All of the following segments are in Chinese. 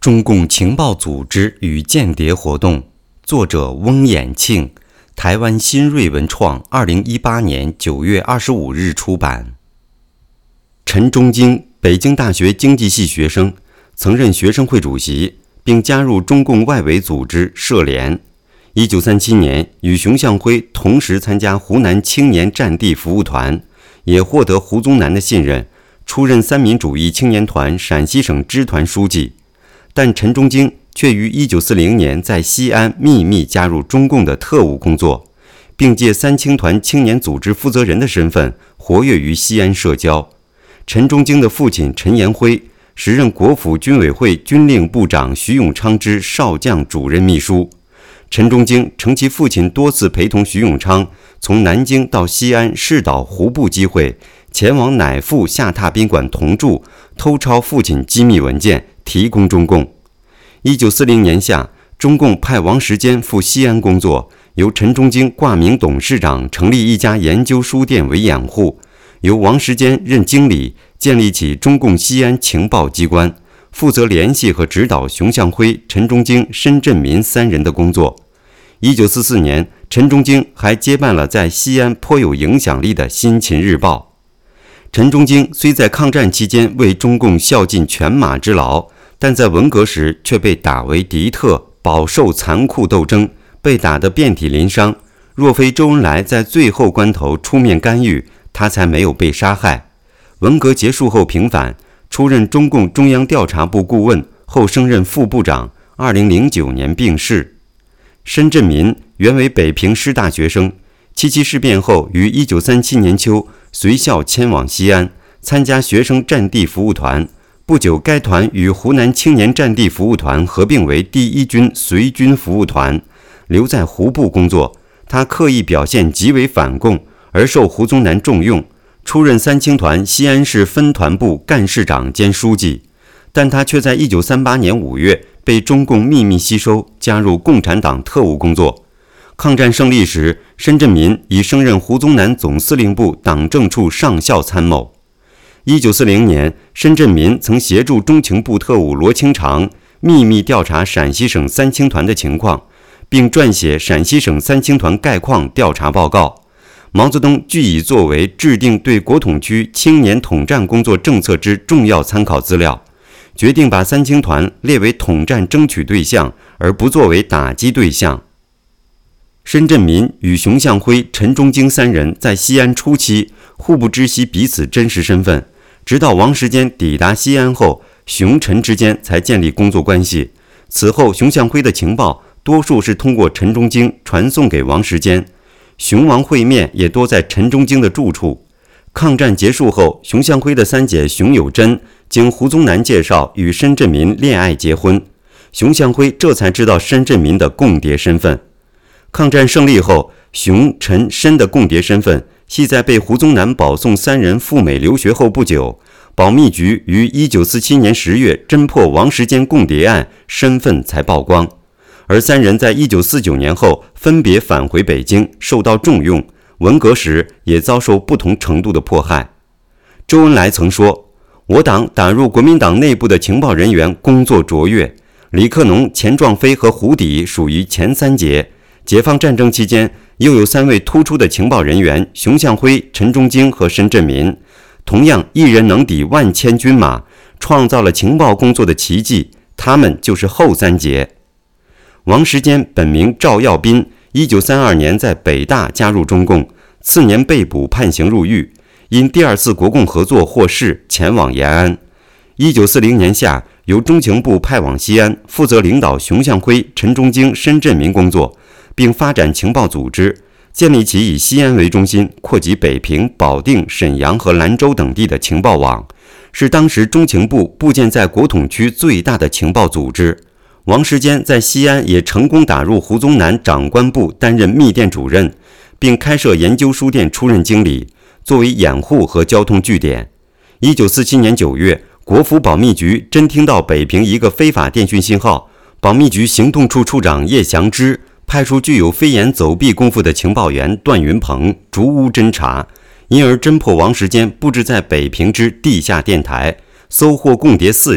中共情报组织与间谍活动，作者翁衍庆，台湾新锐文创2018年9月25日出版。陈忠京，北京大学经济系学生，曾任学生会主席，并加入中共外围组织社联。1937年与熊向晖同时参加湖南青年战地服务团，也获得胡宗南的信任，出任三民主义青年团陕西省支团书记。但陈忠京却于1940年在西安秘密加入中共的特务工作，并借三青团青年组织负责人的身份活跃于西安社交。陈忠京的父亲陈延辉时任国府军委会军令部长徐永昌之少将主任秘书。陈忠京乘其父亲多次陪同徐永昌从南京到西安市岛湖埠机会，前往乃父下榻宾馆同住，偷抄父亲机密文件，提供中共。1940年夏，中共派王时坚赴西安工作，由陈忠京挂名董事长，成立一家研究书店为掩护，由王时坚任经理，建立起中共西安情报机关，负责联系和指导熊向晖、陈忠京、申振民三人的工作。1944年，陈忠京还接办了在西安颇有影响力的《新秦日报》。陈忠京虽在抗战期间为中共效尽犬马之劳，但在文革时却被打为敌特，饱受残酷斗争，被打得遍体鳞伤。若非周恩来在最后关头出面干预，他才没有被杀害。文革结束后平反，出任中共中央调查部顾问，后升任副部长。2009年病逝。申振民原为北平师大学生，7七事变后于1937年秋随校迁往西安，参加学生战地服务团。不久，该团与湖南青年战地服务团合并为第一军随军服务团，留在湖埠工作。他刻意表现极为反共，而受胡宗南重用，出任三青团西安市分团部干事长兼书记。但他却在1938年5月被中共秘密吸收，加入共产党特务工作。抗战胜利时，申振民已升任胡宗南总司令部党政处上校参谋。1940年，申振民曾协助中情部特务罗清长秘密调查陕西省三青团的情况，并撰写陕西省三青团概况调查报告。毛泽东据以作为制定对国统区青年统战工作政策之重要参考资料，决定把三青团列为统战争取对象，而不作为打击对象。申振民与熊向晖、陈忠京三人在西安初期互不知悉彼此真实身份，直到王时坚抵达西安后，熊陈之间才建立工作关系。此后，熊向晖的情报多数是通过陈忠京传送给王时坚，熊王会面也多在陈忠京的住处。抗战结束后，熊向晖的三姐熊有贞经胡宗南介绍与申振民恋爱结婚，熊向晖这才知道申振民的共谍身份。抗战胜利后，熊、陈、申的共谍身份系在被胡宗南保送三人赴美留学后不久，保密局于1947年10月侦破王时坚共谍案，身份才曝光。而三人在1949年后分别返回北京，受到重用，文革时也遭受不同程度的迫害。周恩来曾说，我党打入国民党内部的情报人员工作卓越，李克农、钱壮飞和胡底属于前三杰。解放战争期间，又有3位突出的情报人员，熊向晖、陈忠京和申振民，同样一人能抵万千军马，创造了情报工作的奇迹，他们就是后三杰。王时坚本名赵耀斌，1932年在北大加入中共，次年被捕判刑入狱，因第二次国共合作获释，前往延安。1940年夏，由中情部派往西安，负责领导熊向晖、陈忠京、申振民工作，并发展情报组织，建立起以西安为中心，扩及北平、保定、沈阳和兰州等地的情报网，是当时中情部布建在国统区最大的情报组织。王时坚在西安也成功打入胡宗南长官部，担任密电主任，并开设研究书店出任经理，作为掩护和交通据点。1947年9月，国府保密局侦听到北平一个非法电讯信号，保密局行动处处长叶祥之派出具有飞檐走壁功夫的情报员段云鹏逐屋侦查，因而侦破王时坚布置在北平之地下电台，搜获共谍4人，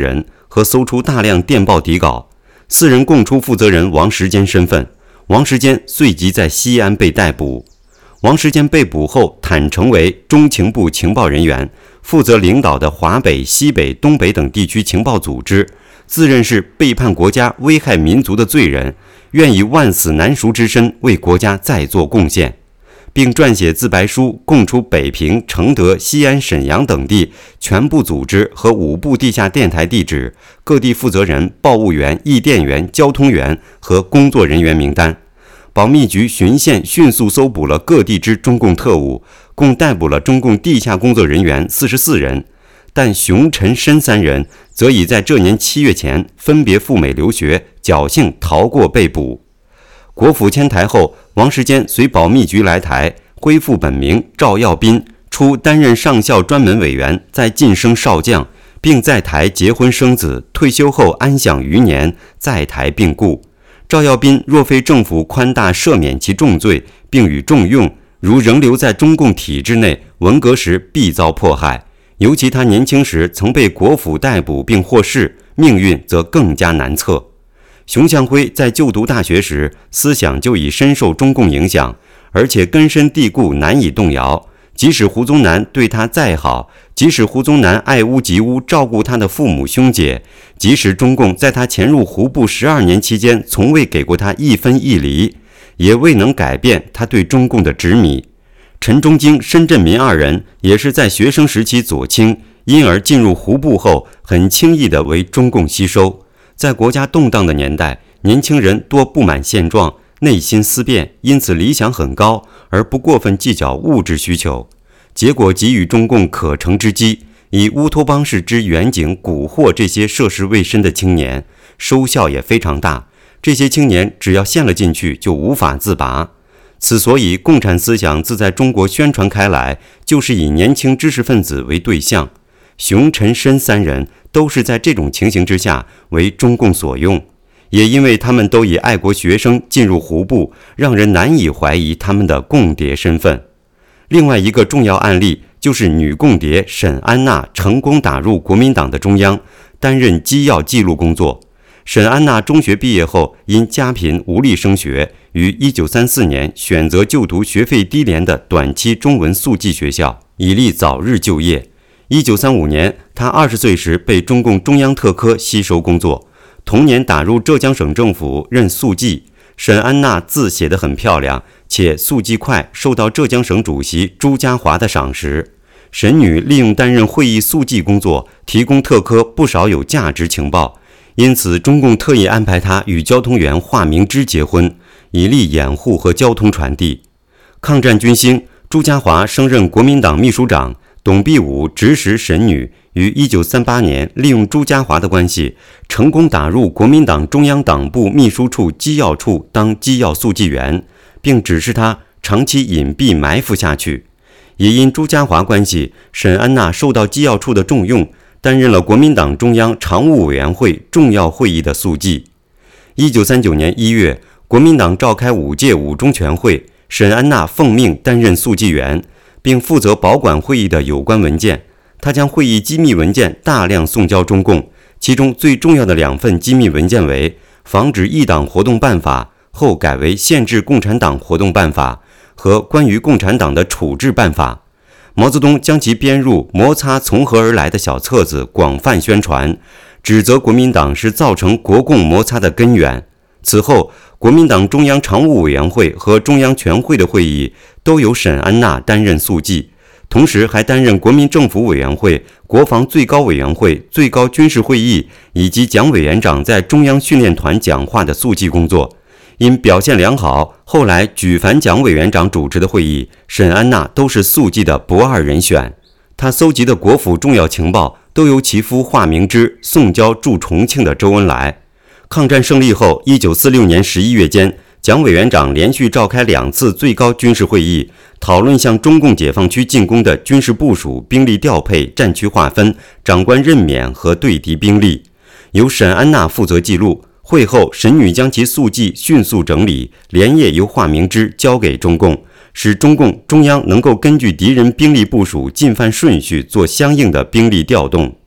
和搜出大量电报底稿。4人供出负责人王时坚身份，王时坚随即在西安被逮捕。王时坚被捕后坦承为中情部情报人员，负责领导的华北、西北、东北等地区情报组织，自认是背叛国家、危害民族的罪人，愿以万死难赎之身为国家再做贡献，并撰写自白书，供出北平、承德、西安、沈阳等地全部组织和5部地下电台地址、各地负责人、报务员、译电员、交通员和工作人员名单。保密局巡线迅速搜捕了各地之中共特务，共逮捕了中共地下工作人员44人，但熊、陈、申3人则已在这年7月前分别赴美留学，侥幸逃过被捕。国府迁台后，王时坚随保密局来台，恢复本名赵耀斌，初担任上校专门委员，再晋升少将，并在台结婚生子，退休后安享余年，在台病故。赵耀斌若非政府宽大赦免其重罪，并予重用，如仍留在中共体制内，文革时必遭迫害。尤其他年轻时曾被国府逮捕并获释，命运则更加难测。熊向晖在就读大学时，思想就已深受中共影响，而且根深蒂固，难以动摇。即使胡宗南对他再好，即使胡宗南爱屋及乌，照顾他的父母兄姐，即使中共在他潜入湖部12年期间从未给过他一分一厘，也未能改变他对中共的执迷。陈忠京、申振民2人也是在学生时期左倾，因而进入湖部后很轻易地为中共吸收。在国家动荡的年代，年轻人多不满现状，内心思变，因此理想很高，而不过分计较物质需求，结果给予中共可乘之机，以乌托邦式之远景蛊惑这些涉世未深的青年，收效也非常大。这些青年只要陷了进去，就无法自拔。此所以共产思想自在中国宣传开来，就是以年轻知识分子为对象。熊、陈、申3人都是在这种情形之下为中共所用，也因为他们都以爱国学生进入湖部，让人难以怀疑他们的共谍身份。另外一个重要案例就是女共谍沈安娜成功打入国民党的中央，担任机要记录工作。沈安娜中学毕业后，因家贫无力升学，于1934年选择就读学费低廉的短期中文速记学校，以利早日就业。1935年，她20岁时被中共中央特科吸收工作，同年打入浙江省政府任速记。沈安娜字写得很漂亮，且速记快，受到浙江省主席朱家骅的赏识。沈女利用担任会议速记工作，提供特科不少有价值情报，因此中共特意安排她与交通员华明之结婚，以利掩护和交通传递。抗战军星朱家骅升任国民党秘书长，董必武指使沈女于1938年利用朱家骅的关系，成功打入国民党中央党部秘书处机要处当机要速记员，并指示他长期隐蔽埋伏下去。也因朱家骅关系，沈安娜受到机要处的重用，担任了国民党中央常务委员会重要会议的速记。1939年1月，国民党召开5届五中全会，沈安娜奉命担任速记员，并负责保管会议的有关文件。他将会议机密文件大量送交中共，其中最重要的2份机密文件为《防止异党活动办法》后改为《限制共产党活动办法》和《关于共产党的处置办法》。毛泽东将其编入《摩擦从何而来》的小册子，广泛宣传，指责国民党是造成国共摩擦的根源。此后，国民党中央常务委员会和中央全会的会议都由沈安娜担任速记，同时还担任国民政府委员会、国防最高委员会、最高军事会议以及蒋委员长在中央训练团讲话的速记工作。因表现良好，后来举凡蒋委员长主持的会议，沈安娜都是速记的不二人选。她搜集的国府重要情报都由其夫华明之送交驻重庆的周恩来。抗战胜利后，1946年11月间，蒋委员长连续召开2次最高军事会议，讨论向中共解放区进攻的军事部署、兵力调配、战区划分、长官任免和对敌兵力，由沈安娜负责记录。会后，沈女将其速记迅速整理，连夜由华明之交给中共，使中共中央能够根据敌人兵力部署进犯顺序做相应的兵力调动。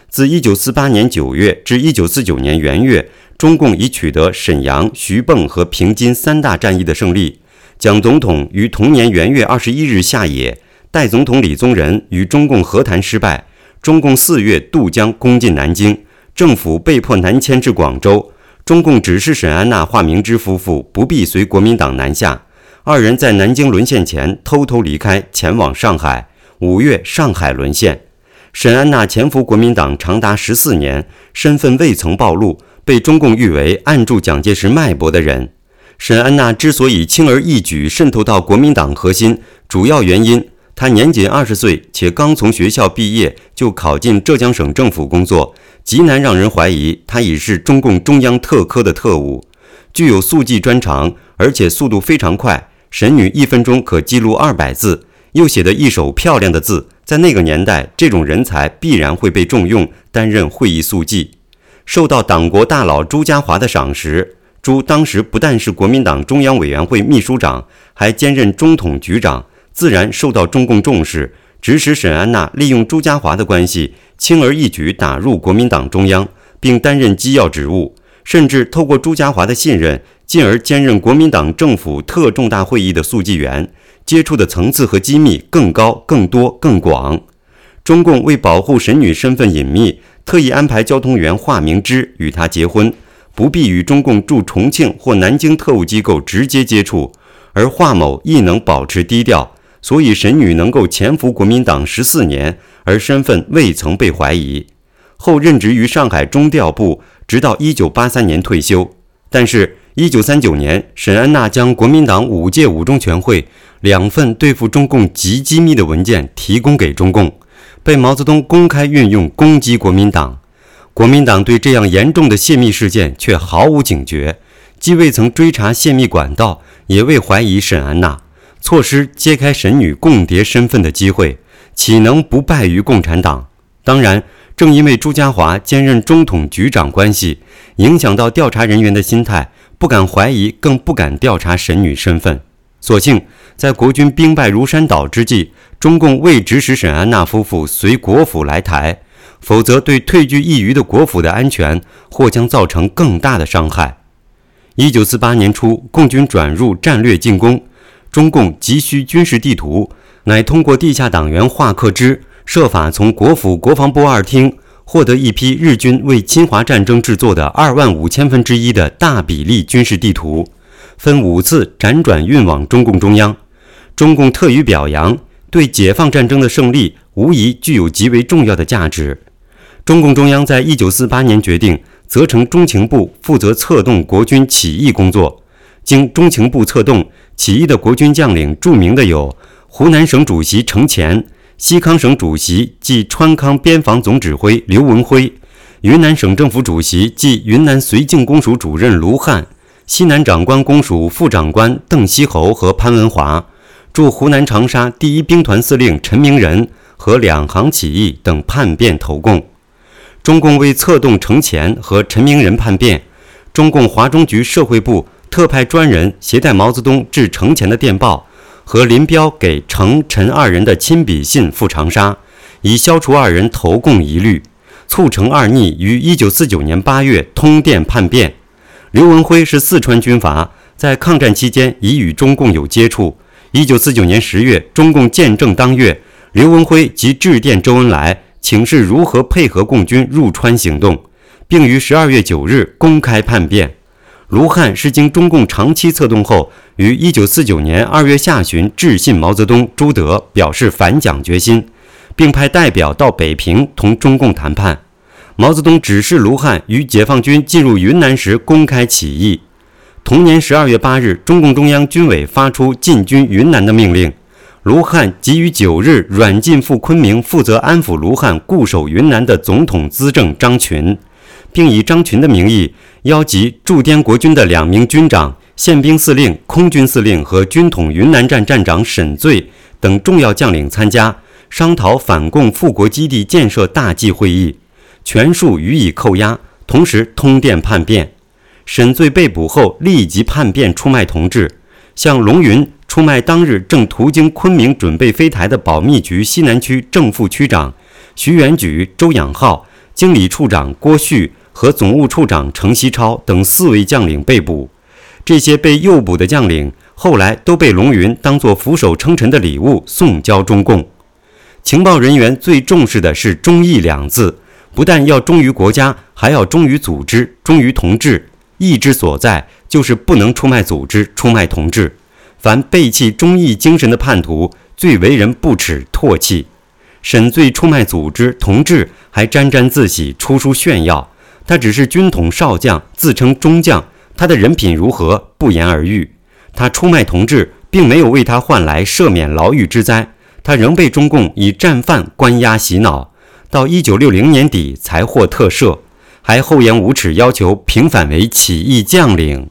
自1948年9月至1949年元月，中共已取得沈阳、徐蚌和平津3大战役的胜利。蒋总统于同年元月21日下野，代总统李宗仁与中共和谈失败。中共4月渡江攻进南京，政府被迫南迁至广州。中共指示沈安娜、华明之夫妇不必随国民党南下，二人在南京沦陷前偷偷离开，前往上海。5月，上海沦陷。沈安娜潜伏国民党长达14年，身份未曾暴露，被中共誉为按住蒋介石脉搏的人。沈安娜之所以轻而易举渗透到国民党核心，主要原因她年仅20岁，且刚从学校毕业就考进浙江省政府工作，极难让人怀疑她已是中共中央特科的特务。具有速记专长，而且速度非常快，沈女1分钟可记录200字，又写得一手漂亮的字。在那个年代，这种人才必然会被重用，担任会议速记。受到党国大佬朱家骅的赏识，朱当时不但是国民党中央委员会秘书长，还兼任中统局长，自然受到中共重视，指使沈安娜利用朱家骅的关系，轻而易举打入国民党中央，并担任机要职务，甚至透过朱家骅的信任，进而兼任国民党政府特重大会议的速记员，接触的层次和机密更高、更多、更广。中共为保护沈女身份隐秘，特意安排交通员华明之与她结婚，不必与中共驻重庆或南京特务机构直接接触，而华某亦能保持低调，所以沈女能够潜伏国民党14年，而身份未曾被怀疑。后任职于上海中调部，直到1983年退休。但是1939年，沈安娜将国民党5届五中全会2份对付中共极机密的文件提供给中共，被毛泽东公开运用攻击国民党。国民党对这样严重的泄密事件却毫无警觉，既未曾追查泄密管道，也未怀疑沈安娜，错失揭开沈女共谍身份的机会，岂能不败于共产党？当然，正因为朱家骅兼任中统局长关系，影响到调查人员的心态，不敢怀疑，更不敢调查沈女身份。所幸在国军兵败如山倒之际，中共未指使沈安娜夫妇随国府来台，否则对退居一隅的国府的安全或将造成更大的伤害。1948年初，共军转入战略进攻，中共急需军事地图，乃通过地下党员华克之，设法从国府国防部2厅获得一批日军为侵华战争制作的25000分之一的大比例军事地图，分5次辗转运往中共中央。中共特予表扬，对解放战争的胜利无疑具有极为重要的价值。中共中央在1948年决定责成中情部负责策动国军起义工作。经中情部策动，起义的国军将领著名的有湖南省主席程潜、西康省主席即川康边防总指挥刘文辉，云南省政府主席即云南绥靖公署主任卢汉，西南长官公署副长官邓锡侯和潘文华，驻湖南长沙第1兵团司令陈明仁和两行起义等叛变投共。中共为策动程潜和陈明仁叛变，中共华中局社会部特派专人携带毛泽东致程潜的电报和林彪给程陈2人的亲笔信赴长沙，以消除2人投共疑虑，促成2逆于1949年8月通电叛变。刘文辉是四川军阀，在抗战期间已与中共有接触。1949年10月，中共建政当月，刘文辉即致电周恩来，请示如何配合共军入川行动，并于12月9日公开叛变。卢汉是经中共长期策动后，于1949年2月下旬致信毛泽东、朱德，表示反蒋决心，并派代表到北平同中共谈判。毛泽东指示卢汉于解放军进入云南时公开起义。同年12月8日，中共中央军委发出进军云南的命令，卢汉即于9日软禁赴昆明负责安抚卢汉固守云南的总统资政张群，并以张群的名义邀集驻滇国军的2名军长、宪兵司令、空军司令和军统云南站站长沈醉等重要将领参加，商讨反共复国基地建设大计会议，全数予以扣押，同时通电叛变。沈醉被捕后立即叛变出卖同志，向龙云出卖当日正途经昆明准备飞台的保密局西南区正副区长徐元举、周养浩经理处长郭旭和总务处长程锡超等4位将领被捕。这些被诱捕的将领后来都被龙云当作俯首称臣的礼物送交中共。情报人员最重视的是忠义2字，不但要忠于国家，还要忠于组织，忠于同志。义之所在，就是不能出卖组织，出卖同志。凡背弃忠义精神的叛徒，最为人不耻唾弃。沈醉出卖组织同志，还沾沾自喜，出书炫耀。他只是军统少将，自称中将，他的人品如何，不言而喻。他出卖同志，并没有为他换来赦免牢狱之灾，他仍被中共以战犯关押洗脑，到1960年底才获特赦，还厚颜无耻要求平反为起义将领。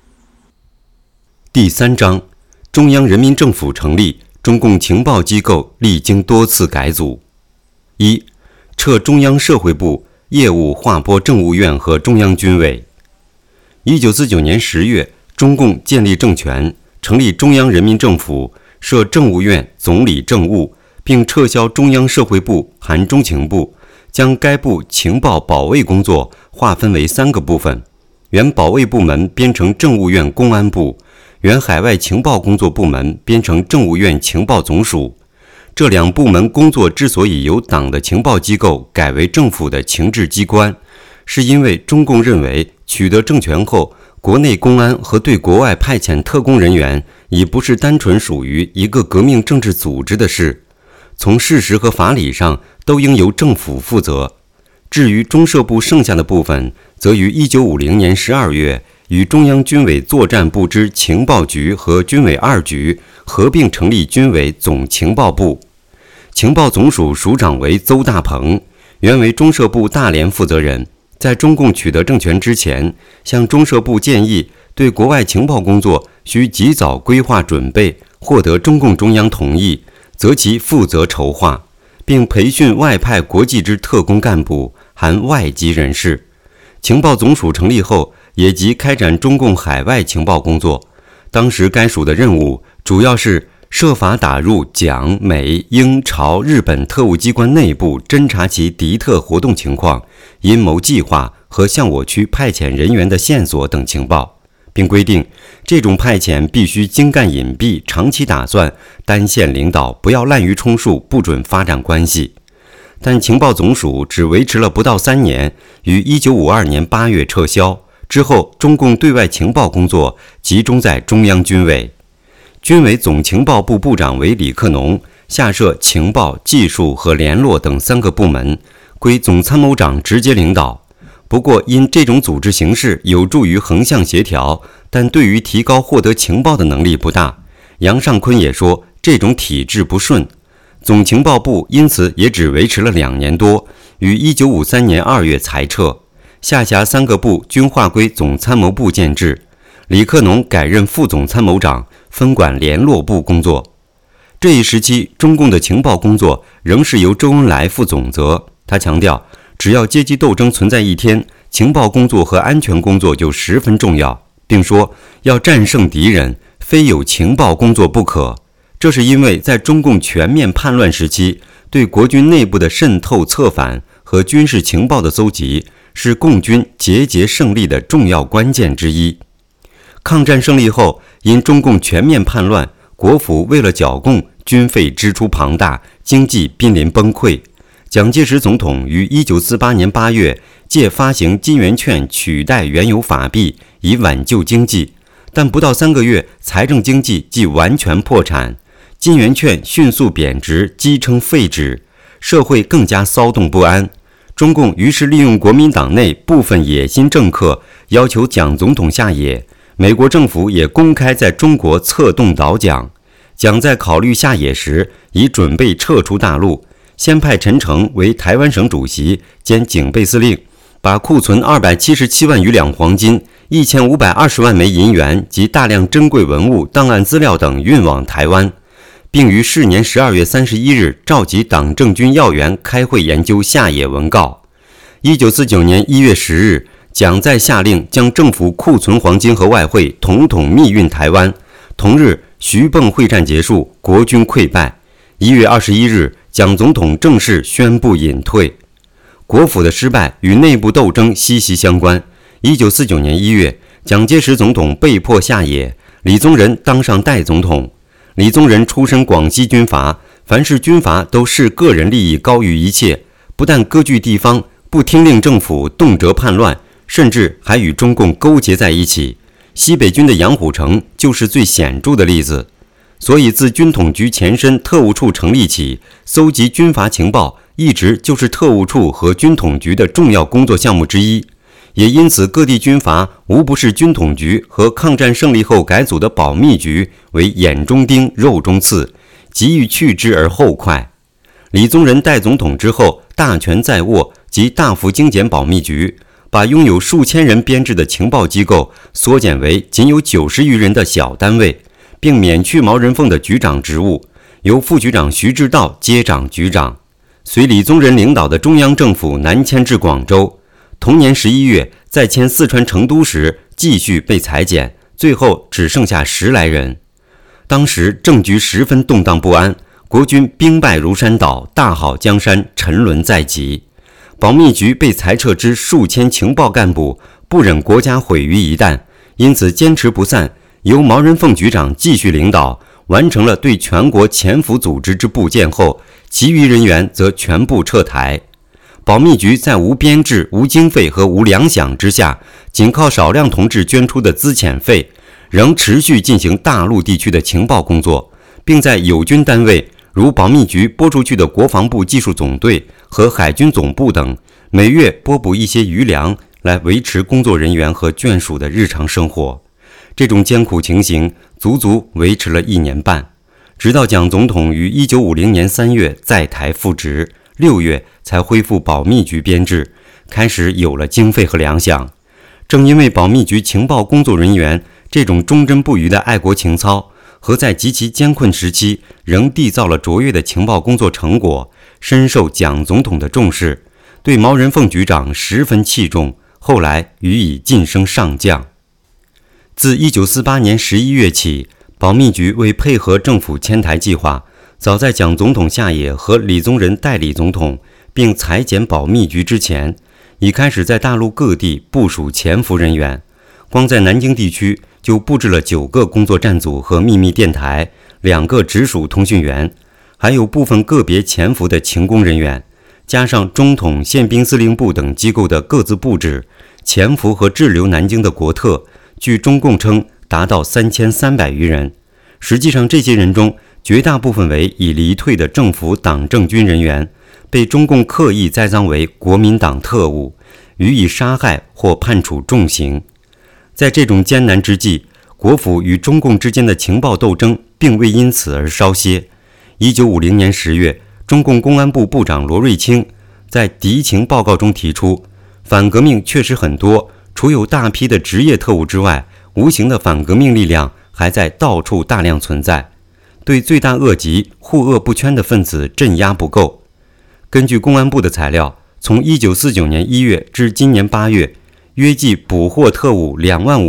第3章，中央人民政府成立，中共情报机构历经多次改组。1. 撤中央社会部，业务划拨政务院和中央军委。1949年10月，中共建立政权，成立中央人民政府，设政务院，总理政务，并撤销中央社会部含中情部，将该部情报保卫工作划分为3个部分，原保卫部门编成政务院公安部，原海外情报工作部门编成政务院情报总署。这2部门工作之所以由党的情报机构改为政府的情治机关，是因为中共认为取得政权后，国内公安和对国外派遣特工人员已不是单纯属于一个革命政治组织的事，从事实和法理上都应由政府负责。至于中社部剩下的部分，则于1950年12月与中央军委作战部之情报局和军委2局合并成立军委总情报部。情报总署署长为邹大鹏，原为中社部大连负责人，在中共取得政权之前，向中社部建议对国外情报工作需及早规划准备，获得中共中央同意，则其负责筹划，并培训外派国际之特工干部，含外籍人士。情报总署成立后，也即开展中共海外情报工作。当时该署的任务主要是设法打入蒋、美、英、朝、日本特务机关内部，侦查其敌特活动情况、阴谋计划和向我区派遣人员的线索等情报，并规定这种派遣必须精干隐蔽，长期打算，单线领导，不要滥竽充数，不准发展关系。但情报总署只维持了不到3年，于1952年8月撤销。之后，中共对外情报工作集中在中央军委。军委总情报部部长为李克农，下设情报、技术和联络等3个部门，归总参谋长直接领导。不过，因这种组织形式有助于横向协调，但对于提高获得情报的能力不大。杨尚昆也说，这种体制不顺。总情报部因此也只维持了2年多，于1953年2月裁撤。下辖3个部均划归总参谋部建制，李克农改任副总参谋长，分管联络部工作。这一时期，中共的情报工作仍是由周恩来负总责。他强调，只要阶级斗争存在一天，情报工作和安全工作就十分重要，并说要战胜敌人，非有情报工作不可。这是因为在中共全面叛乱时期，对国军内部的渗透策反和军事情报的搜集是共军节节胜利的重要关键之一。抗战胜利后，因中共全面叛乱，国府为了剿共，军费支出庞大，经济濒临崩溃。蒋介石总统于1948年8月借发行金圆券取代原有法币，以挽救经济，但不到3个月，财政经济即完全破产，金圆券迅速贬值，基称废纸，社会更加骚动不安。中共于是利用国民党内部分野心政客，要求蒋总统下野。美国政府也公开在中国策动倒蒋。蒋在考虑下野时，已准备撤出大陆，先派陈诚为台湾省主席兼警备司令，把库存277万余两黄金、1520万枚银元及大量珍贵文物、档案资料等运往台湾，并于是年12月31日召集党政军要员开会研究下野文告。1949年1月10日，蒋再下令将政府库存黄金和外汇统统密运台湾。同日，徐蚌会战结束，国军溃败。1月21日，蒋总统正式宣布隐退。 国府的失败与内部斗争息息相关。1949年1月，蒋介石总统被迫下野，李宗仁当上代总统。李宗仁出身广西军阀，凡是军阀都视个人利益高于一切，不但割据地方，不听令政府，动辄叛乱，甚至还与中共勾结在一起。西北军的杨虎城就是最显著的例子。所以自军统局前身特务处成立起，搜集军阀情报一直就是特务处和军统局的重要工作项目之一。也因此，各地军阀无不是军统局和抗战胜利后改组的保密局为眼中钉、肉中刺，急于去之而后快。李宗仁代总统之后，大权在握，即大幅精简保密局，把拥有数千人编制的情报机构缩减为仅有90余人的小单位，并免去毛人凤的局长职务，由副局长徐志道接掌局长。随李宗仁领导的中央政府南迁至广州。同年11月，在迁四川成都时，继续被裁减，最后只剩下10来人。当时政局十分动荡不安，国军兵败如山倒，大好江山沉沦在即。保密局被裁撤之数千情报干部，不忍国家毁于一旦，因此坚持不散，由毛人凤局长继续领导，完成了对全国潜伏组织之布建后，其余人员则全部撤台。保密局在无编制、无经费和无粮饷之下，仅靠少量同志捐出的资遣费，仍持续进行大陆地区的情报工作，并在友军单位如保密局拨出去的国防部技术总队和海军总部等，每月拨补一些余粮，来维持工作人员和眷属的日常生活。这种艰苦情形足足维持了1年半，直到蒋总统于1950年3月在台复职，6月才恢复保密局编制，开始有了经费和粮饷。正因为保密局情报工作人员这种忠贞不渝的爱国情操，和在极其艰困时期仍缔造了卓越的情报工作成果，深受蒋总统的重视，对毛人凤局长十分器重，后来予以晋升上将。自1948年11月起，保密局为配合政府迁台计划，早在蒋总统下野和李宗仁代理总统并裁减保密局之前，已开始在大陆各地部署潜伏人员。光在南京地区就布置了9个工作站组和秘密电台，2个直属通讯员，还有部分个别潜伏的勤工人员，加上中统、宪兵司令部等机构的各自布置，潜伏和滞留南京的国特，据中共称达到3300余人。实际上这些人中，绝大部分为已离退的政府党政军人员，被中共刻意栽赃为国民党特务，予以杀害或判处重刑。在这种艰难之际，国府与中共之间的情报斗争并未因此而稍歇。1950年10月，中共公安部部长罗瑞卿在敌情报告中提出，反革命确实很多，除有大批的职业特务之外，无形的反革命力量还在到处大量存在，对罪大恶极、护恶不圈的分子镇压不够。根据公安部的材料，从1949年1月至今年8月，约计捕获特务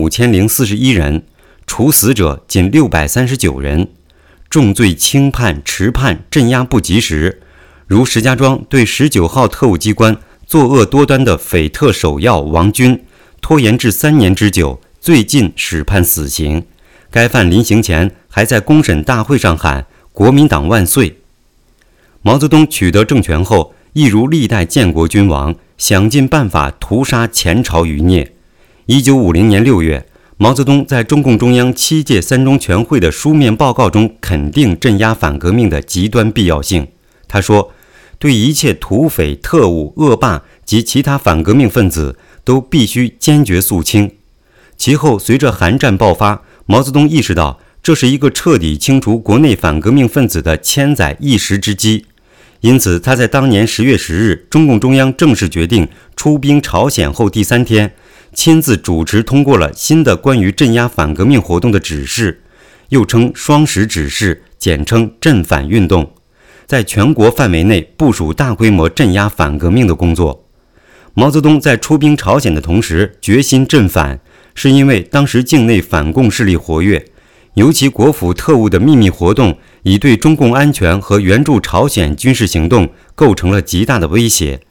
25041人，处死者仅639人，重罪轻判、迟判、镇压不及时。如石家庄对19号特务机关作恶多端的匪特首要王军，拖延至3年之久，最近始判死刑。该犯临刑前还在公审大会上喊“国民党万岁”。毛泽东取得政权后，亦如历代建国君王，想尽办法屠杀前朝余孽。1950年6月，毛泽东在中共中央7届3中全会的书面报告中肯定镇压反革命的极端必要性。他说，对一切土匪、特务、恶霸及其他反革命分子都必须坚决肃清。其后随着韩战爆发，毛泽东意识到这是一个彻底清除国内反革命分子的千载一时之机，因此他在当年10月10日中共中央正式决定出兵朝鲜后第3天，亲自主持通过了新的关于镇压反革命活动的指示，又称双十指示，简称镇反运动，在全国范围内部署大规模镇压反革命的工作。毛泽东在出兵朝鲜的同时决心镇反，是因为当时境内反共势力活跃，尤其国府特务的秘密活动已对中共安全和援助朝鲜军事行动构成了极大的威胁。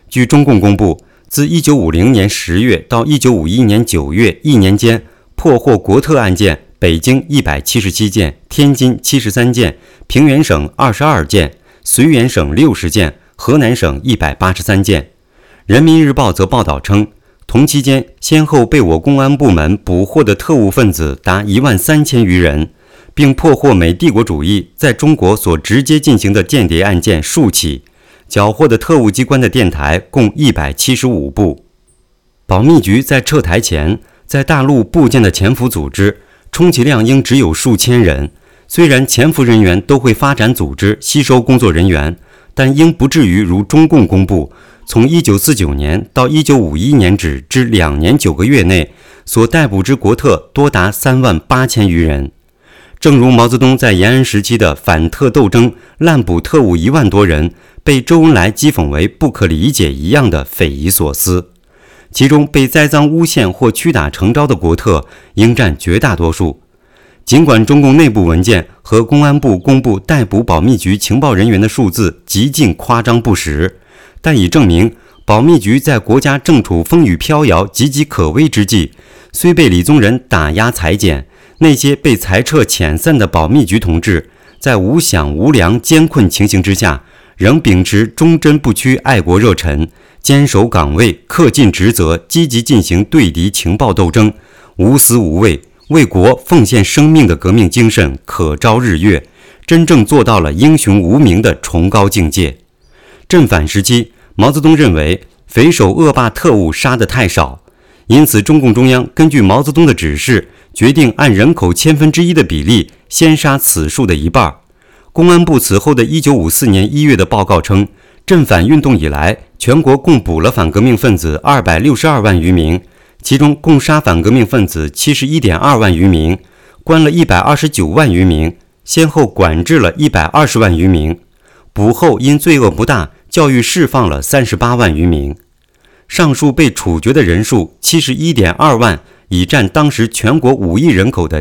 据中共公布，自1950年10月到1951年9月1年间，破获国特案件北京177件，天津73件，平原省22件，绥远省60件，河南省183件。人民日报则报道称，同期间先后被我公安部门捕获的特务分子达13000余人，并破获美帝国主义在中国所直接进行的间谍案件数起，缴获的特务机关的电台共175部。保密局在撤台前，在大陆布建的潜伏组织，充其量应只有数千人。虽然潜伏人员都会发展组织，吸收工作人员，但应不至于如中共公布，从1949年到1951年止至2年9个月内，所逮捕之国特多达38000余人。正如毛泽东在延安时期的反特斗争滥捕特务1万多人，被周恩来讥讽为不可理解一样的匪夷所思。其中被栽赃诬陷或屈打成招的国特应占绝大多数。尽管中共内部文件和公安部公布逮捕保密局情报人员的数字极尽夸张不实，但已证明保密局在国家正处风雨飘摇、岌岌可危之际，虽被李宗仁打压裁减，那些被裁撤遣散的保密局同志，在无饷无粮艰困情形之下，仍秉持忠贞不屈爱国热忱，坚守岗位，恪尽职责，积极进行对敌情报斗争，无私无畏，为国奉献生命的革命精神可昭日月，真正做到了英雄无名的崇高境界。镇反时期，毛泽东认为匪首恶霸特务杀得太少，因此中共中央根据毛泽东的指示，决定按人口1/1000的比例先杀此数的一半。公安部此后的1954年1月的报告称，镇反运动以来，全国共捕了反革命分子262万余名，其中共杀反革命分子71.2万余名，关了129万余名，先后管制了120万余名，捕后因罪恶不大，教育释放了38万余名。上述被处决的人数71.2万，已占当时全国5亿人口的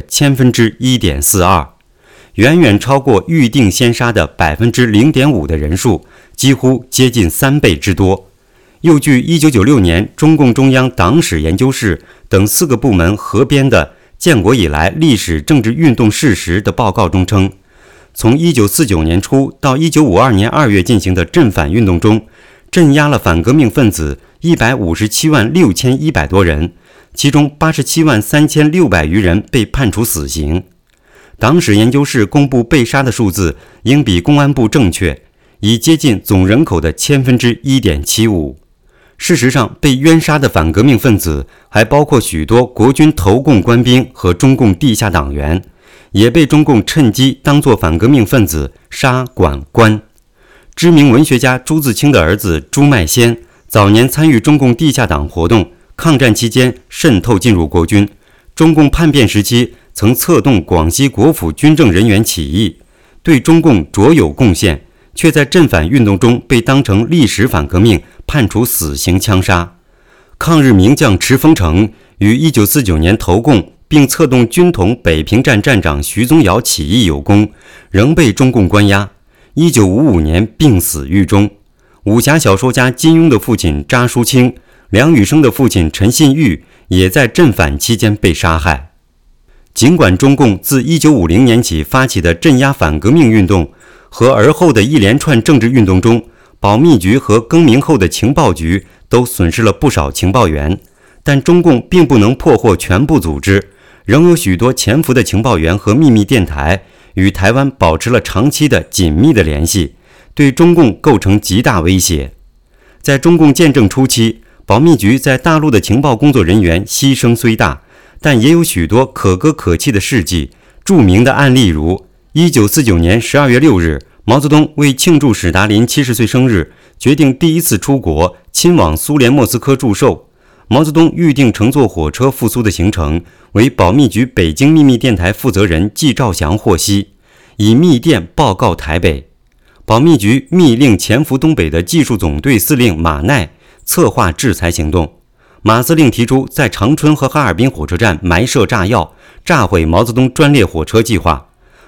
1/1042，远远超过预定先杀的0.5%的人数，几乎接近3倍之多。又据1996年中共中央党史研究室等4个部门合编的建国以来历史政治运动事实的报告中称，从1949年初到1952年2月进行的镇反运动中，镇压了反革命分子157万6100多人，其中87万3600余人被判处死刑。党史研究室公布被杀的数字应比公安部正确，已接近总人口的1/1075%。事实上，被冤杀的反革命分子还包括许多国军投共官兵和中共地下党员，也被中共趁机当作反革命分子杀管关。知名文学家朱自清的儿子朱迈先早年参与中共地下党活动，抗战期间渗透进入国军，中共叛变时期曾策动广西国府军政人员起义，对中共卓有贡献，却在镇反运动中被当成历史反革命，判处死刑枪杀。抗日名将池峰城于1949年投共，并策动军统北平站站长徐宗尧起义有功，仍被中共关押。1955年病死狱中。武侠小说家金庸的父亲查书清、梁羽生的父亲陈信玉也在镇反期间被杀害。尽管中共自1950年起发起的镇压反革命运动和而后的一连串政治运动中，保密局和更名后的情报局都损失了不少情报员，但中共并不能破获全部组织，仍有许多潜伏的情报员和秘密电台与台湾保持了长期的紧密的联系，对中共构成极大威胁。在中共建政初期，保密局在大陆的情报工作人员牺牲虽大，但也有许多可歌可泣的事迹。著名的案例如1949年12月6日，毛泽东为庆祝史达林70岁生日，决定第一次出国，亲往苏联莫斯科祝寿。毛泽东预定乘坐火车复苏的行程，为保密局北京秘密电台负责人季兆祥获悉，以密电报告台北。保密局密令潜伏东北的技术总队司令马奈策划制裁行动。马司令提出在长春和哈尔滨火车站埋设炸药，炸毁毛泽东专列火车计划。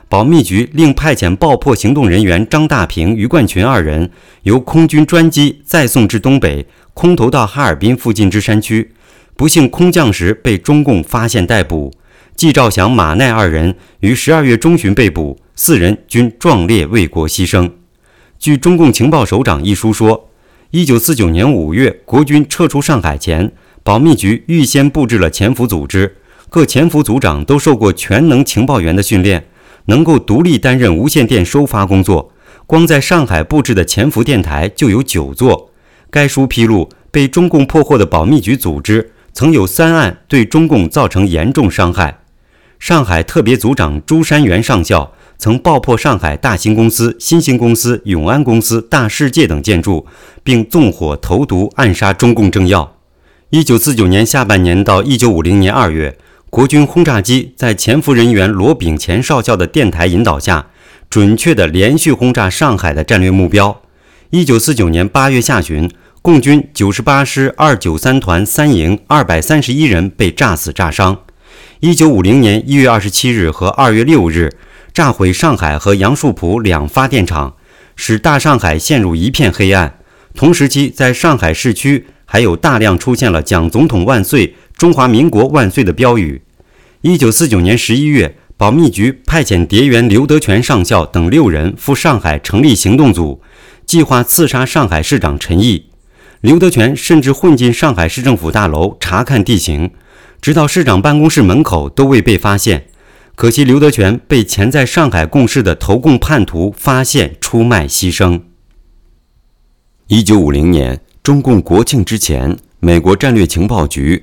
保密局另派遣爆破行动人员张大平、于冠群2人，由空军专机再送至东北，空投到哈尔滨附近之山区。不幸空降时被中共发现逮捕。季兆祥、马奈2人于12月中旬被捕，4人均壮烈为国牺牲。据中共情报首长一书说，1949年5月国军撤出上海前，保密局预先布置了潜伏组织，各潜伏组长都受过全能情报员的训练，能够独立担任无线电收发工作。光在上海布置的潜伏电台就有9座。该书披露，被中共破获的保密局组织曾有3案对中共造成严重伤害。上海特别组长朱山元上校曾爆破上海大兴公司、新兴公司、永安公司、大世界等建筑，并纵火投毒暗杀中共政要。1949年下半年到1950年2月，国军轰炸机在潜伏人员罗炳乾少校的电台引导下，准确地连续轰炸上海的战略目标。1949年8月下旬，共军98师293团3营231人被炸死炸伤。1950年1月27日和2月6日，炸毁上海和杨树浦2发电厂，使大上海陷入一片黑暗。同时期，在上海市区还有大量出现了蒋总统万岁、中华民国万岁的标语。1949年11月，保密局派遣谍员刘德全上校等6人赴上海成立行动组，计划刺杀上海市长陈毅。刘德全甚至混进上海市政府大楼查看地形，直到市长办公室门口都未被发现。可惜刘德全被潜在上海共事的投共叛徒发现出卖牺牲。1950年，中共国庆之前，美国战略情报局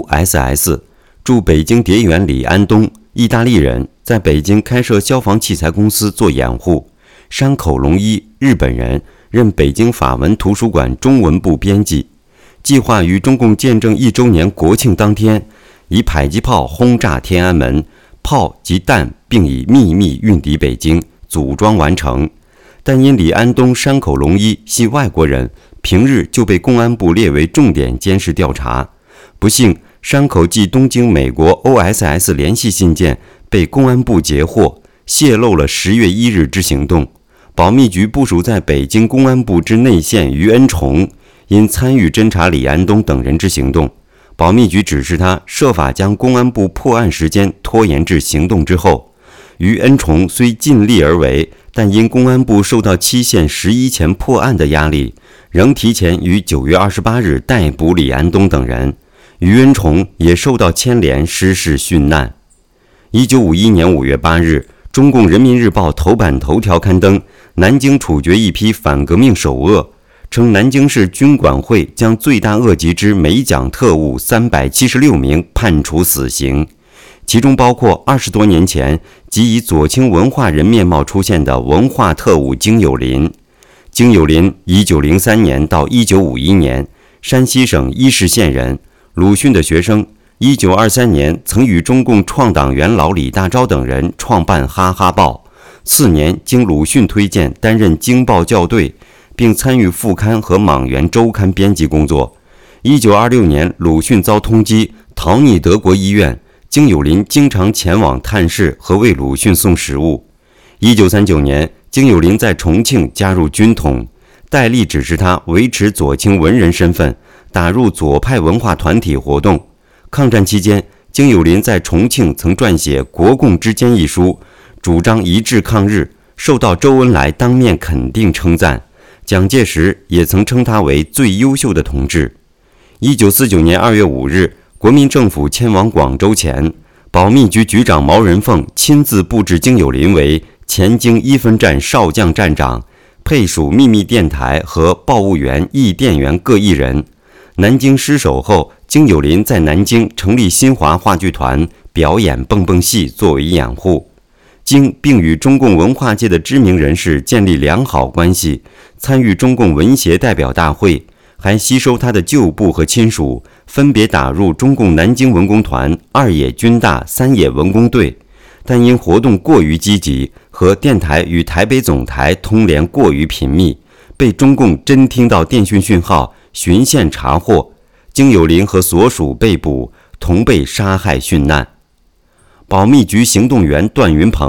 OSS 驻北京谍员李安东，意大利人，在北京开设消防器材公司做掩护。山口龙一，日本人，任北京法文图书馆中文部编辑，计划于中共建政1周年国庆当天，以迫击炮轰炸天安门，炮及弹并以秘密运抵北京，组装完成。但因李安东、山口龙一系外国人，平日就被公安部列为重点监视调查。不幸，山口寄东京美国 OSS 联系信件被公安部截获，泄露了10月1日之行动。保密局部署在北京公安部之内线于恩崇，因参与侦查李安东等人之行动，保密局指示他设法将公安部破案时间拖延至行动之后。于恩崇虽尽力而为，但因公安部受到期限11前破案的压力，仍提前于9月28日逮捕李安东等人。于恩崇也受到牵连，失事殉难。1951年5月8日，中共人民日报头版头条刊登南京处决一批反革命首恶，称南京市军管会将罪大恶极之美蒋特务376名判处死刑，其中包括20多年前即以左倾文化人面貌出现的文化特务金有林。金有林1903年到1951年，山西省伊势县人，鲁迅的学生。1923年曾与中共创党元老李大钊等人创办《哈哈报》，4年经鲁迅推荐担任京报校对，并参与副刊和莽原周刊编辑工作。1926年鲁迅遭通缉，逃匿德国医院，金有林经常前往探视和为鲁迅送食物。1939年，金有林在重庆加入军统，戴笠指示他维持左倾文人身份，打入左派文化团体活动。抗战期间，金有林在重庆曾撰写《国共之间》一书，主张一致抗日，受到周恩来当面肯定称赞。蒋介石也曾称他为最优秀的同志。1949年2月5日，国民政府迁往广州前，保密局局长毛人凤亲自布置金有林为前京1分站少将站长，配属秘密电台和报务员、译电员各1人。南京失守后，金有林在南京成立新华话剧团，表演蹦蹦戏作为掩护。经并与中共文化界的知名人士建立良好关系，参与中共文协代表大会，还吸收他的旧部和亲属，分别打入中共南京文工团、2野军大、3野文工队。但因活动过于积极，和电台与台北总台通联过于频密，被中共侦听到电讯讯号，循线查获，金有林和所属被捕，同被杀害殉难。保密局行动员段云鹏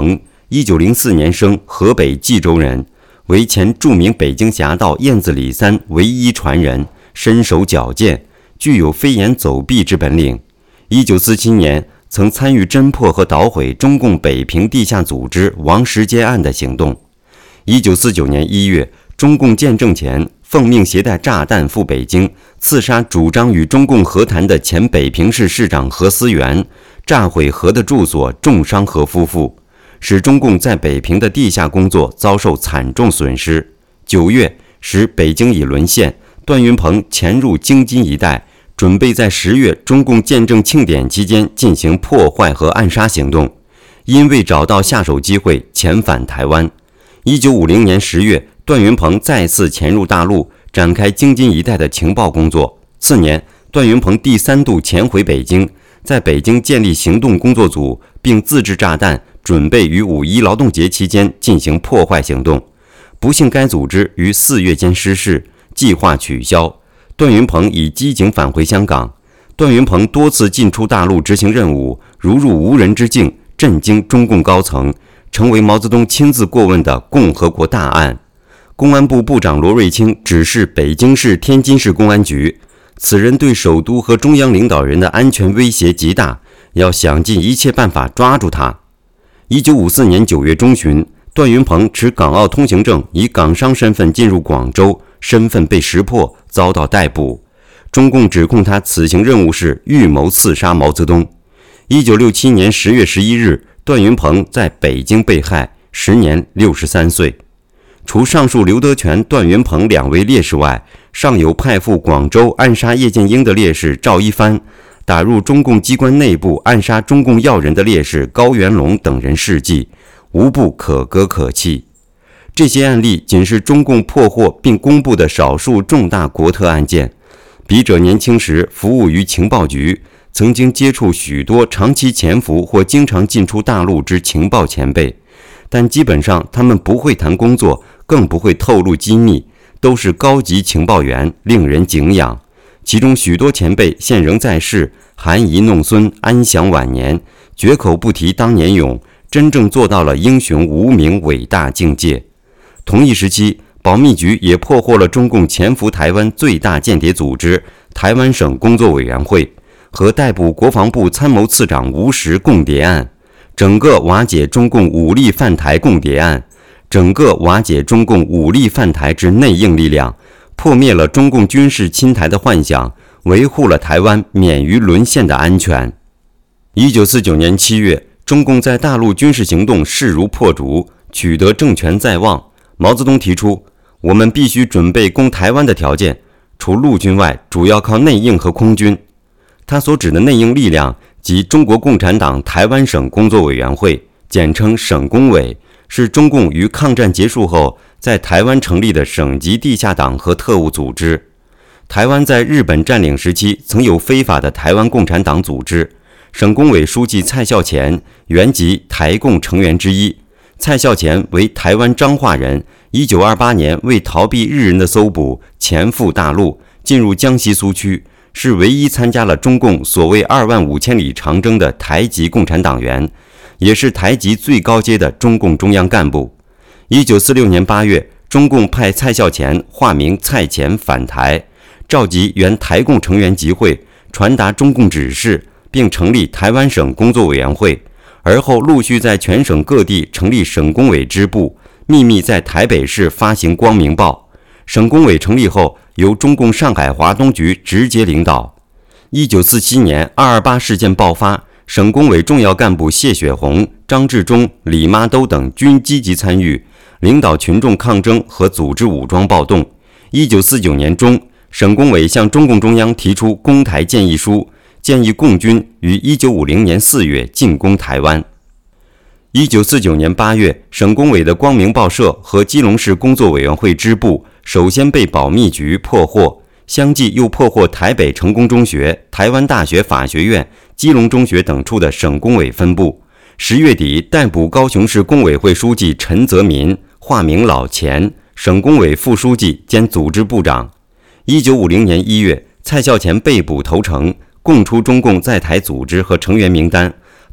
1904年生，河北冀州人，为前著名北京侠盗燕子李三唯一传人，身手矫健，具有飞檐走壁之本领。1947年曾参与侦破和捣毁中共北平地下组织王石坚案的行动。1949年1月，中共建政前奉命携带炸弹赴北京，刺杀主张与中共和谈的前北平市市长何思源，炸毁何的住所，重伤何夫妇，使中共在北平的地下工作遭受惨重损失。9月，使北京已沦陷，段云鹏潜入京津一带，准备在10月中共建政庆典期间进行破坏和暗杀行动，因未找到下手机会，遣返台湾。1950年10月，段云鹏再次潜入大陆，展开京津一带的情报工作。次年，段云鹏第3度潜回北京，在北京建立行动工作组，并自制炸弹，准备于5一劳动节期间进行破坏行动。不幸该组织于4月间失事，计划取消。段云鹏已机警返回香港。段云鹏多次进出大陆执行任务，如入无人之境，震惊中共高层，成为毛泽东亲自过问的共和国大案。公安部部长罗瑞卿指示北京市、天津市公安局，此人对首都和中央领导人的安全威胁极大，要想尽一切办法抓住他。1954年9月中旬，段云鹏持港澳通行证，以港商身份进入广州，身份被识破，遭到逮捕。中共指控他此行任务是预谋刺杀毛泽东。1967年10月11日，段云鹏在北京被害，时年63岁。除上述刘德全、段云鹏2位烈士外，尚有派赴广州暗杀叶剑英的烈士赵一帆，打入中共机关内部暗杀中共要人的烈士高元龙等人事迹，无不可歌可泣。这些案例仅是中共破获并公布的少数重大国特案件。笔者年轻时服务于情报局，曾经接触许多长期潜伏或经常进出大陆之情报前辈，但基本上他们不会谈工作，更不会透露机密，都是高级情报员，令人敬仰。其中许多前辈现仍在世，含饴弄孙，安享晚年，绝口不提当年勇，真正做到了英雄无名伟大境界。同一时期，保密局也破获了中共潜伏台湾最大间谍组织台湾省工作委员会和逮捕国防部参谋次长吴石共谍案，整个瓦解中共武力犯台共谍案，整个瓦解中共武力犯台之内应力量，破灭了中共军事侵台的幻想，维护了台湾免于沦陷的安全。1949年7月，中共在大陆军事行动势如破竹，取得政权在望。毛泽东提出，我们必须准备攻台湾的条件，除陆军外，主要靠内应和空军。他所指的内应力量即中国共产党台湾省工作委员会，简称省工委，是中共于抗战结束后在台湾成立的省级地下党和特务组织。台湾在日本占领时期曾有非法的台湾共产党组织，省工委书记蔡孝乾原籍台共成员之一。蔡孝乾为台湾彰化人，1928年为逃避日人的搜捕，潜赴大陆，进入江西苏区，是唯一参加了中共所谓25000里长征的台籍共产党员，也是台籍最高阶的中共中央干部。1946年8月，中共派蔡孝乾化名蔡乾返台，召集原台共成员集会，传达中共指示，并成立台湾省工作委员会。而后陆续在全省各地成立省工委支部，秘密在台北市发行光明报。省工委成立后，由中共上海华东局直接领导。1947年228事件爆发，省工委重要干部谢雪红、张治中、李妈兜等均积极参与，领导群众抗争和组织武装暴动。1949年中，省工委向中共中央提出攻台建议书，建议共军于1950年4月进攻台湾。1949年8月，省工委的光明报社和基隆市工作委员会支部首先被保密局破获，相继又破获台北成功中学、台湾大学法学院、基隆中学等处的省工委分部。10月底逮捕高雄市工委会书记陈泽民，化名老钱，省工委副书记兼组织部长。1950年1月，蔡孝乾被捕投诚，供出中共在台组织和成员名单，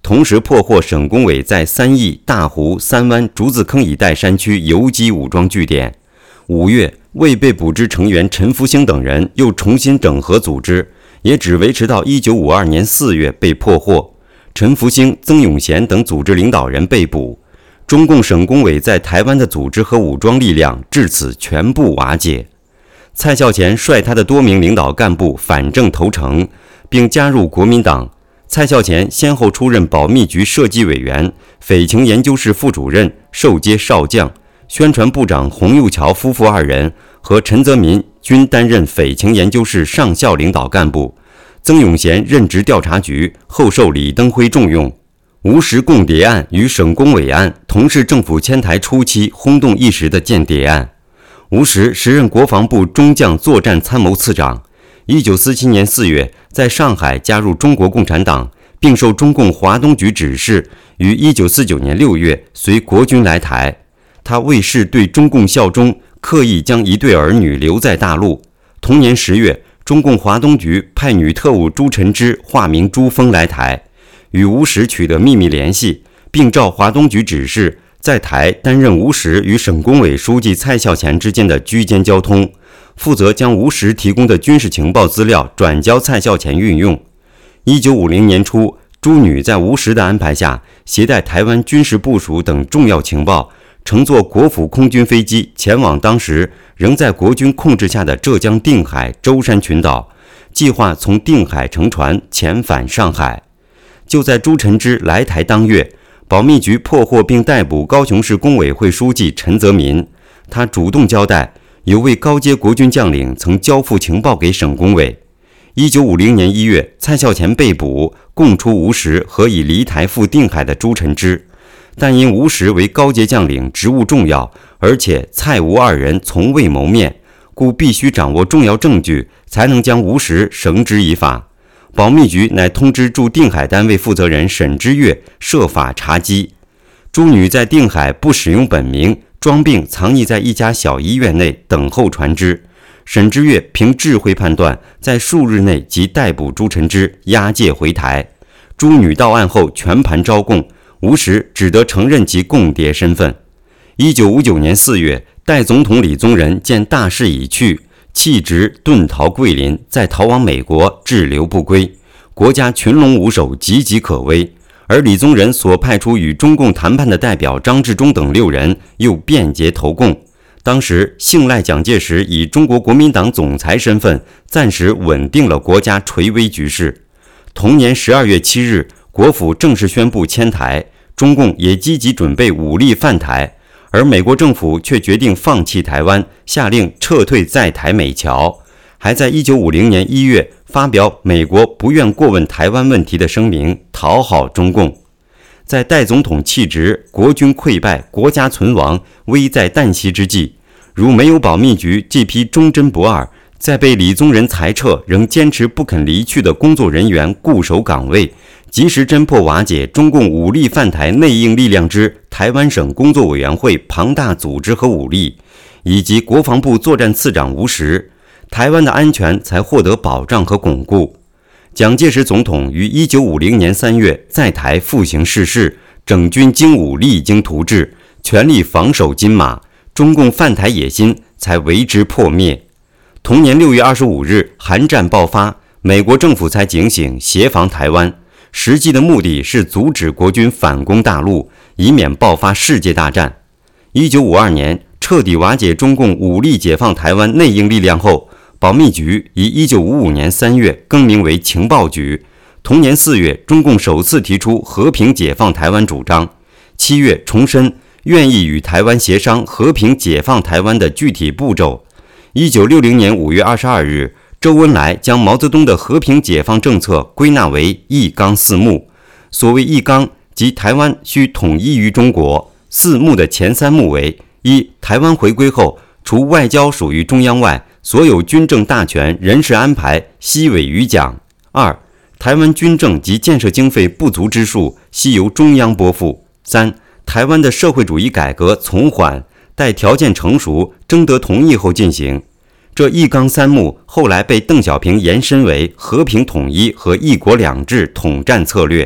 同时破获省工委在三义、大湖、三湾、竹子坑一带山区游击武装据点。5月，未被捕之成员陈福兴等人又重新整合组织，也只维持到1952年4月被破获。陈福兴、曾永贤等组织领导人被捕。中共省工委在台湾的组织和武装力量至此全部瓦解。蔡孝乾率他的多名领导干部反正投诚，并加入国民党。蔡孝乾先后出任保密局设计委员、匪情研究室副主任，授阶少将。宣传部长洪佑桥夫妇2人和陈泽民均担任匪情研究室上校领导干部。曾永贤任职调查局，后受李登辉重用。吴石共谍案与省工委案同是政府迁台初期轰动一时的间谍案。吴石时任国防部中将作战参谋次长，1947年4月在上海加入中国共产党，并受中共华东局指示，于1949年6月随国军来台。他为是对中共效忠，刻意将一对儿女留在大陆。同年10月，中共华东局派女特务朱晨之化名朱峰来台，与吴石取得秘密联系，并照华东局指示，在台担任吴石与省工委书记蔡孝乾之间的居间交通，负责将吴石提供的军事情报资料转交蔡孝乾运用。1950年初，朱女在吴石的安排下，携带台湾军事部署等重要情报，乘坐国府空军飞机前往当时仍在国军控制下的浙江定海舟山群岛，计划从定海乘船遣返上海。就在朱晨之来台当月，保密局破获并逮捕高雄市工委会书记陈泽民。他主动交代，有位高阶国军将领曾交付情报给省工委。1950年1月，蔡孝乾被捕，供出吴石和已离台赴定海的朱晨之，但因吴石为高阶将领，职务重要，而且蔡吴2人从未谋面，故必须掌握重要证据，才能将吴石绳之以法。保密局乃通知驻定海单位负责人沈之岳设法查缉。朱女在定海不使用本名，装病藏匿在一家小医院内等候传知。沈之岳凭智慧判断，在数日内即逮捕朱晨之，押解回台。朱女到案后全盘招供，吴石只得承认其共谍身份。1959年4月，代总统李宗仁见大势已去，弃职遁逃桂林，再逃往美国，滞留不归，国家群龙无首，岌岌可危。而李宗仁所派出与中共谈判的代表张治中等6人又变节投共。当时信赖蒋介石以中国国民党总裁身份，暂时稳定了国家垂危局势。同年12月7日，国府正式宣布迁台，中共也积极准备武力犯台，而美国政府却决定放弃台湾，下令撤退在台美侨，还在1950年1月发表美国不愿过问台湾问题的声明，讨好中共。在代总统弃职、国军溃败、国家存亡危在旦夕之际，如没有保密局这批忠贞不二，在被李宗仁裁撤仍坚持不肯离去的工作人员固守岗位，及时侦破瓦解中共武力犯台内应力量之台湾省工作委员会庞大组织和武力，以及国防部作战次长吴石，台湾的安全才获得保障和巩固。蒋介石总统于1950年3月在台复行誓师，整军精武，励精图治，全力防守金马，中共犯台野心才为之破灭。同年6月25日，韩战爆发，美国政府才警醒协防台湾，实际的目的是阻止国军反攻大陆，以免爆发世界大战。1952年彻底瓦解中共武力解放台湾内应力量后，保密局于1955年3月更名为情报局。同年4月，中共首次提出和平解放台湾主张。7月重申愿意与台湾协商和平解放台湾的具体步骤。1960年5月22日，周恩来将毛泽东的和平解放政策归纳为一纲四目。所谓一纲，即台湾需统一于中国。四目的前3目为：一、台湾回归后，除外交属于中央外，所有军政大权、人事安排悉委于蒋。2、台湾军政及建设经费不足之数，悉由中央拨付。3、台湾的社会主义改革从缓，待条件成熟，征得同意后进行。这一纲3目后来被邓小平延伸为和平统一和一国两制统战策略，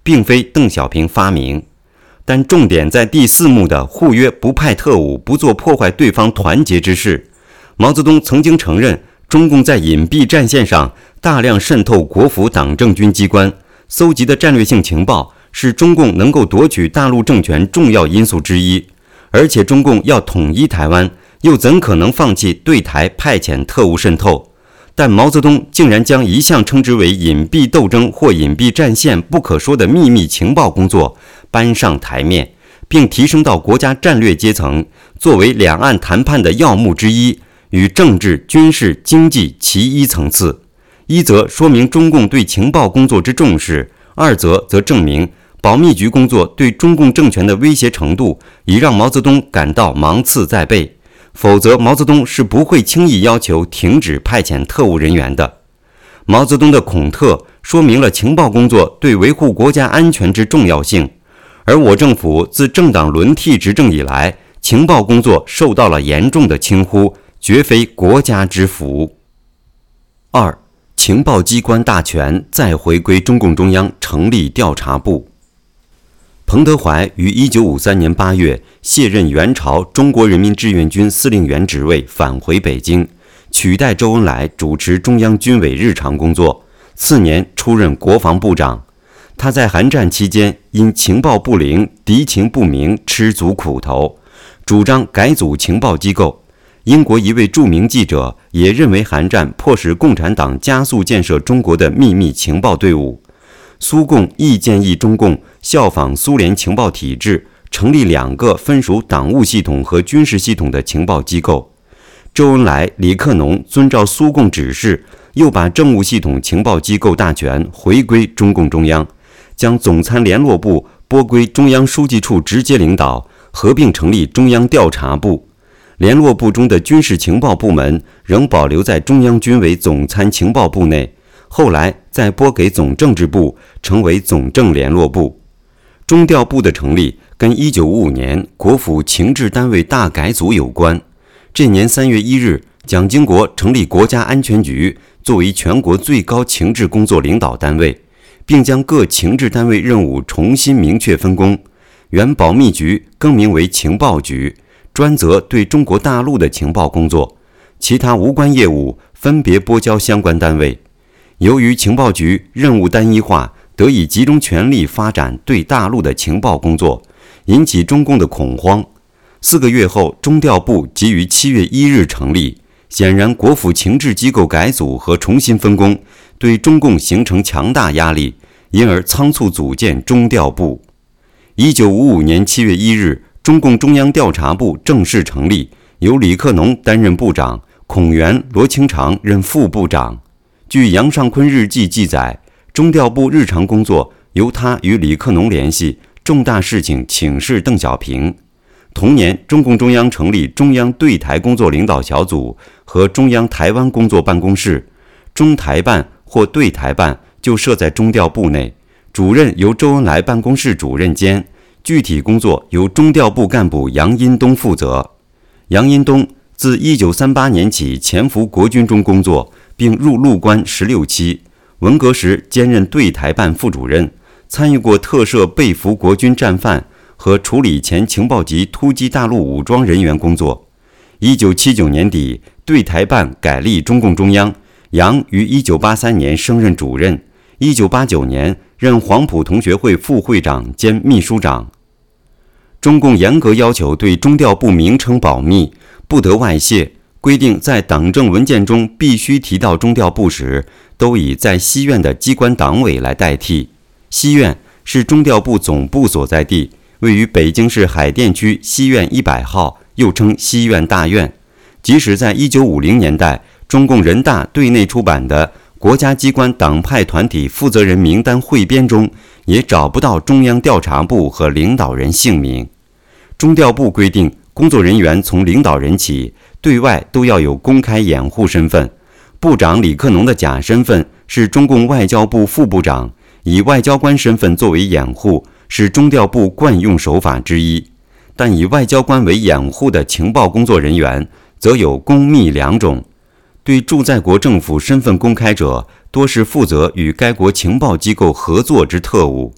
并非邓小平发明。但重点在第4幕的互约不派特务，不做破坏对方团结之事。毛泽东曾经承认，中共在隐蔽战线上大量渗透国府党政军机关，搜集的战略性情报是中共能够夺取大陆政权重要因素之一。而且中共要统一台湾，又怎可能放弃对台派遣特务渗透？但毛泽东竟然将一向称之为隐蔽斗争或隐蔽战线不可说的秘密情报工作搬上台面，并提升到国家战略阶层，作为两岸谈判的要目之一，与政治、军事、经济齐一层次。一则说明中共对情报工作之重视，二则证明保密局工作对中共政权的威胁程度已让毛泽东感到芒刺在背。否则毛泽东是不会轻易要求停止派遣特务人员的。毛泽东的恐特说明了情报工作对维护国家安全之重要性，而我政府自政党轮替执政以来，情报工作受到了严重的轻忽，绝非国家之福。2. 情报机关大权再回归中共中央，成立调查部。彭德怀于1953年8月卸任元朝中国人民志愿军司令员职位，返回北京，取代周恩来主持中央军委日常工作。次年出任国防部长。他在韩战期间因情报不灵、敌情不明吃足苦头，主张改组情报机构。英国一位著名记者也认为韩战迫使共产党加速建设中国的秘密情报队伍。苏共亦建议中共效仿苏联情报体制，成立2个分属党务系统和军事系统的情报机构。周恩来、李克农遵照苏共指示，又把政务系统情报机构大权回归中共中央，将总参联络部拨归中央书记处直接领导，合并成立中央调查部。联络部中的军事情报部门仍保留在中央军委总参情报部内，后来再拨给总政治部，成为总政联络部。中调部的成立跟1955年国府情治单位大改组有关。这年3月1日，蒋经国成立国家安全局，作为全国最高情治工作领导单位，并将各情治单位任务重新明确分工。原保密局更名为情报局，专责对中国大陆的情报工作，其他无关业务分别拨交相关单位。由于情报局任务单一化，得以集中全力发展对大陆的情报工作，引起中共的恐慌。4个月后，中调部即于7月1日成立。显然，国府情治机构改组和重新分工对中共形成强大压力，因而仓促组建中调部。1955年7月1日，中共中央调查部正式成立，由李克农担任部长，孔原、罗清长任副部长。据杨尚昆日记记载，中调部日常工作由他与李克农联系，重大事情请示邓小平。同年，中共中央成立中央对台工作领导小组和中央台湾工作办公室，中台办或对台办就设在中调部内，主任由周恩来办公室主任兼，具体工作由中调部干部杨荫东负责。杨荫东自1938年起潜伏国军中工作，并入陆官16期，文革时兼任对台办副主任，参与过特赦被俘国军战犯和处理前情报局突击大陆武装人员工作。1979年底，对台办改隶中共中央，杨于1983年升任主任，1989年任黄埔同学会副会长兼秘书长。中共严格要求对中调部名称保密，不得外泄，规定在党政文件中必须提到中调部时，都以在西院的机关党委来代替。西院是中调部总部所在地，位于北京市海淀区西院100号，又称西院大院。即使在1950年代，中共人大对内出版的国家机关党派团体负责人名单汇编中，也找不到中央调查部和领导人姓名。中调部规定，工作人员从领导人起，对外都要有公开掩护身份。部长李克农的假身份是中共外交部副部长，以外交官身份作为掩护，是中调部惯用手法之一。但以外交官为掩护的情报工作人员，则有公秘2种。对驻在国政府身份公开者，多是负责与该国情报机构合作之特务。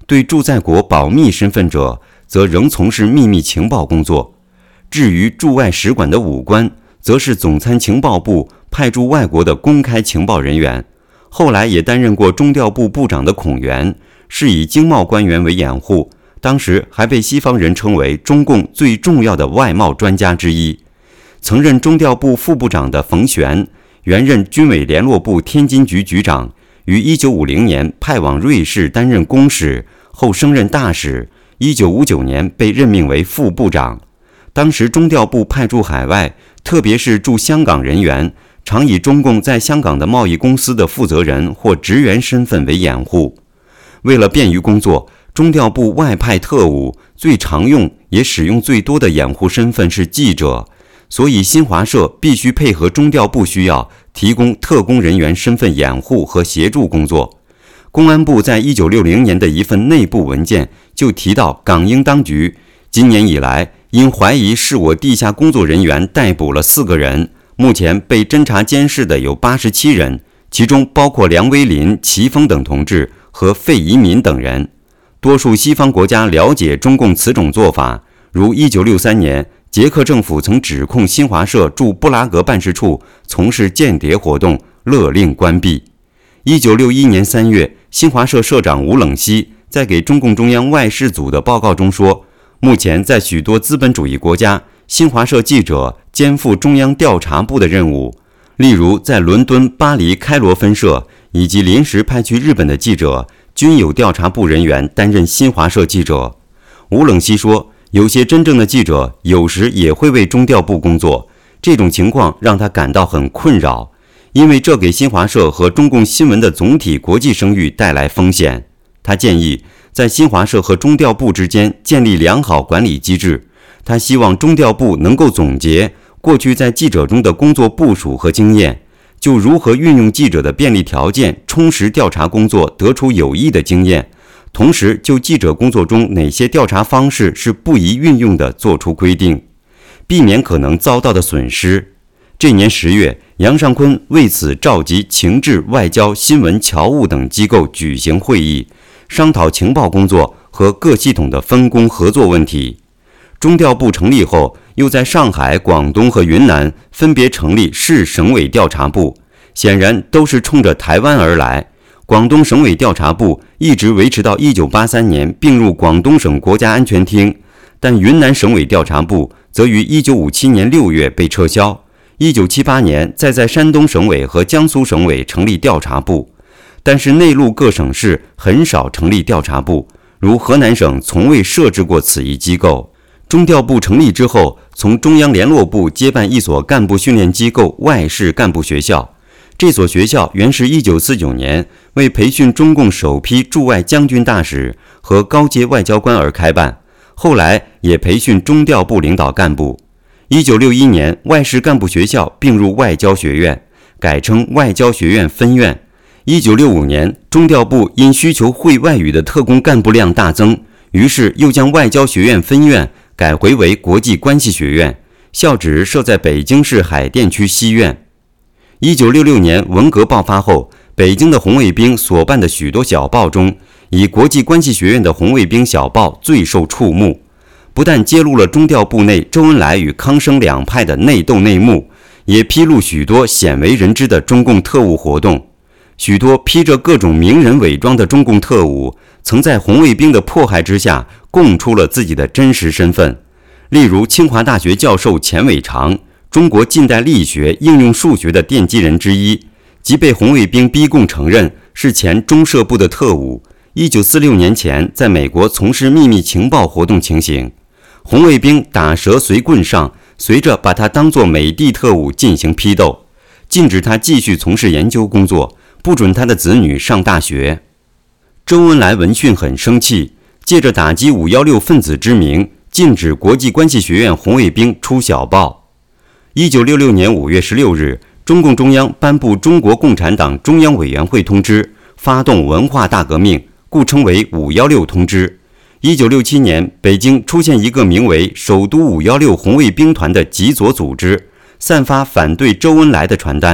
对驻在国保密身份者，则仍从事秘密情报工作。至于驻外使馆的武官，则是总参情报部派驻外国的公开情报人员。后来也担任过中调部部长的孔元，是以经贸官员为掩护，当时还被西方人称为中共最重要的外贸专家之一。曾任中调部副部长的冯璇，原任军委联络部天津局局长，于1950年派往瑞士担任公使，后升任大使。1959年被任命为副部长。当时中调部派驻海外，特别是驻香港人员，常以中共在香港的贸易公司的负责人或职员身份为掩护。为了便于工作，中调部外派特务最常用也使用最多的掩护身份是记者，所以新华社必须配合中调部需要，提供特工人员身份掩护和协助工作。公安部在1960年的一份内部文件就提到，港英当局今年以来因怀疑是我地下工作人员逮捕了4个人，目前被侦查监视的有87人，其中包括梁威林、齐峰等同志和费宜民等人。多数西方国家了解中共此种做法，如1963年捷克政府曾指控新华社驻布拉格办事处从事间谍活动，勒令关闭。1961年3月，新华社社长吴冷西在给中共中央外事组的报告中说，目前在许多资本主义国家，新华社记者肩负中央调查部的任务，例如在伦敦、巴黎、开罗分社以及临时派去日本的记者，均有调查部人员担任新华社记者。吴冷西说，有些真正的记者有时也会为中调部工作，这种情况让他感到很困扰，因为这给新华社和中共新闻的总体国际声誉带来风险。他建议在新华社和中调部之间建立良好管理机制。他希望中调部能够总结过去在记者中的工作部署和经验，就如何运用记者的便利条件充实调查工作得出有益的经验，同时就记者工作中哪些调查方式是不宜运用的做出规定，避免可能遭到的损失。这年10月，杨尚昆为此召集情治、外交、新闻、侨务等机构举行会议，商讨情报工作和各系统的分工合作问题。中调部成立后，又在上海、广东和云南分别成立市省委调查部，显然都是冲着台湾而来。广东省委调查部一直维持到1983年并入广东省国家安全厅，但云南省委调查部则于1957年6月被撤销。1978年再在山东省委和江苏省委成立调查部，但是内陆各省市很少成立调查部，如河南省从未设置过此一机构。中调部成立之后，从中央联络部接办一所干部训练机构外事干部学校。这所学校原是1949年为培训中共首批驻外将军大使和高阶外交官而开办，后来也培训中调部领导干部。1961年，外事干部学校并入外交学院，改称外交学院分院。1965年，中调部因需求会外语的特工干部量大增，于是又将外交学院分院改回为国际关系学院，校址设在北京市海淀区西院。1966年文革爆发后，北京的红卫兵所办的许多小报中，以国际关系学院的红卫兵小报最受触目，不但揭露了中调部内周恩来与康生两派的内斗内幕，也披露许多鲜为人知的中共特务活动。许多披着各种名人伪装的中共特务，曾在红卫兵的迫害之下供出了自己的真实身份。例如清华大学教授钱伟长，中国近代力学应用数学的奠基人之一，即被红卫兵逼供承认是前中社部的特务。1946年前在美国从事秘密情报活动情形，红卫兵打蛇随棍上，随着把他当作美帝特务进行批斗，禁止他继续从事研究工作，不准他的子女上大学。周恩来闻讯很生气，借着打击516分子之名，禁止国际关系学院红卫兵出小报。1966年5月16日，中共中央颁布《中国共产党中央委员会通知》，发动文化大革命，故称为516通知。1967年，北京出现一个名为首都516红卫兵团的极左组织，散发反对周恩来的传单。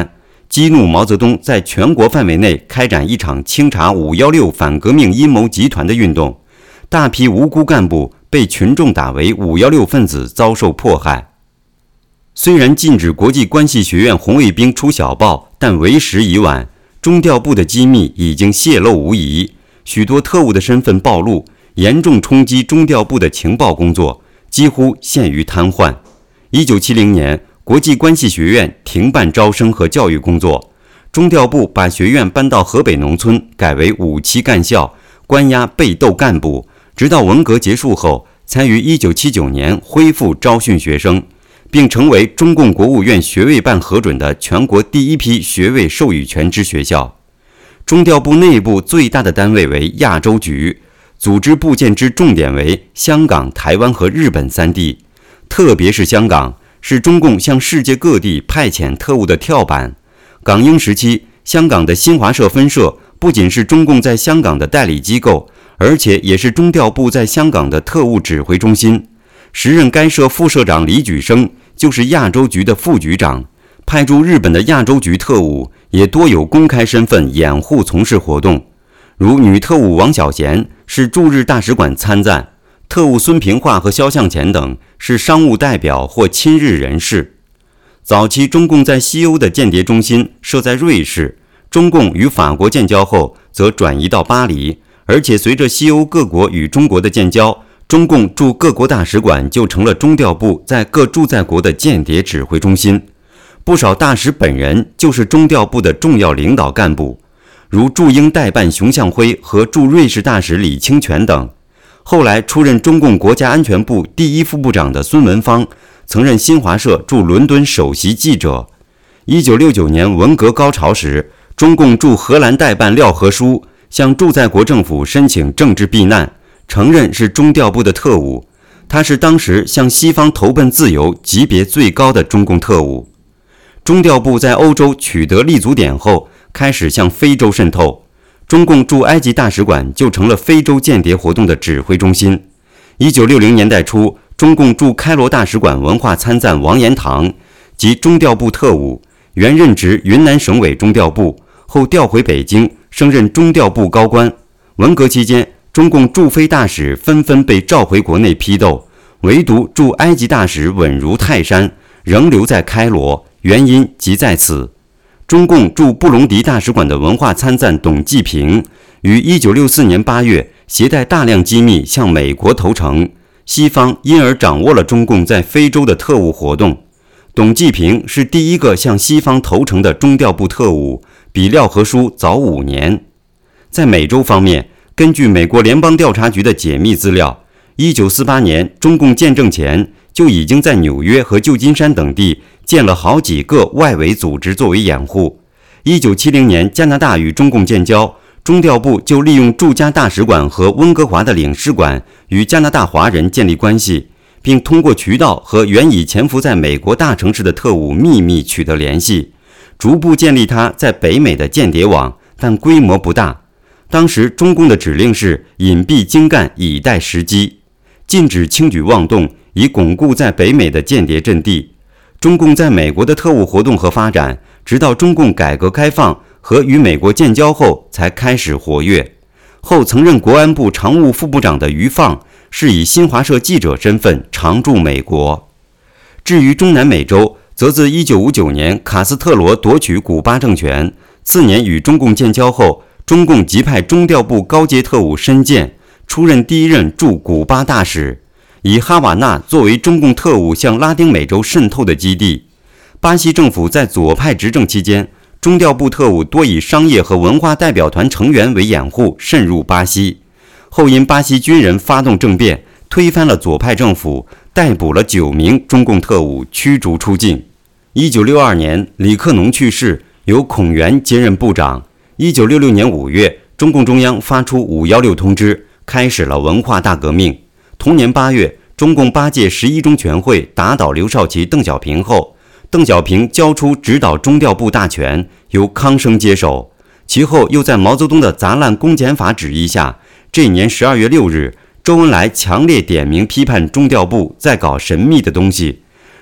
激怒毛泽东在全国范围内开展一场清查516反革命阴谋集团的运动，大批无辜干部被群众打为516分子，遭受迫害。虽然禁止国际关系学院红卫兵出小报，但为时已晚，中调部的机密已经泄露无遗，许多特务的身份暴露，严重冲击中调部的情报工作，几乎陷于瘫痪。1970年，国际关系学院停办招生和教育工作，中调部把学院搬到河北农村，改为5期干校，关押被斗干部，直到文革结束后，才于1979年恢复招训学生，并成为中共国务院学位办核准的全国第一批学位授予全支学校。中调部内部最大的单位为亚洲局，组织部件之重点为香港、台湾和日本3地，特别是香港，是中共向世界各地派遣特务的跳板。港英时期，香港的新华社分社不仅是中共在香港的代理机构，而且也是中调部在香港的特务指挥中心。时任该社副社长李举升就是亚洲局的副局长，派驻日本的亚洲局特务也多有公开身份掩护从事活动，如女特务王小贤是驻日大使馆参赞，特务孙平化和肖向前等是商务代表或亲日人士。早期中共在西欧的间谍中心设在瑞士，中共与法国建交后则转移到巴黎，而且随着西欧各国与中国的建交，中共驻各国大使馆就成了中调部在各驻在国的间谍指挥中心。不少大使本人就是中调部的重要领导干部，如驻英代办熊向晖和驻瑞士大使李清泉等。后来出任中共国家安全部第一副部长的孙文芳，曾任新华社驻伦敦首席记者。1969年文革高潮时，中共驻荷兰代办廖和书向驻在国政府申请政治避难，承认是中调部的特务。他是当时向西方投奔自由级别最高的中共特务。中调部在欧洲取得立足点后，开始向非洲渗透。中共驻埃及大使馆就成了非洲间谍活动的指挥中心。1960年代初，中共驻开罗大使馆文化参赞王延堂及中调部特务，原任职云南省委中调部，后调回北京，升任中调部高官。文革期间，中共驻非大使纷纷被召回国内批斗，唯独驻埃及大使稳如泰山，仍留在开罗，原因即在此。中共驻布隆迪大使馆的文化参赞董继平于1964年8月携带大量机密向美国投诚，西方因而掌握了中共在非洲的特务活动。董继平是第一个向西方投诚的中调部特务，比廖和书早5年。在美洲方面，根据美国联邦调查局的解密资料，1948年中共建政前就已经在纽约和旧金山等地建了好几个外围组织作为掩护。1970年加拿大与中共建交，中调部就利用驻加大使馆和温哥华的领事馆与加拿大华人建立关系，并通过渠道和原已潜伏在美国大城市的特务秘密取得联系，逐步建立他在北美的间谍网，但规模不大。当时中共的指令是隐蔽精干，以待时机，禁止轻举妄动，以巩固在北美的间谍阵地。中共在美国的特务活动和发展，直到中共改革开放和与美国建交后才开始活跃。后曾任国安部常务副部长的于放是以新华社记者身份常驻美国。至于中南美洲，则自1959年卡斯特罗夺取古巴政权，次年与中共建交后，中共即派中调部高阶特务申健出任第一任驻古巴大使，以哈瓦那作为中共特务向拉丁美洲渗透的基地。巴西政府在左派执政期间，中调部特务多以商业和文化代表团成员为掩护渗入巴西，后因巴西军人发动政变，推翻了左派政府，逮捕了9名中共特务，驱逐出境。1962年，李克农去世，由孔原接任部长。1966年5月，中共中央发出516通知，开始了文化大革命。同年8月，中共8届11中全会打倒刘少奇、邓小平后，邓小平交出指导中调部大权，由康生接手。其后又在毛泽东的砸烂公检法旨意下，这年12月6日，周恩来强烈点名批判中调部在搞神秘的东西。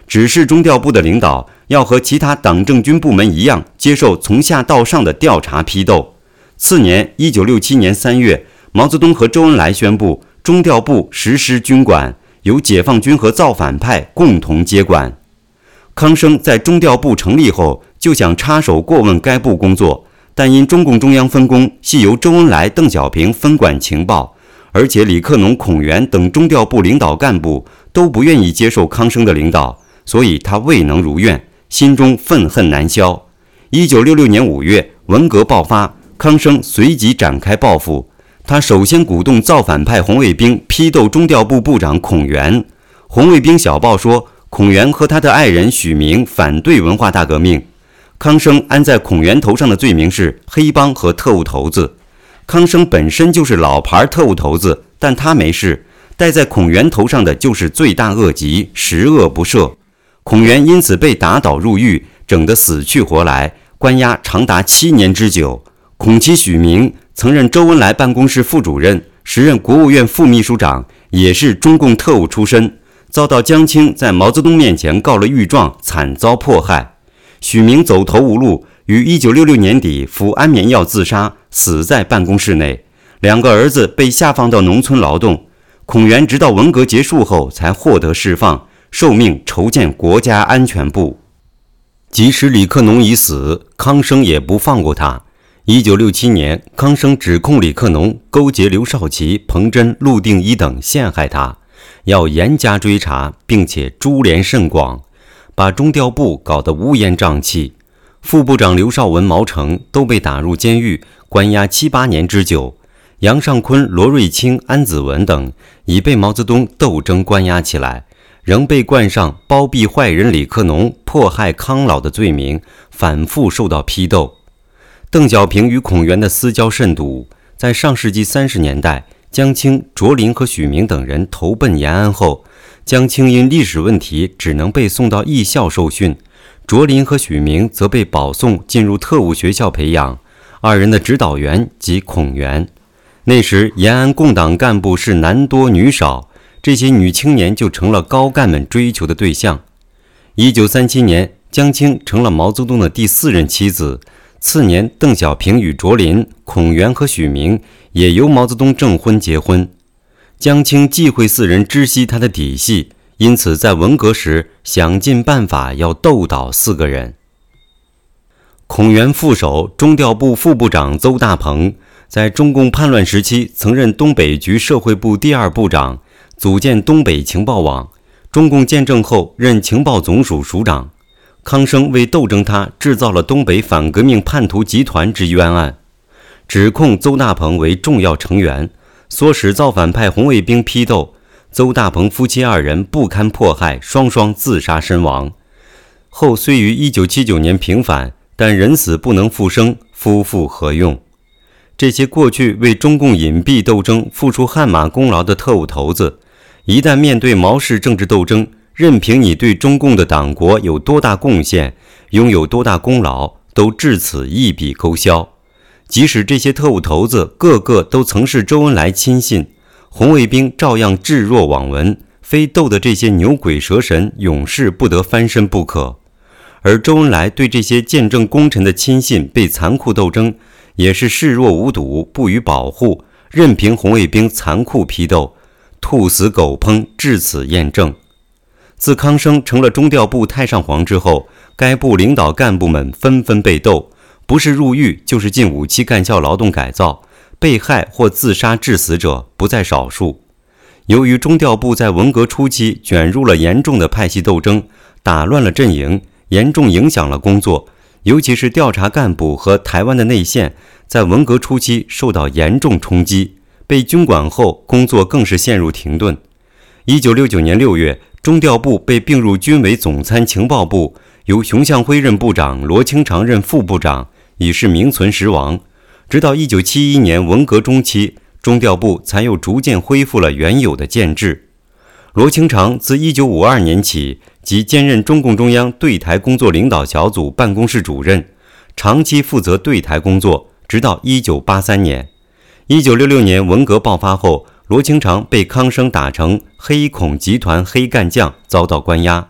指示中调部的领导要和其他党政军部门一样，接受从下到上的调查批斗。次年1967年3月，毛泽东和周恩来宣布中调部实施军管，由解放军和造反派共同接管。康生在中调部成立后就想插手过问该部工作，但因中共中央分工系由周恩来、邓小平分管情报，而且李克农、孔元等中调部领导干部都不愿意接受康生的领导，所以他未能如愿，心中愤恨难消。1966年5月，文革爆发，康生随即展开报复。他首先鼓动造反派红卫兵批斗中调部部长孔元。红卫兵小报说，孔元和他的爱人许明反对文化大革命。康生安在孔元头上的罪名是黑帮和特务头子。康生本身就是老牌特务头子，但他没事，戴在孔元头上的就是罪大恶极，十恶不赦。孔元因此被打倒入狱，整得死去活来，关押长达7年之久。孔妻许明曾任周恩来办公室副主任，时任国务院副秘书长，也是中共特务出身，遭到江青在毛泽东面前告了御状，惨遭迫害。许明走投无路，于1966年底服安眠药自杀，死在办公室内。2个儿子被下放到农村劳动。孔元直到文革结束后才获得释放，受命筹建国家安全部。即使李克农已死，康生也不放过他。1967年，康生指控李克农勾结刘少奇、彭真、陆定一等陷害他，要严加追查，并且株连甚广，把中调部搞得乌烟瘴气。副部长刘绍文、毛成都被打入监狱，关押7、8年之久。杨尚昆、罗瑞卿、安子文等已被毛泽东斗争关押起来，仍被冠上包庇坏人李克农、迫害康老的罪名，反复受到批斗。邓小平与孔元的私交甚笃，在上世纪30年代，江青、卓林和许明等人投奔延安后，江青因历史问题只能被送到艺校受训，卓林和许明则被保送进入特务学校培养，二人的指导员即孔元。那时延安共党干部是男多女少，这些女青年就成了高干们追求的对象。1937年，江青成了毛泽东的第4任妻子。次年，邓小平与卓林、孔元和许明也由毛泽东证婚结婚。江青忌讳4人知悉他的底细，因此在文革时想尽办法要斗倒4个人。孔元副手、中调部副部长邹大鹏在中共叛乱时期曾任东北局社会部第2部长，组建东北情报网。中共建政后任情报总署署长。康生为斗争他，制造了东北反革命叛徒集团之冤案，指控邹大鹏为重要成员，唆使造反派红卫兵批斗。邹大鹏夫妻2人不堪迫害，双双自杀身亡。后虽于1979年平反，但人死不能复生，夫妇何用？这些过去为中共隐蔽斗争付出汗马功劳的特务头子，一旦面对毛氏政治斗争，任凭你对中共的党国有多大贡献，拥有多大功劳，都至此一笔勾销。即使这些特务头子个个都曾是周恩来亲信，红卫兵照样置若罔闻，非斗得这些牛鬼蛇神勇士不得翻身不可。而周恩来对这些见证功臣的亲信被残酷斗争，也是视若无睹，不予保护，任凭红卫兵残酷批斗，兔死狗烹，至此验证。自康生成了中调部太上皇之后，该部领导干部们纷纷被斗，不是入狱就是进武器干校劳动改造，被害或自杀致死者不在少数。由于中调部在文革初期卷入了严重的派系斗争，打乱了阵营，严重影响了工作，尤其是调查干部和台湾的内线，在文革初期受到严重冲击，被军管后工作更是陷入停顿。1969年6月，中调部被并入军委总参情报部，由熊向晖任部长，罗清长任副部长，已是名存实亡。直到1971年文革中期，中调部才又逐渐恢复了原有的建制。罗清长自1952年起即兼任中共中央对台工作领导小组办公室主任，长期负责对台工作，直到1983年。1966年文革爆发后，罗清长被康生打成黑孔集团黑干将，遭到关押。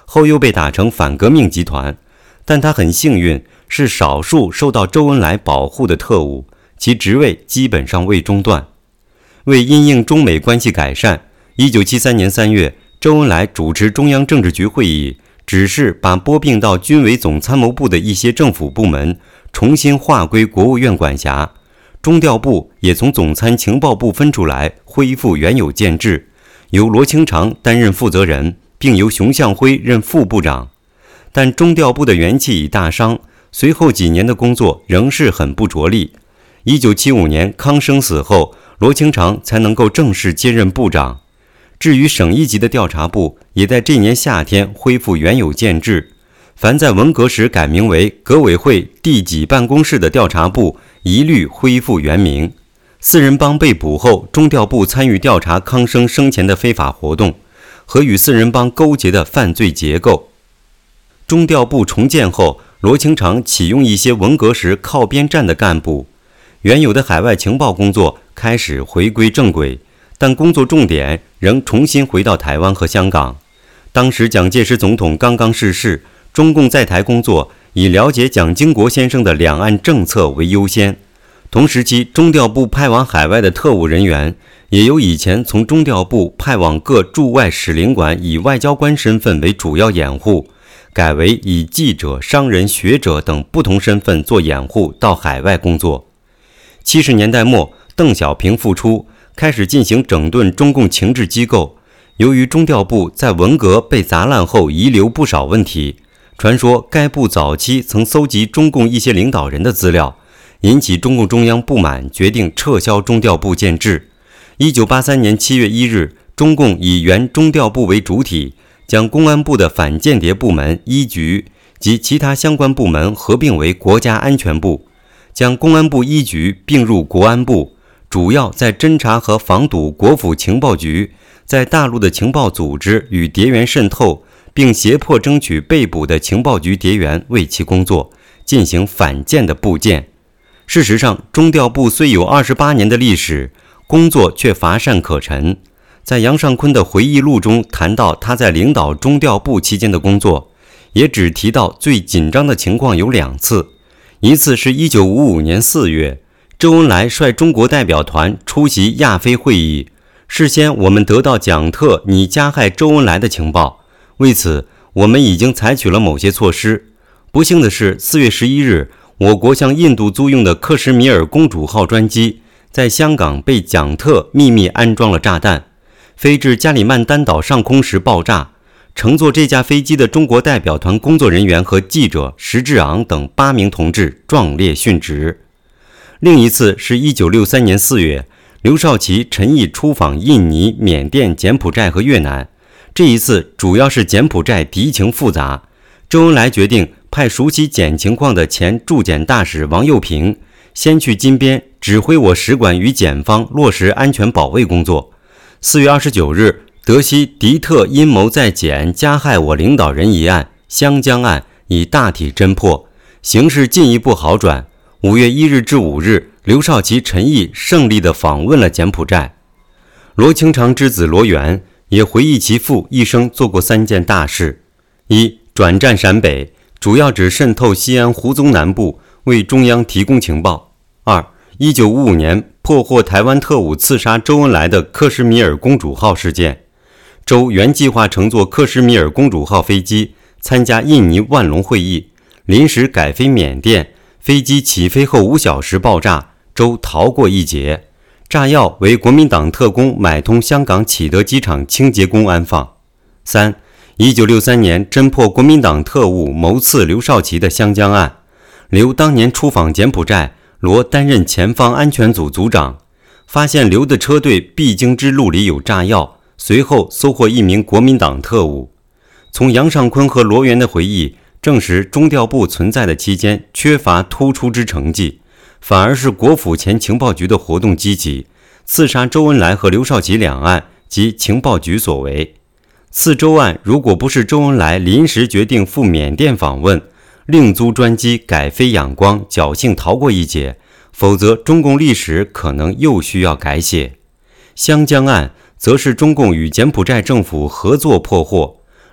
后又被打成反革命集团。但他很幸运，是少数受到周恩来保护的特务，其职位基本上未中断。为因应中美关系改善，1973年3月，周恩来主持中央政治局会议，指示把拨并到军委总参谋部的一些政府部门重新划归国务院管辖，中调部也从总参情报部分出来，恢复原有建制，由罗清长担任负责人，并由熊向晖任副部长。但中调部的元气已大伤，随后几年的工作仍是很不着力。1975年康生死后，罗清长才能够正式接任部长。至于省一级的调查部，也在这年夏天恢复原有建制。凡在文革时改名为革委会第几办公室的调查部，一律恢复原名。四人帮被捕后，中调部参与调查康生生前的非法活动和与四人帮勾结的犯罪结构。中调部重建后，罗清长启用一些文革时靠边站的干部，原有的海外情报工作开始回归正轨，但工作重点仍重新回到台湾和香港。当时蒋介石总统刚刚逝世，中共在台工作以了解蒋经国先生的两岸政策为优先。同时期，中调部派往海外的特务人员也由以前从中调部派往各驻外使领馆以外交官身份为主要掩护，改为以记者、商人、学者等不同身份做掩护到海外工作。70年代末，邓小平复出，开始进行整顿中共情治机构。由于中调部在文革被砸烂后遗留不少问题，传说该部早期曾搜集中共一些领导人的资料，引起中共中央不满，决定撤销中调部建制。1983年7月1日，中共以原中调部为主体，将公安部的反间谍部门一局及其他相关部门合并为国家安全部，将公安部一局并入国安部，主要在侦查和防堵国府情报局在大陆的情报组织与谍员渗透，并胁迫争取被捕的情报局谍员为其工作，进行反间的部件。事实上，中调部虽有28年的历史，工作却乏善可陈。在杨尚昆的回忆录中谈到他在领导中调部期间的工作，也只提到最紧张的情况有2次。一次是1955年4月，周恩来率中国代表团出席亚非会议，事先我们得到蒋特拟加害周恩来的情报，为此我们已经采取了某些措施。不幸的是，4月11日，我国向印度租用的克什米尔公主号专机在香港被蒋特秘密安装了炸弹，飞至加里曼丹岛上空时爆炸。乘坐这架飞机的中国代表团工作人员和记者石志昂等8名同志壮烈殉职。另一次是1963年4月，刘少奇、陈毅出访印尼、缅甸、柬埔寨和越南。这一次主要是柬埔寨敌情复杂，周恩来决定派熟悉柬情况的前驻柬大使王幼平先去金边，指挥我使馆与检方落实安全保卫工作。4月29日，得悉敌特阴谋在柬加害我领导人一案湘江案已大体侦破，形势进一步好转。5月1日至5日，刘少奇、陈毅胜利地访问了柬埔寨。罗清长之子罗源也回忆其父一生做过3件大事：一、转战陕北，主要指渗透西安胡宗南部，为中央提供情报；二、1955年破获台湾特务刺杀周恩来的克什米尔公主号事件。周原计划乘坐克什米尔公主号飞机参加印尼万隆会议，临时改飞缅甸，飞机起飞后5小时爆炸，周逃过一劫。炸药为国民党特工买通香港启德机场清洁工安放。三、1963年侦破国民党特务谋刺刘少奇的湘江案，刘当年出访柬埔寨，罗担任前方安全组组长，发现刘的车队必经之路里有炸药，随后搜获一名国民党特务。从杨尚昆和罗源的回忆证实，中调部存在的期间缺乏突出之成绩，反而是国府前情报局的活动积极，刺杀周恩来和刘少奇两案及情报局所为。刺周案如果不是周恩来临时决定赴缅甸访问，另租专机改飞仰光，侥幸逃过一劫，否则中共历史可能又需要改写。湘江案则是中共与柬埔寨政府合作破获，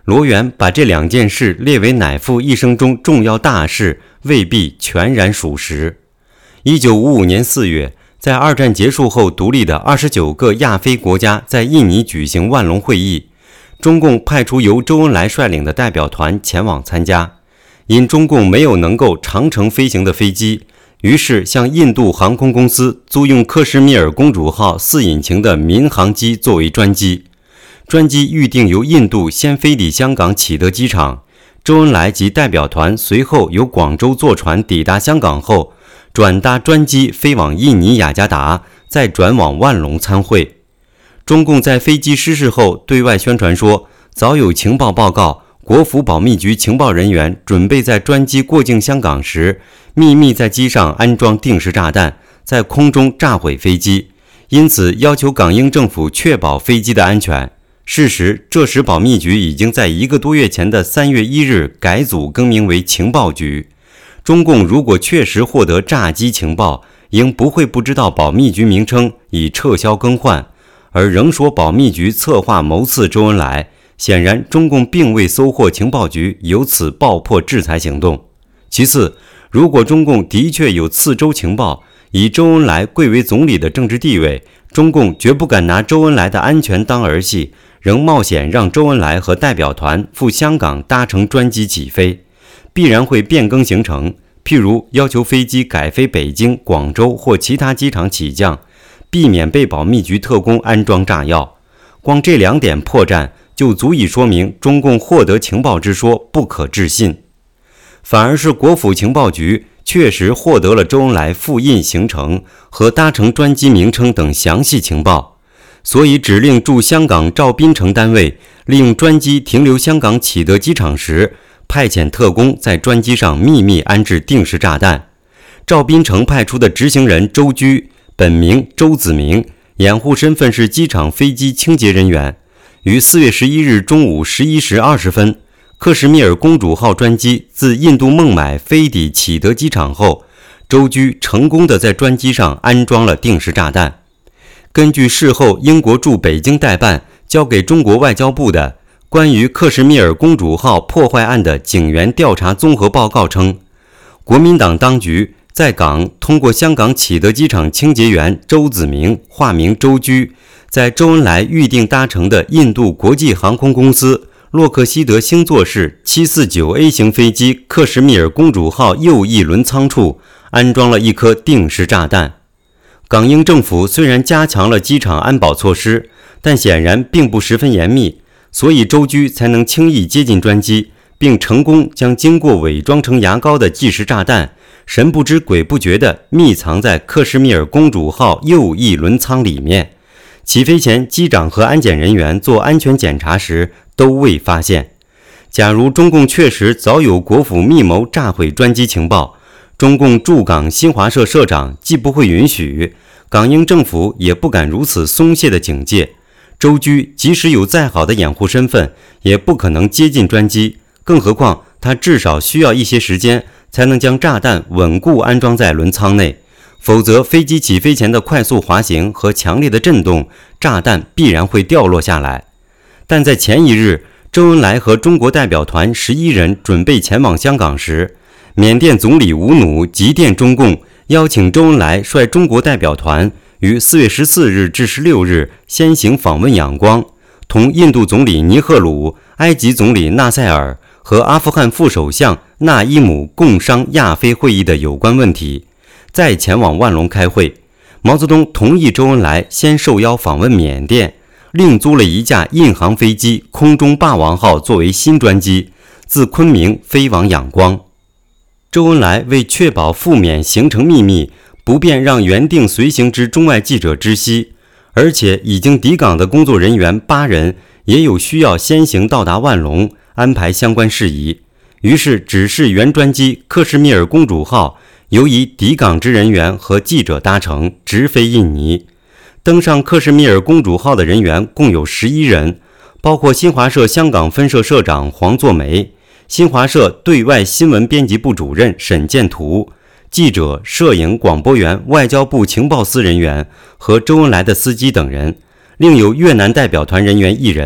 罗源把这2件事列为乃父一生中重要大事，未必全然属实。1955年4月，在2战结束后独立的29个亚非国家在印尼举行万隆会议，中共派出由周恩来率领的代表团前往参加。因中共没有能够长程飞行的飞机，于是向印度航空公司租用克什米尔公主号4引擎的民航机作为专机。专机预定由印度先飞抵香港启德机场，周恩来及代表团随后由广州坐船抵达香港后，转搭专机飞往印尼雅加达，再转往万隆参会。中共在飞机失事后对外宣传说，早有情报报告，国府保密局情报人员准备在专机过境香港时，秘密在机上安装定时炸弹，在空中炸毁飞机，因此要求港英政府确保飞机的安全。事实，这时保密局已经在1个多月前的3月1日改组更名为情报局。中共如果确实获得炸机情报，应不会不知道保密局名称已撤销更换，而仍说保密局策划谋刺周恩来，显然中共并未搜获情报局，由此爆破制裁行动。其次，如果中共的确有刺周情报，以周恩来贵为总理的政治地位，中共绝不敢拿周恩来的安全当儿戏，仍冒险让周恩来和代表团赴香港搭乘专机起飞，必然会变更行程，譬如要求飞机改飞北京、广州或其他机场起降，避免被保密局特工安装炸药。光这2点破绽就足以说明中共获得情报之说不可置信。反而是国府情报局确实获得了周恩来赴印行程和搭乘专机名称等详细情报，所以指令驻香港赵槟城单位利用专机停留香港启德机场时，派遣特工在专机上秘密安置定时炸弹。赵槟城派出的执行人周居，本名周子明，掩护身份是机场飞机清洁人员。于4月11日中午11时20分，克什米尔公主号专机自印度孟买飞抵启德机场后，周居成功地在专机上安装了定时炸弹。根据事后英国驻北京代办交给中国外交部的关于克什米尔公主号破坏案的警员调查综合报告称，国民党当局在港通过香港启德机场清洁员周子明（化名周居）在周恩来预定搭乘的印度国际航空公司洛克希德星座式 749A 型飞机克什米尔公主号右翼轮舱处安装了一颗定时炸弹。港英政府虽然加强了机场安保措施，但显然并不十分严密，所以周居才能轻易接近专机，并成功将经过伪装成牙膏的计时炸弹神不知鬼不觉地密藏在克什米尔公主号右翼轮舱里面。起飞前，机长和安检人员做安全检查时都未发现。假如中共确实早有国府密谋炸毁专机情报，中共驻港新华社社长既不会允许，港英政府也不敢如此松懈的警戒。周居即使有再好的掩护身份，也不可能接近专机，更何况他至少需要一些时间才能将炸弹稳固安装在轮舱内，否则飞机起飞前的快速滑行和强烈的震动，炸弹必然会掉落下来。但在前一日，周恩来和中国代表团11人准备前往香港时，缅甸总理吴努急电中共，邀请周恩来率中国代表团于4月14日至16日先行访问仰光，同印度总理尼赫鲁、埃及总理纳赛尔和阿富汗副首相纳伊姆共商亚非会议的有关问题，再前往万隆开会。毛泽东同意周恩来先受邀访问缅甸，另租了一架印航飞机空中霸王号作为新专机，自昆明飞往仰光。周恩来为确保赴缅行程秘密，不便让原定随行之中外记者知悉，而且已经抵港的工作人员8人也有需要先行到达万隆，安排相关事宜，于是指示原专机克什米尔公主号由以抵港之人员和记者搭乘，直飞印尼。登上克什米尔公主号的人员共有11人，包括新华社香港分社社长黄作梅、新华社对外新闻编辑部主任沈建图、记者、摄影、广播员、外交部情报司人员和周恩来的司机等人，另有越南代表团人员1人，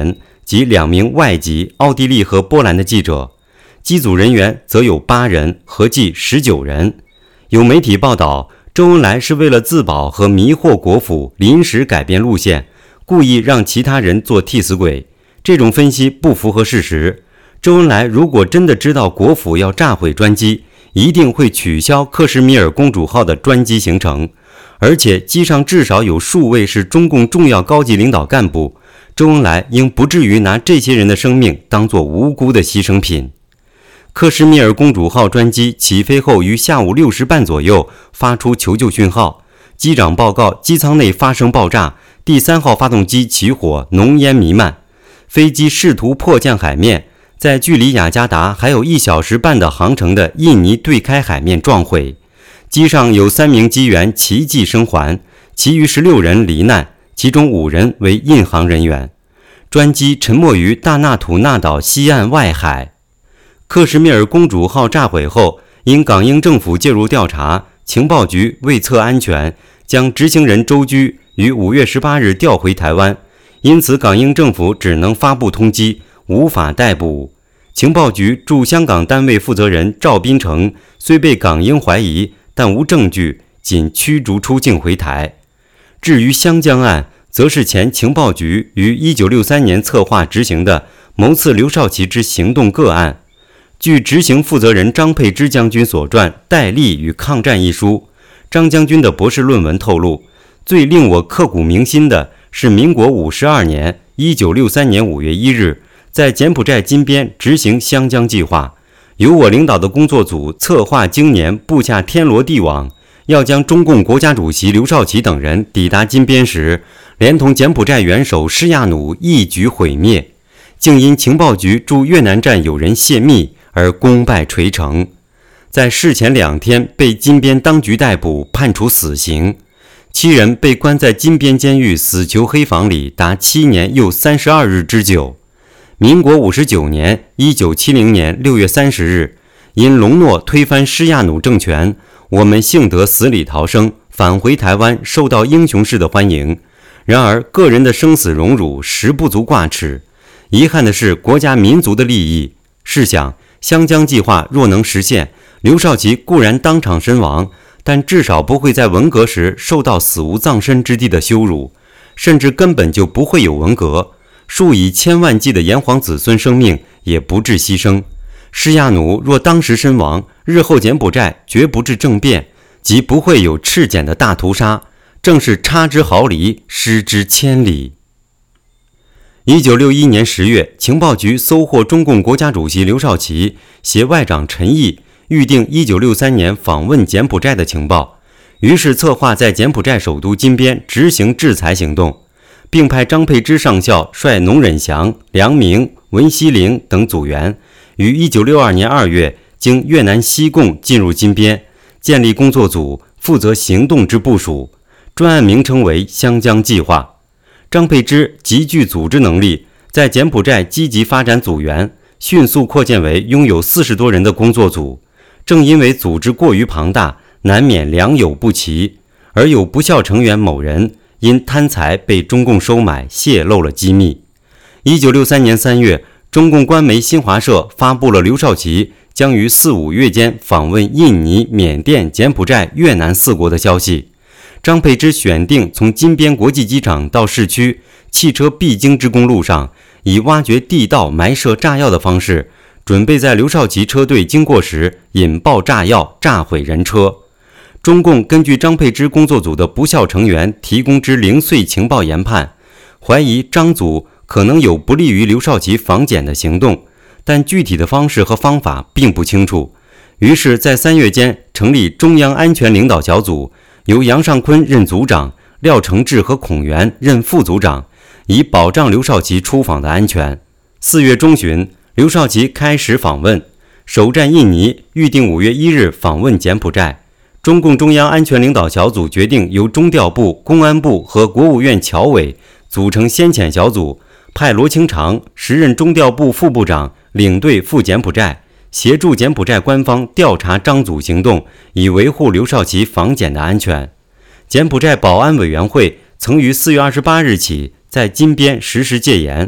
及2名外籍奥地利和波兰的记者，机组人员则有8人，合计19人。有媒体报道，周恩来是为了自保和迷惑国府，临时改变路线，故意让其他人做替死鬼。这种分析不符合事实。周恩来如果真的知道国府要炸毁专机，一定会取消克什米尔公主号的专机行程，而且机上至少有数位是中共重要高级领导干部，周恩来应不至于拿这些人的生命当作无辜的牺牲品。克什米尔公主号专机起飞后于下午6时半左右发出求救讯号，机长报告机舱内发生爆炸，第3号发动机起火，浓烟弥漫，飞机试图迫降海面，在距离雅加达还有1小时半的航程的印尼对开海面撞毁。机上有3名机员奇迹生还，其余16人罹难，其中5人为印航人员。专机沉没于大纳土纳岛西岸外海。克什米尔公主号炸毁后，因港英政府介入调查，情报局为测安全，将执行人周居于5月18日调回台湾，因此港英政府只能发布通缉，无法逮捕。情报局驻香港单位负责人赵斌成虽被港英怀疑，但无证据，仅驱逐出境回台。至于湘江案，则是前情报局于1963年策划执行的谋刺刘少奇之行动个案。据执行负责人张佩芝将军所传《戴笠与抗战》一书，张将军的博士论文透露，最令我刻骨铭心的是民国52年1963年5月1日，在柬埔寨金边执行湘江计划，由我领导的工作组策划经年，布下天罗地网，要将中共国家主席刘少奇等人抵达金边时，连同柬埔寨元首施亚努一举毁灭，竟因情报局驻越南站有人泄密而功败垂成，在事前2天被金边当局逮捕，判处死刑。7人被关在金边监狱死囚黑房里达7年又32日之久。民国59年1970年6月30日，因隆诺推翻施亚努政权，我们幸得死里逃生，返回台湾，受到英雄式的欢迎。然而个人的生死荣辱实不足挂齿，遗憾的是国家民族的利益。试想，湘江计划若能实现，刘少奇固然当场身亡，但至少不会在文革时受到死无葬身之地的羞辱，甚至根本就不会有文革，数以千万计的炎黄子孙生命也不致牺牲。施亚努若当时身亡，日后柬埔寨绝不致政变，即不会有赤柬的大屠杀，正是差之毫厘，失之千里。1961年10月，情报局搜获中共国家主席刘少奇携外长陈毅预定1963年访问柬埔寨的情报，于是策划在柬埔寨首都金边执行制裁行动，并派张佩芝上校率农忍祥、梁明、文希龄等组员，于1962年2月经越南西贡进入金边，建立工作组，负责行动之部署，专案名称为湘江计划。张佩芝极具组织能力，在柬埔寨积极发展组员，迅速扩建为拥有40多人的工作组。正因为组织过于庞大，难免良莠不齐，而有不肖成员某人因贪财被中共收买，泄露了机密。1963年3月，中共官媒新华社发布了刘少奇将于4、5月间访问印尼、缅甸、柬埔寨、越南4国的消息。张佩芝选定从金边国际机场到市区汽车必经之公路上，以挖掘地道埋设炸药的方式，准备在刘少奇车队经过时引爆炸药，炸毁人车。中共根据张佩芝工作组的不肖成员提供之零碎情报研判，怀疑张组可能有不利于刘少奇访检的行动，但具体的方式和方法并不清楚。于是在3月间成立中央安全领导小组，由杨尚昆任组长，廖承志和孔元任副组长，以保障刘少奇出访的安全。4月中旬，刘少奇开始访问，首站印尼，预定5月1日访问柬埔寨。中共中央安全领导小组决定由中调部、公安部和国务院侨委组成先遣小组，派罗清长时任中调部副部长领队赴柬埔寨，协助柬埔寨官方调查张组行动，以维护刘少奇访检的安全。柬埔寨保安委员会曾于4月28日起在金边实施戒严，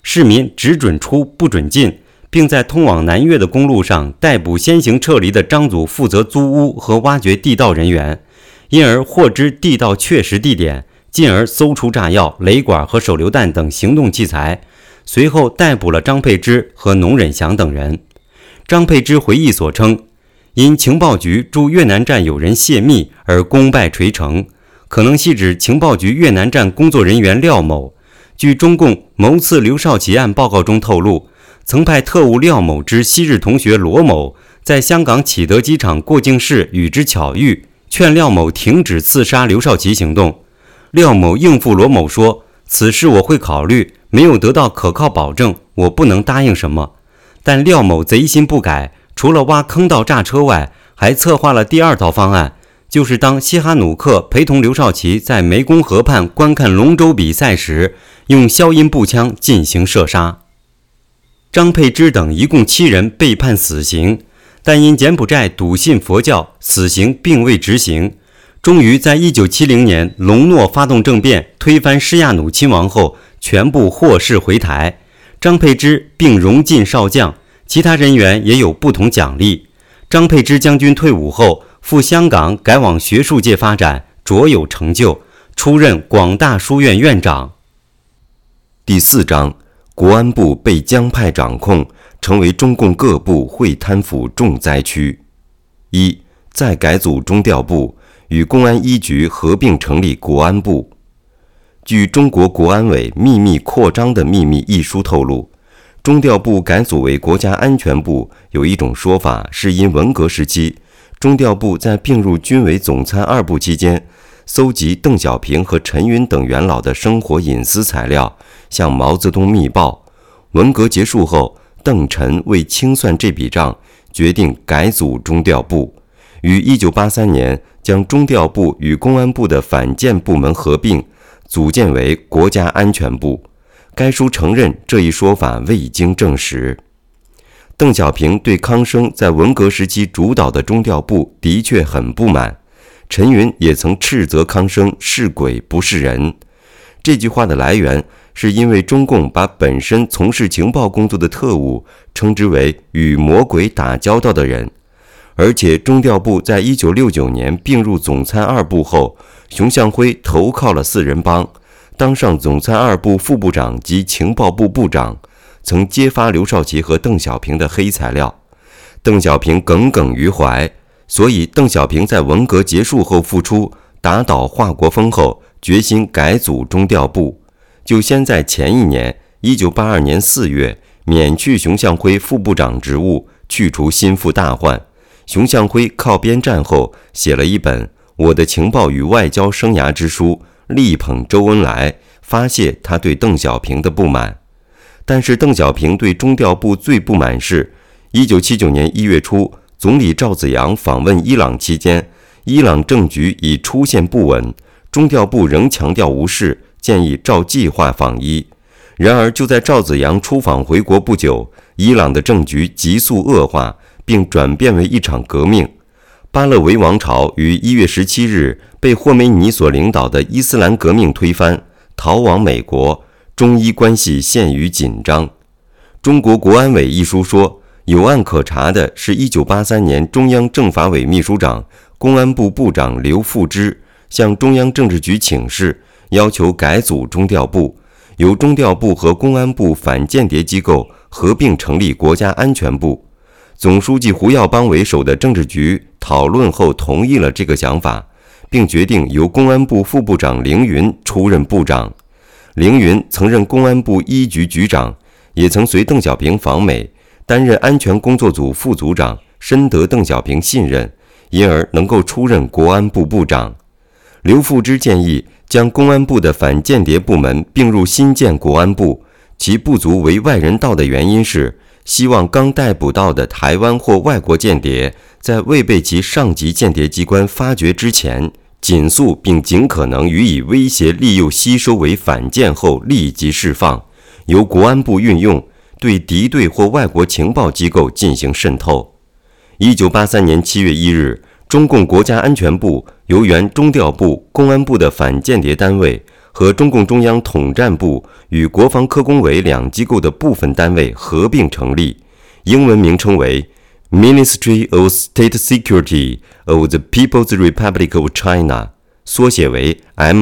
市民只准出不准进，并在通往南越的公路上逮捕先行撤离的张组负责租屋和挖掘地道人员，因而获知地道确实地点，进而搜出炸药、雷管和手榴弹等行动器材，随后逮捕了张佩芝和农忍祥等人。张佩芝回忆所称，因情报局驻越南站有人泄密而功败垂成，可能系指情报局越南站工作人员廖某。据中共谋刺刘少奇案报告中透露，曾派特务廖某之昔日同学罗某在香港启德机场过境时与之巧遇，劝廖某停止刺杀刘少奇行动。廖某应付罗某说，此事我会考虑，没有得到可靠保证，我不能答应什么。但廖某贼心不改，除了挖坑道炸车外，还策划了第二套方案，就是当西哈努克陪同刘少奇在湄公河畔观看龙舟比赛时，用消音步枪进行射杀。张佩芝等一共7人被判死刑，但因柬埔寨笃信佛教，死刑并未执行。终于在1970年隆诺发动政变，推翻施亚努亲王后，全部获释回台。张佩芝并荣晋少将，其他人员也有不同奖励。张佩芝将军退伍后赴香港改往学术界发展，卓有成就，出任广大书院院长。 第4章，国安部被江派掌控，成为中共各部会贪腐重灾区。1. 再改组中调部，与公安一局合并成立国安部。据中国国安委秘密扩张的秘密一书透露，中调部改组为国家安全部，有一种说法是因文革时期，中调部在并入军委总参2部期间，搜集邓小平和陈云等元老的生活隐私材料，向毛泽东密报。文革结束后，邓陈为清算这笔账，决定改组中调部，于1983年将中调部与公安部的反间部门合并，组建为国家安全部。该书承认这一说法未经证实。邓小平对康生在文革时期主导的中调部的确很不满，陈云也曾斥责康生是鬼不是人。这句话的来源是因为中共把本身从事情报工作的特务称之为与魔鬼打交道的人，而且中调部在1969年并入总参2部后，熊向晖投靠了4人帮，当上总参2部副部长及情报部部长，曾揭发刘少奇和邓小平的黑材料。邓小平耿耿于怀，所以邓小平在文革结束后复出，打倒华国锋后，决心改组中调部。就先在前一年1982年4月免去熊向晖副部长职务，去除心腹大患。熊向晖靠边站后，写了一本《我的情报与外交生涯之书》，力捧周恩来，发泄他对邓小平的不满。但是邓小平对中调部最不满是1979年1月初，总理赵紫阳访问伊朗期间，伊朗政局已出现不稳，中调部仍强调无事，建议照计划访伊。然而就在赵紫阳出访回国不久，伊朗的政局急速恶化，并转变为一场革命。巴勒维王朝于1月17日被霍梅尼所领导的伊斯兰革命推翻，逃往美国，中伊关系陷于紧张。中国国安委一书说，有案可查的是1983年中央政法委秘书长、公安部部长刘富之向中央政治局请示，要求改组中调部，由中调部和公安部反间谍机构合并成立国家安全部。总书记胡耀邦为首的政治局讨论后同意了这个想法，并决定由公安部副部长凌云出任部长。凌云曾任公安部一局局长，也曾随邓小平访美，担任安全工作组副组长，深得邓小平信任，因而能够出任国安部部长。刘富之建议将公安部的反间谍部门并入新建国安部，其不足为外人道的原因是，希望刚逮捕到的台湾或外国间谍，在未被其上级间谍机关发觉之前，紧速并尽可能予以威胁利诱吸收为反间后立即释放，由国安部运用，对敌对或外国情报机构进行渗透。1983年7月1日，中共国家安全部由原中调部、公安部的反间谍单位和中共中央统战部与国防科工委两机构的部分单位合并成立，英文名称为 Ministry of State Security of the People's Republic of China， 缩写为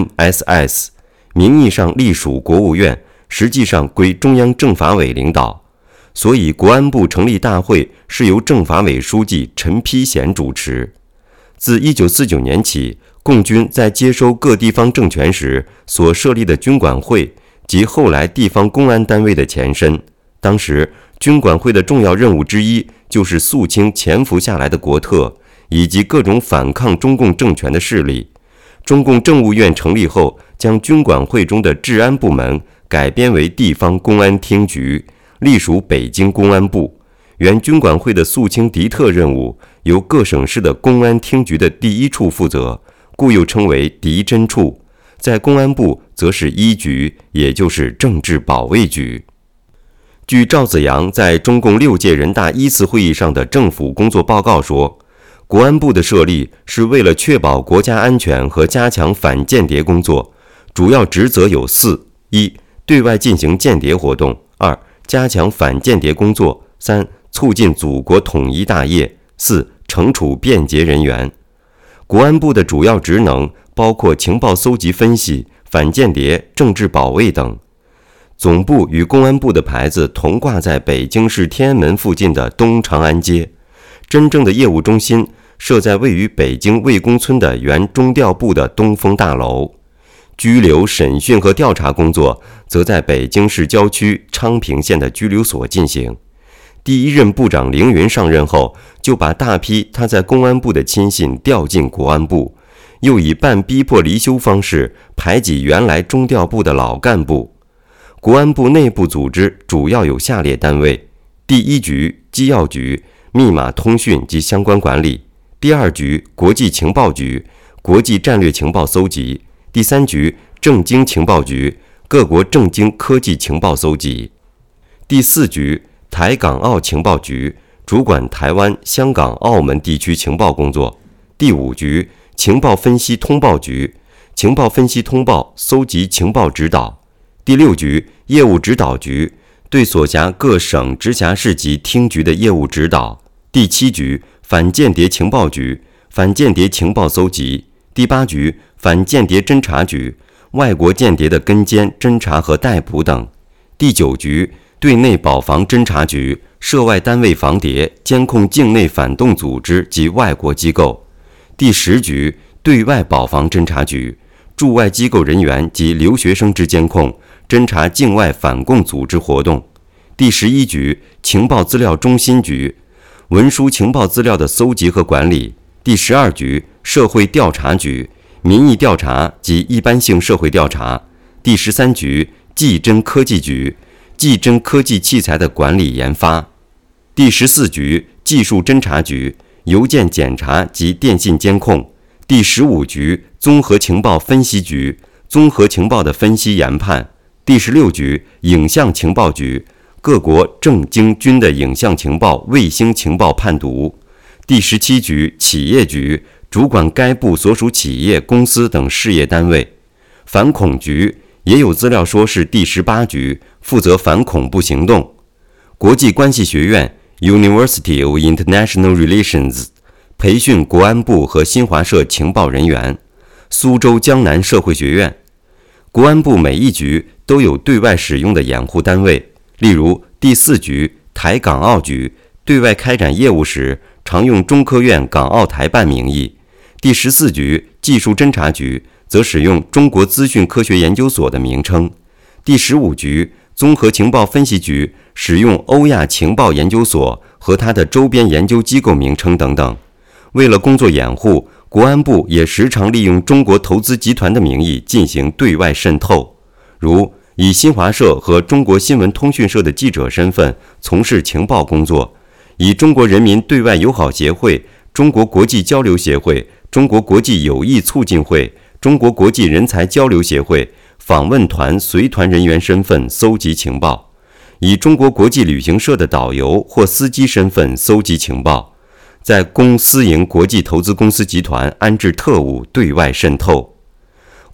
MSS， 名义上隶属国务院，实际上归中央政法委领导。所以国安部成立大会是由政法委书记陈丕贤主持。自1949年起，共军在接收各地方政权时所设立的军管会及后来地方公安单位的前身。当时军管会的重要任务之一就是肃清潜伏下来的国特以及各种反抗中共政权的势力。中共政务院成立后，将军管会中的治安部门改编为地方公安厅局，隶属北京公安部。原军管会的肃清敌特任务由各省市的公安厅局的第一处负责，故又称为敌侦处。在公安部则是一局，也就是政治保卫局。据赵紫阳在中共6届人大1次会议上的政府工作报告说，国安部的设立是为了确保国家安全和加强反间谍工作，主要职责有4： 1. 对外进行间谍活动； 2. 加强反间谍工作； 3. 促进祖国统一大业； 4. 惩处变节人员。国安部的主要职能包括情报搜集分析、反间谍、政治保卫等。总部与公安部的牌子同挂在北京市天安门附近的东长安街，真正的业务中心设在位于北京魏公村的原中调部的东风大楼。拘留、审讯和调查工作则在北京市郊区昌平县的拘留所进行。第一任部长凌云上任后，就把大批他在公安部的亲信调进国安部，又以半逼迫离休方式排挤原来中调部的老干部。国安部内部组织主要有下列单位：第一局机要局，密码通讯及相关管理；第二局国际情报局，国际战略情报搜集；第三局政经情报局，各国政经科技情报搜集；第四局台港澳情报局，主管台湾、香港、澳门地区情报工作；第五局情报分析通报局，情报分析通报、搜集情报指导；第六局业务指导局，对所辖各省、直辖市及厅局的业务指导；第七局反间谍情报局，反间谍情报搜集；第八局反间谍侦察局，外国间谍的跟监、侦查和逮捕等；第九局对内保防侦察局，涉外单位防谍，监控境内反动组织及外国机构；第10局对外保防侦察局，驻外机构人员及留学生之监控，侦查境外反共组织活动；第11局情报资料中心局，文书情报资料的搜集和管理；第12局社会调查局，民意调查及一般性社会调查；第13局技侦科技局，技侦科技器材的管理研发；第14局技术侦察局，邮件检查及电信监控；第15局综合情报分析局，综合情报的分析研判；第16局影像情报局，各国政经军的影像情报、卫星情报判读；第17局企业局，主管该部所属企业、公司等事业单位；反恐局也有资料说是第18局，负责反恐怖行动；国际关系学院 University of International Relations 培训国安部和新华社情报人员；苏州江南社会学院。国安部每一局都有对外使用的掩护单位，例如第4局台港澳局，对外开展业务时常用中科院港澳台办名义；第14局技术侦察局则使用中国资讯科学研究所的名称；第15局综合情报分析局使用欧亚情报研究所和它的周边研究机构名称等等。为了工作掩护，国安部也时常利用中国投资集团的名义进行对外渗透，如以新华社和中国新闻通讯社的记者身份从事情报工作，以中国人民对外友好协会、中国国际交流协会、中国国际友谊促进会、中国国际人才交流协会访问团随团人员身份搜集情报，以中国国际旅行社的导游或司机身份搜集情报，在公私营国际投资公司集团安置特务对外渗透。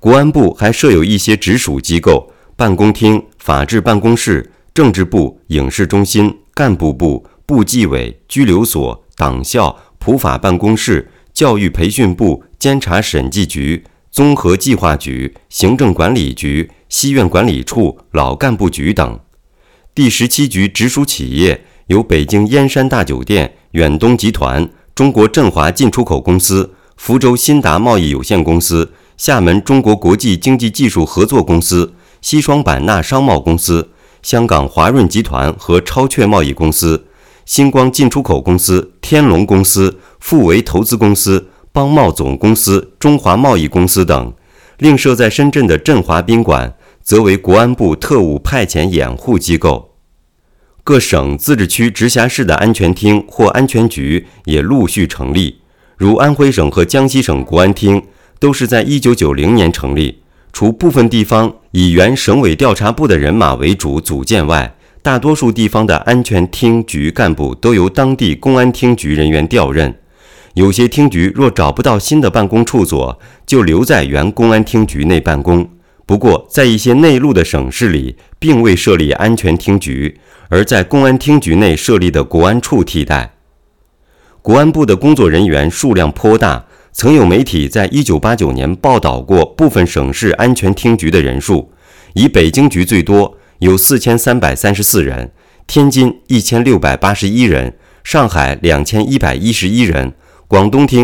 国安部还设有一些直属机构，办公厅、法制办公室、政治部、影视中心、干部部、部纪委、拘留所、党校、普法办公室、教育培训部、监察审计局、综合计划局、行政管理局、西院管理处、老干部局等。第17局直属企业由北京燕山大酒店、远东集团、中国振华进出口公司、福州新达贸易有限公司、厦门中国国际经济技术合作公司、西双版纳商贸公司、香港华润集团和超确贸易公司、星光进出口公司、天龙公司、富维投资公司、邦贸总公司、中华贸易公司等。另设在深圳的振华宾馆则为国安部特务派遣掩护机构。各省、自治区、直辖市的安全厅或安全局也陆续成立，如安徽省和江西省国安厅都是在1990年成立。除部分地方以原省委调查部的人马为主组建外，大多数地方的安全厅局干部都由当地公安厅局人员调任。有些厅局若找不到新的办公处所，就留在原公安厅局内办公。不过，在一些内陆的省市里，并未设立安全厅局，而在公安厅局内设立的国安处替代。国安部的工作人员数量颇大，曾有媒体在1989年报道过部分省市安全厅局的人数，以北京局最多，有4334人，天津1681人，上海2111人，广东厅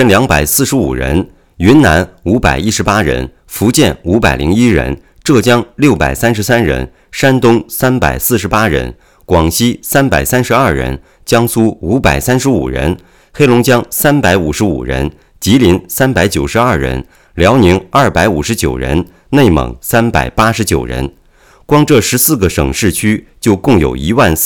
2245人，云南518人，福建501人，浙江633人，山东348人，广西332人，江苏535人，黑龙江355人，吉林392人，辽宁259人，内蒙389人。光这14个省市区就共有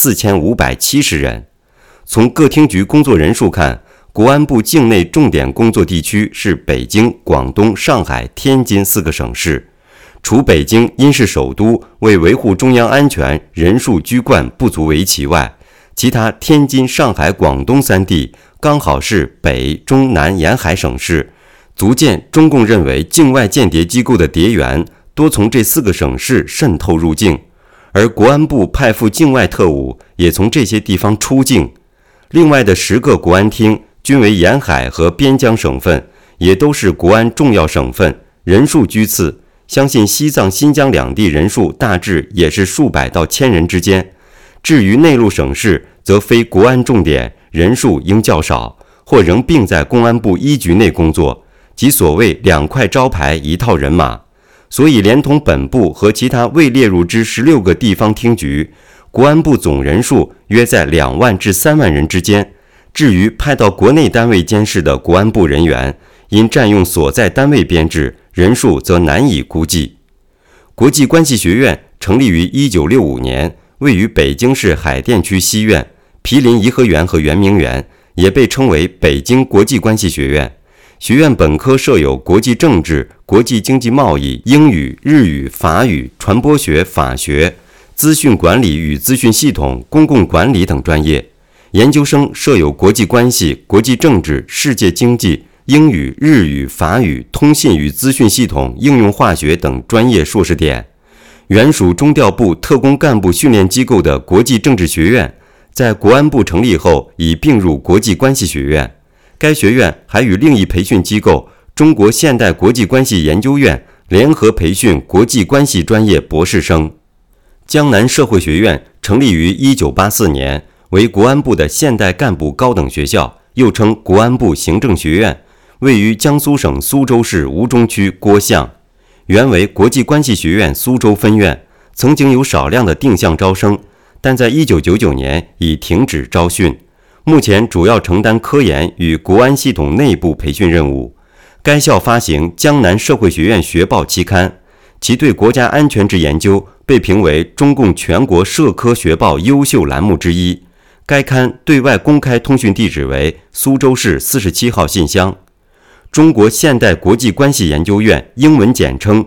14570人。从各厅局工作人数看，国安部境内重点工作地区是北京、广东、上海、天津4个省市。除北京因是首都，为维护中央安全，人数居冠不足为奇外，其他天津、上海、广东3地刚好是北、中、南沿海省市，足见中共认为境外间谍机构的谍源多从这4个省市渗透入境，而国安部派赴境外特务也从这些地方出境。另外的10个国安厅均为沿海和边疆省份，也都是国安重要省份，人数居次。相信西藏、新疆2地人数大致也是数百到1000人之间。至于内陆省市，则非国安重点，人数应较少，或仍并在公安部一局内工作，即所谓2块招牌一套人马。所以连同本部和其他未列入之16个地方厅局，国安部总人数约在2万至3万人之间。至于派到国内单位监视的国安部人员，因占用所在单位编制，人数则难以估计。国际关系学院成立于1965年，位于北京市海淀区西苑，毗邻颐和园和圆明园，也被称为北京国际关系学院。学院本科设有国际政治、国际经济贸易、英语、日语、法语、传播学、法学、资讯管理与资讯系统、公共管理等专业。研究生设有国际关系、国际政治、世界经济、英语、日语、法语、通信与资讯系统、应用化学等专业硕士点。原属中调部特工干部训练机构的国际政治学院，在国安部成立后已并入国际关系学院。该学院还与另一培训机构中国现代国际关系研究院联合培训国际关系专业博士生。江南社会学院成立于1984年，为国安部的现代干部高等学校，又称国安部行政学院，位于江苏省苏州市吴中区郭巷。原为国际关系学院苏州分院，曾经有少量的定向招生，但在1999年已停止招训。目前主要承担科研与国安系统内部培训任务。该校发行《江南社会学院学报》期刊，其对国家安全之研究被评为中共全国社科学报优秀栏目之一。该刊对外公开通讯地址为苏州市47号信箱。中国现代国际关系研究院英文简称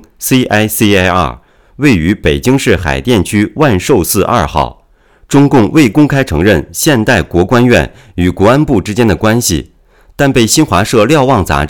CICIR， 位于北京市海淀区万寿寺2号。中共未公开承认现代国关院与国安部之间的关系，但被新华社瞭望杂志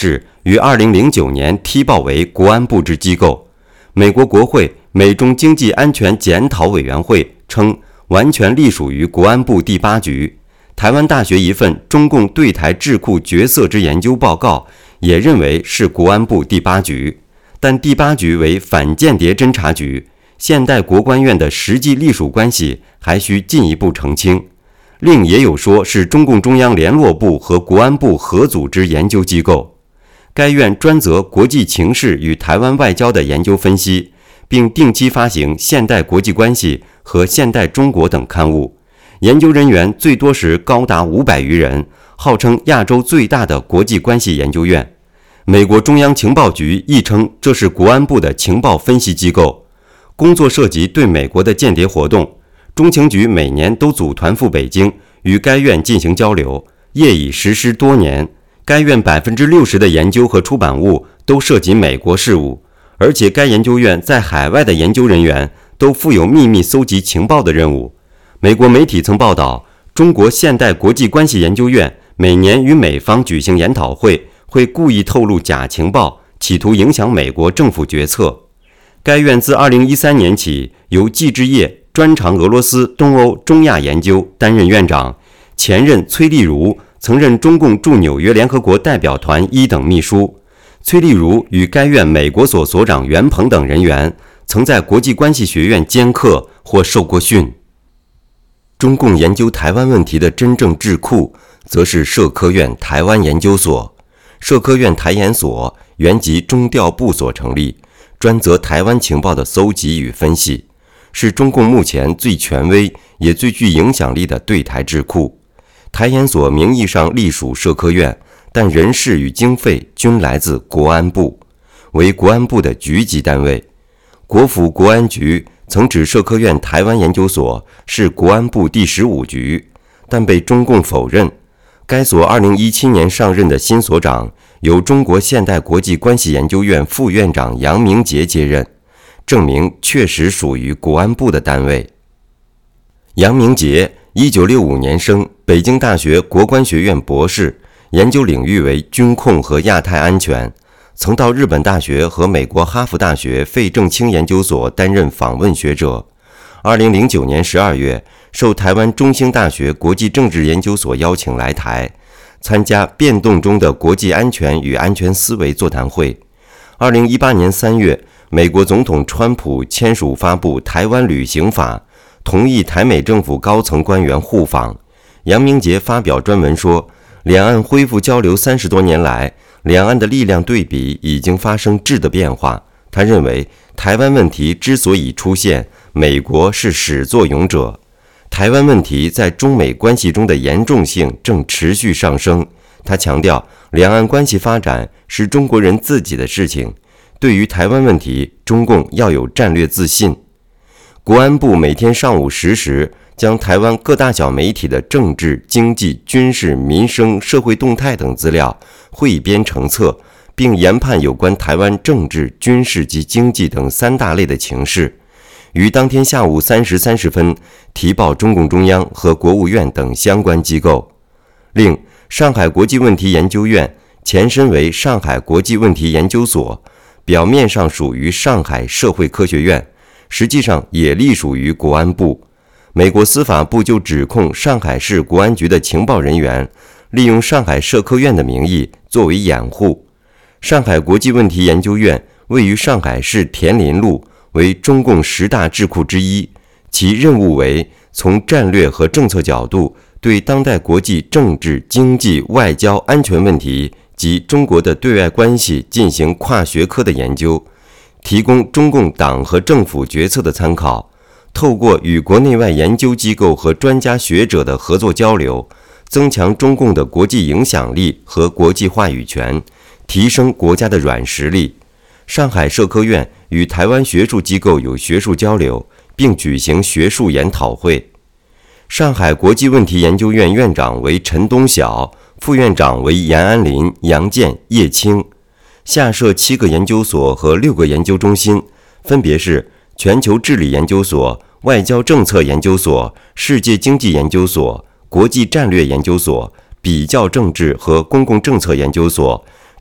于2009年踢爆为国安部之机构。美国国会美中经济安全检讨委员会称，完全隶属于国安部第8局。台湾大学一份中共对台智库角色之研究报告也认为是国安部第8局，但第8局为反间谍侦察局，现代国关院的实际隶属关系还需进一步澄清。另也有说是中共中央联络部和国安部合组之研究机构。该院专责国际情势与台湾外交的研究分析，并定期发行《现代国际关系》和《现代中国》等刊物。研究人员最多时高达500余人，号称亚洲最大的国际关系研究院。美国中央情报局亦称这是国安部的情报分析机构，工作涉及对美国的间谍活动。中情局每年都组团赴北京，与该院进行交流，业已实施多年。该院60%的研究和出版物都涉及美国事务，而且该研究院在海外的研究人员都负有秘密搜集情报的任务。美国媒体曾报道，中国现代国际关系研究院每年与美方举行研讨会，会故意透露假情报，企图影响美国政府决策。该院自2013年起由季志业专长俄罗斯、东欧、中亚研究担任院长，前任崔丽如曾任中共驻纽约联合国代表团1等秘书。崔丽如与该院美国所所长袁鹏等人员曾在国际关系学院兼课或受过训。中共研究台湾问题的真正智库，则是社科院台湾研究所。社科院台研所原籍中调部所成立，专责台湾情报的搜集与分析，是中共目前最权威也最具影响力的对台智库。台研所名义上隶属社科院，但人事与经费均来自国安部，为国安部的局级单位。国府国安局曾指社科院台湾研究所是国安部第15局，但被中共否认。该所2017年上任的新所长由中国现代国际关系研究院副院长杨明杰接任，证明确实属于国安部的单位。杨明杰1965年生，北京大学国关学院博士，研究领域为军控和亚太安全，曾到日本大学和美国哈佛大学费正清研究所担任访问学者。2009年12月，受台湾中兴大学国际政治研究所邀请来台，参加变动中的国际安全与安全思维座谈会。2018年3月，美国总统川普签署发布台湾旅行法，同意台美政府高层官员互访。杨明杰发表专文说，两岸恢复交流30多年来，两岸的力量对比已经发生质的变化。他认为，台湾问题之所以出现，美国是始作俑者。台湾问题在中美关系中的严重性正持续上升。他强调，两岸关系发展是中国人自己的事情。对于台湾问题，中共要有战略自信。国安部每天上午10时将台湾各大小媒体的政治、经济、军事、民生、社会动态等资料汇编成册，并研判有关台湾政治、军事及经济等3大类的情势，于当天下午3时30分提报中共中央和国务院等相关机构。另，上海国际问题研究院前身为上海国际问题研究所，表面上属于上海社会科学院，实际上也隶属于国安部。美国司法部就指控上海市国安局的情报人员利用上海社科院的名义作为掩护。上海国际问题研究院位于上海市田林路，为中共10大智库之一，其任务为从战略和政策角度对当代国际政治、经济、外交、安全问题及中国的对外关系进行跨学科的研究，提供中共党和政府决策的参考，透过与国内外研究机构和专家学者的合作交流，增强中共的国际影响力和国际话语权，提升国家的软实力。上海社科院与台湾学术机构有学术交流，并举行学术研讨会。上海国际问题研究院院长为陈东晓，副院长为严安林、杨健、叶青，下设7个研究所和6个研究中心，分别是全球治理研究所、外交政策研究所、世界经济研究所、国际战略研究所、比较政治和公共政策研究所、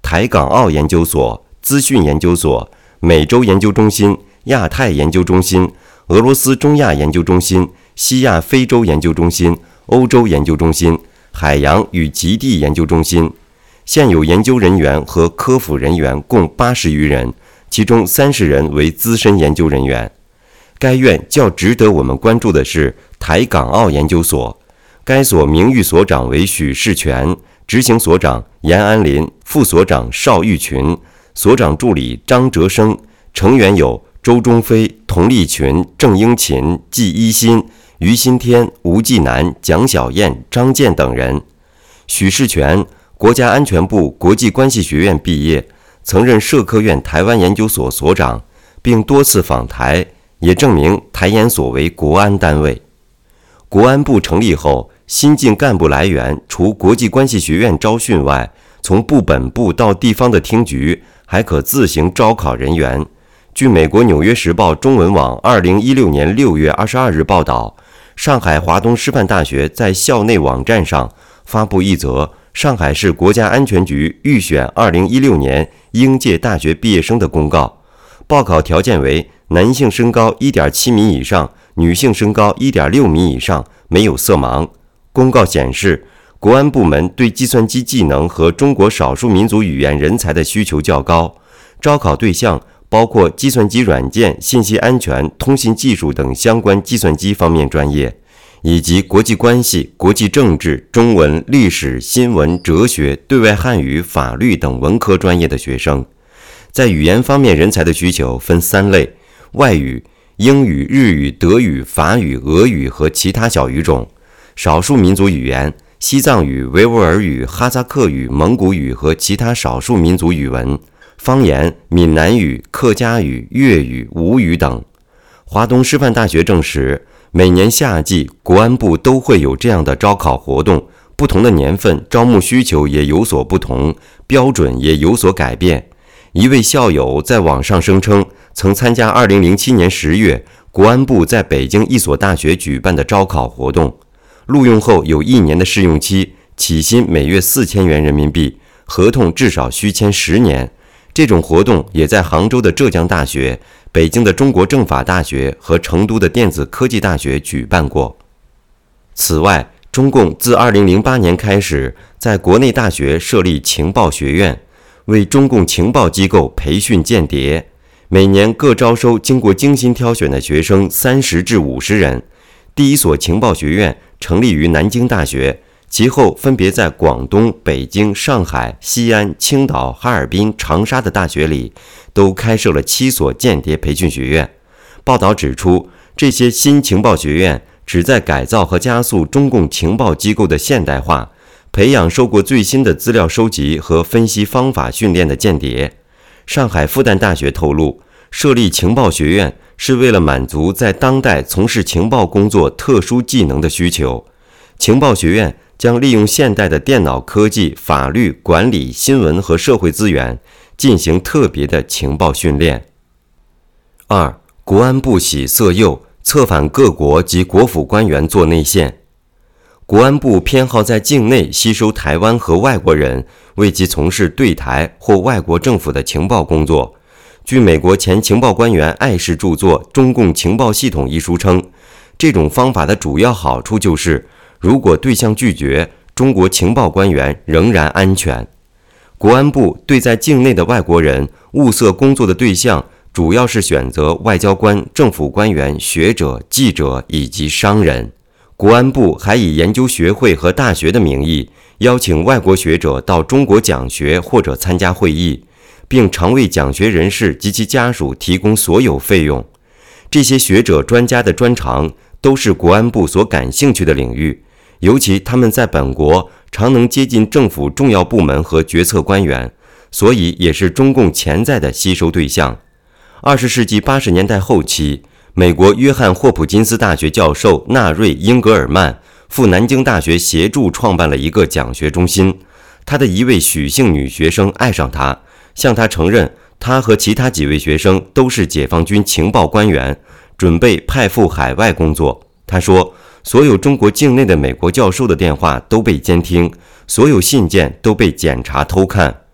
台港澳研究所、资讯研究所、美洲研究中心、亚太研究中心、俄罗斯中亚研究中心、西亚非洲研究中心、欧洲研究中心、海洋与极地研究中心。现有研究人员和科辅人员共80余人，其中30人为资深研究人员。该院较值得我们关注的是台港澳研究所，该所名誉所长为许世全，执行所长严安林，副所长邵玉群，所长助理张哲生，成员有周中飞、童立群、郑英勤、季一新、于新天、吴继南、蒋小燕、张健等人。许世全国家安全部国际关系学院毕业，曾任社科院台湾研究所所长，并多次访台，也证明台研所为国安单位。国安部成立后，新进干部来源除国际关系学院招训外，从部本部到地方的厅局还可自行招考人员。据美国《纽约时报》中文网2016年6月22日报道，上海华东师范大学在校内网站上发布一则上海市国家安全局预选2016年应届大学毕业生的公告，报考条件为男性身高 1.7 米以上，女性身高 1.6 米以上，没有色盲。公告显示，国安部门对计算机技能和中国少数民族语言人才的需求较高，招考对象包括计算机软件、信息安全、通信技术等相关计算机方面专业，以及国际关系、国际政治、中文、历史、新闻、哲学、对外汉语、法律等文科专业的学生。在语言方面，人才的需求分3类：外语、英语、日语、德语、法语、俄语和其他小语种；少数民族语言，西藏语、维吾尔语、哈萨克语、蒙古语和其他少数民族语文；方言，闽南语、客家语、粤语、吴语等。华东师范大学证实，每年夏季国安部都会有这样的招考活动，不同的年份招募需求也有所不同，标准也有所改变。一位校友在网上声称，曾参加2007年10月国安部在北京一所大学举办的招考活动，录用后有1年的试用期，起薪每月4000元人民币，合同至少需签10年。这种活动也在杭州的浙江大学、北京的中国政法大学和成都的电子科技大学举办过。此外，中共自2008年开始在国内大学设立情报学院，为中共情报机构培训间谍，每年各招收经过精心挑选的学生30至50人。第一所情报学院成立于南京大学，其后分别在广东、北京、上海、西安、青岛、哈尔滨、长沙的大学里都开设了7所间谍培训学院。报道指出，这些新情报学院旨在改造和加速中共情报机构的现代化，培养受过最新的资料收集和分析方法训练的间谍。上海复旦大学透露，设立情报学院是为了满足在当代从事情报工作特殊技能的需求。情报学院将利用现代的电脑科技、法律、管理、新闻和社会资源，进行特别的情报训练。2. 国安部喜色诱，策反各国及国府官员做内线。国安部偏好在境内吸收台湾和外国人，为其从事对台或外国政府的情报工作。据美国前情报官员艾氏著作《中共情报系统》一书称，这种方法的主要好处就是，如果对象拒绝，中国情报官员仍然安全。国安部对在境内的外国人物色工作的对象，主要是选择外交官、政府官员、学者、记者以及商人。国安部还以研究学会和大学的名义，邀请外国学者到中国讲学或者参加会议，并常为讲学人士及其家属提供所有费用。这些学者专家的专长都是国安部所感兴趣的领域，尤其他们在本国常能接近政府重要部门和决策官员，所以也是中共潜在的吸收对象。20世纪80年代后期，美国约翰霍普金斯大学教授纳瑞·英格尔曼赴南京大学协助创办了一个讲学中心。他的一位许姓女学生爱上他，向他承认他和其他几位学生都是解放军情报官员，准备派赴海外工作。他说，所有中国境内的美国教授的电话都被监听，所有信件都被检查偷看。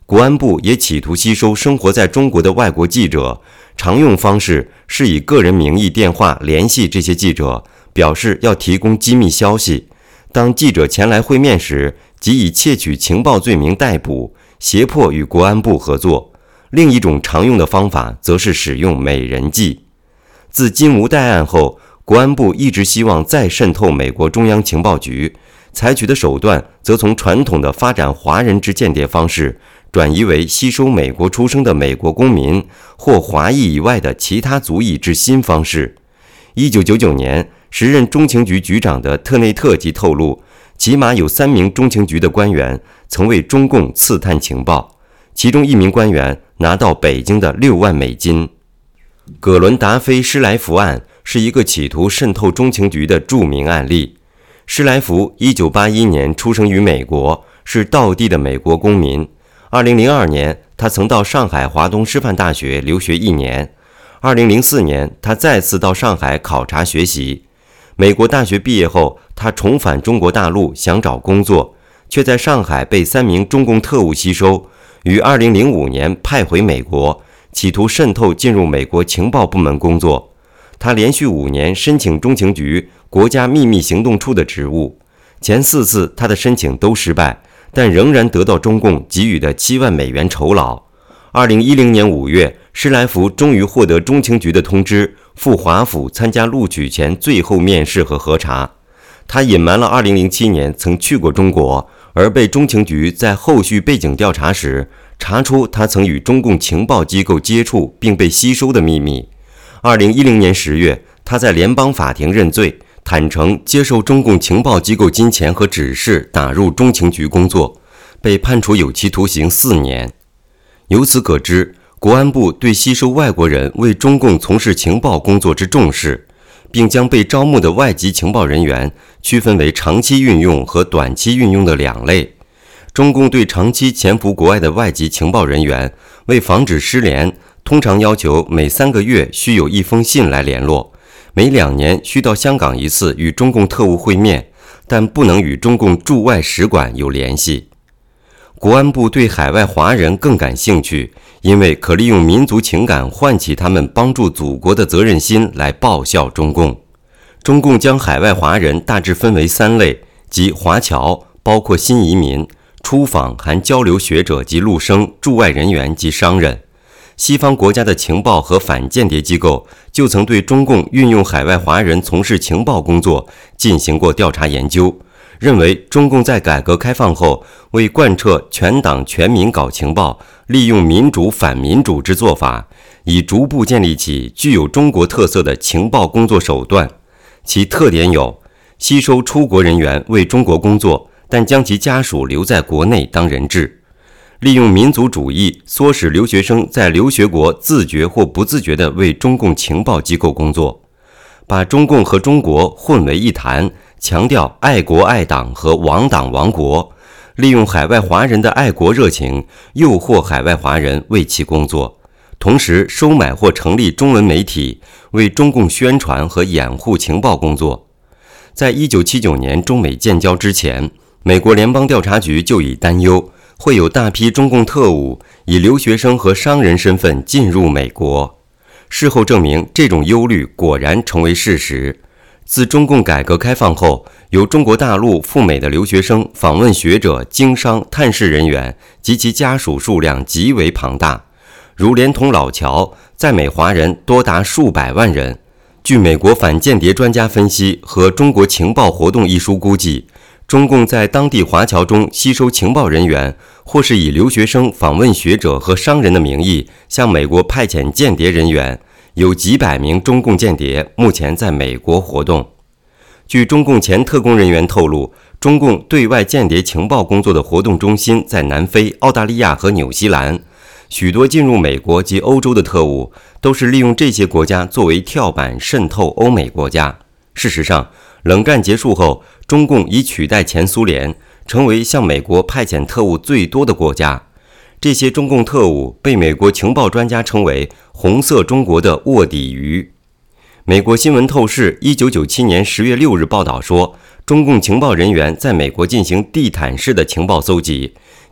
国安部也企图吸收生活在中国的外国记者，常用方式是以个人名义电话联系这些记者，表示要提供机密消息。当记者前来会面时，即以窃取情报罪名逮捕，胁迫与国安部合作。另一种常用的方法则是使用美人计。自金无代案后，国安部一直希望再渗透美国中央情报局，采取的手段则从传统的发展华人之间谍方式，转移为吸收美国出生的美国公民或华裔以外的其他族裔之新方式。1999年，时任中情局局长的特内特即透露，起码有3名中情局的官员曾为中共刺探情报，其中1名官员拿到北京的6万美金。葛伦达菲施莱弗案是一个企图渗透中情局的著名案例。施莱弗1981年出生于美国，是道地的美国公民。2002年，他曾到上海华东师范大学留学1年。2004年，他再次到上海考察学习。美国大学毕业后，他重返中国大陆想找工作，却在上海被3名中共特务吸收，于2005年派回美国，企图渗透进入美国情报部门工作。他连续5年申请中情局国家秘密行动处的职务，前4次他的申请都失败，但仍然得到中共给予的7万美元酬劳。2010年5月，施莱弗终于获得中情局的通知，赴华府参加录取前最后面试和核查。他隐瞒了2007年曾去过中国，而被中情局在后续背景调查时查出他曾与中共情报机构接触并被吸收的秘密。2010年10月，他在联邦法庭认罪，坦诚接受中共情报机构金钱和指示打入中情局工作，被判处有期徒刑4年。由此可知，国安部对吸收外国人为中共从事情报工作之重视，并将被招募的外籍情报人员区分为长期运用和短期运用的2类。中共对长期潜伏国外的外籍情报人员，为防止失联，通常要求每3个月需有1封信来联络，每2年需到香港1次与中共特务会面，但不能与中共驻外使馆有联系。国安部对海外华人更感兴趣，因为可利用民族情感唤起他们帮助祖国的责任心来报效中共。中共将海外华人大致分为3类，即华侨，包括新移民；出访含交流学者及陆生、驻外人员及商人。西方国家的情报和反间谍机构就曾对中共运用海外华人从事情报工作进行过调查研究，认为中共在改革开放后为贯彻全党全民搞情报，利用民主反民主之做法，已逐步建立起具有中国特色的情报工作手段。其特点有：吸收出国人员为中国工作，但将其家属留在国内当人质；利用民族主义唆使留学生在留学国自觉或不自觉地为中共情报机构工作；把中共和中国混为一谈，强调爱国爱党和亡党亡国；利用海外华人的爱国热情，诱惑海外华人为其工作，同时收买或成立中文媒体，为中共宣传和掩护情报工作。在1979年中美建交之前，美国联邦调查局就已担忧会有大批中共特务以留学生和商人身份进入美国。事后证明，这种忧虑果然成为事实。自中共改革开放后，由中国大陆赴美的留学生、访问学者、经商、探视人员及其家属数量极为庞大，如连同老侨，在美华人多达数百万人。据美国反间谍专家分析和《中国情报活动》一书估计，中共在当地华侨中吸收情报人员，或是以留学生、访问学者和商人的名义向美国派遣间谍人员，有几百名中共间谍目前在美国活动。据中共前特工人员透露，中共对外间谍情报工作的活动中心在南非、澳大利亚和纽西兰，许多进入美国及欧洲的特务都是利用这些国家作为跳板渗透欧美国家。事实上，冷战结束后，中共已取代前苏联，成为向美国派遣特务最多的国家。这些中共特务被美国情报专家称为红色中国的卧底鱼。美国新闻透视1997年10月6日报道说，中共情报人员在美国进行地毯式的情报搜集，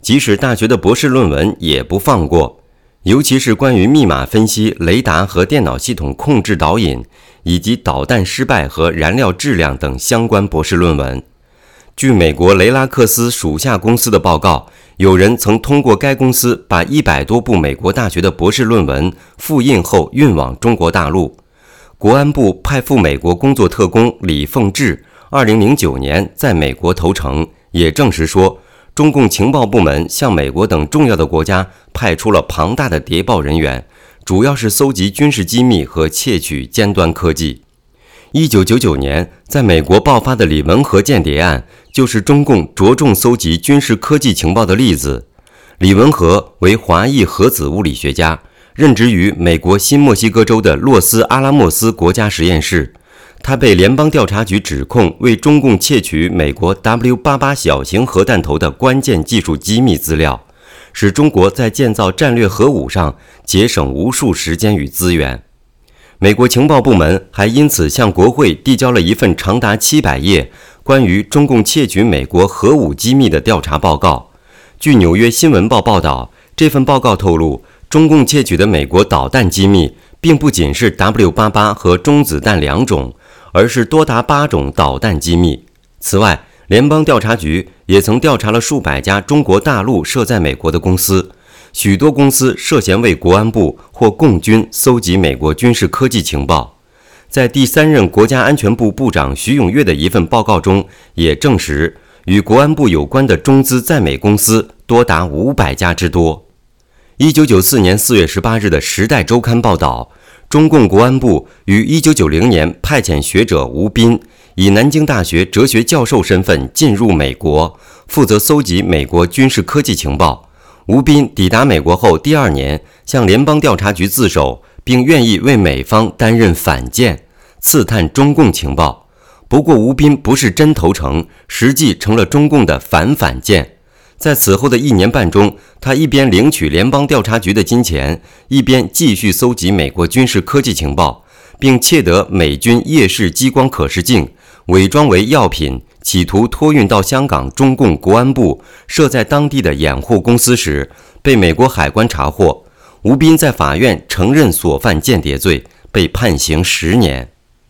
即使大学的博士论文也不放过，尤其是关于密码分析、雷达和电脑系统控制导引，以及导弹失败和燃料质量等相关博士论文。据美国雷拉克斯属下公司的报告，有人曾通过该公司把100多部美国大学的博士论文复印后运往中国大陆。国安部派赴美国工作特工李凤智2009年在美国投诚，也证实说，中共情报部门向美国等重要的国家派出了庞大的谍报人员，主要是搜集军事机密和窃取尖端科技。1999年在美国爆发的李文和间谍案，就是中共着重搜集军事科技情报的例子。李文和为华裔核子物理学家，任职于美国新墨西哥州的洛斯阿拉莫斯国家实验室。他被联邦调查局指控为中共窃取美国 W88 小型核弹头的关键技术机密资料，使中国在建造战略核武上节省无数时间与资源。美国情报部门还因此向国会递交了一份长达700页关于中共窃取美国核武机密的调查报告。据纽约新闻报报道，这份报告透露，中共窃取的美国导弹机密并不仅是 W88 和中子弹2种，而是多达8种导弹机密。此外，联邦调查局也曾调查了数百家中国大陆设在美国的公司，许多公司涉嫌为国安部或共军搜集美国军事科技情报。在第3任国家安全部部长徐永月的一份报告中，也证实与国安部有关的中资在美公司多达500家之多。1994年4月18日的《时代周刊》报道，中共国安部于1990年派遣学者吴斌以南京大学哲学教授身份进入美国，负责搜集美国军事科技情报。吴斌抵达美国后第2年，向联邦调查局自首，并愿意为美方担任反间，刺探中共情报。不过吴斌不是真投诚，实际成了中共的反间。在此后的1年半中，他一边领取联邦调查局的金钱，一边继续搜集美国军事科技情报，并窃得美军夜视激光可视镜，伪装为药品，企图托运到香港中共国安部设在当地的掩护公司时，被美国海关查获。吴斌在法院承认所犯间谍罪，被判刑10年。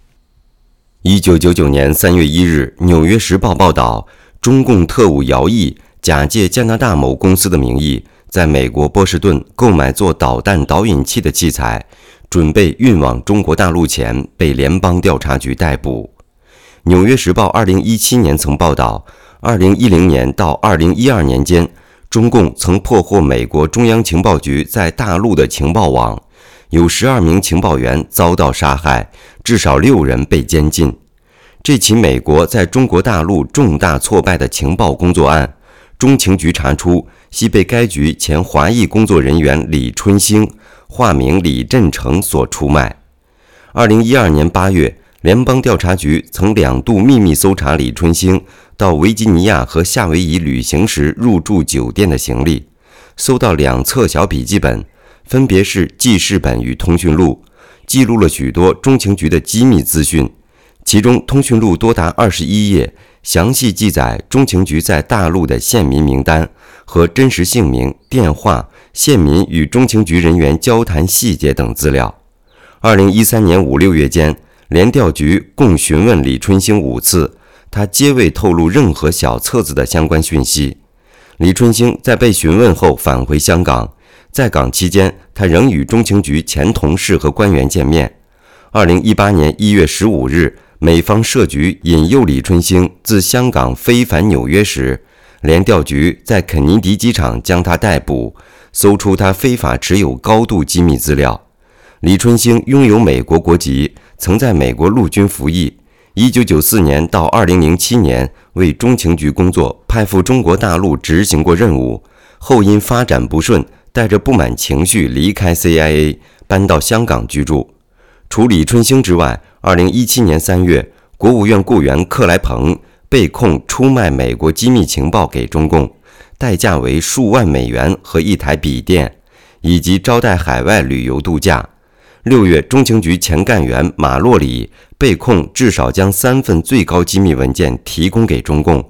1999年3月1日，《纽约时报》报道，中共特务姚毅假借加拿大某公司的名义，在美国波士顿购买做导弹导引器的器材，准备运往中国大陆前，被联邦调查局逮捕。《纽约时报》2017年曾报道，2010年到2012年间，中共曾破获美国中央情报局在大陆的情报网，有12名情报员遭到杀害，至少6人被监禁。这起美国在中国大陆重大挫败的情报工作案，中情局查出系被该局前华裔工作人员李春兴（化名李振成）所出卖。2012年8月，联邦调查局曾2度秘密搜查李春兴到维吉尼亚和夏威夷旅行时入住酒店的行李，搜到2册小笔记本，分别是记事本与通讯录，记录了许多中情局的机密资讯。其中通讯录多达21页，详细记载中情局在大陆的县民名单和真实姓名、电话、县民与中情局人员交谈细节等资料。2013年5、6月间，联调局共询问李春兴5次，他皆未透露任何小册子的相关讯息。李春兴在被询问后返回香港，在港期间，他仍与中情局前同事和官员见面。2018年1月15日，美方设局引诱李春兴自香港飞返纽约时，联调局在肯尼迪机场将他逮捕，搜出他非法持有高度机密资料。李春兴拥有美国国籍，曾在美国陆军服役，1994年到2007年为中情局工作，派赴中国大陆执行过任务，后因发展不顺，带着不满情绪离开 CIA， 搬到香港居住。除李春兴之外，2017年3月，国务院雇员克莱彭被控出卖美国机密情报给中共，代价为数万美元和一台笔电，以及招待海外旅游度假。6月，中情局前干员马洛里被控至少将3份最高机密文件提供给中共，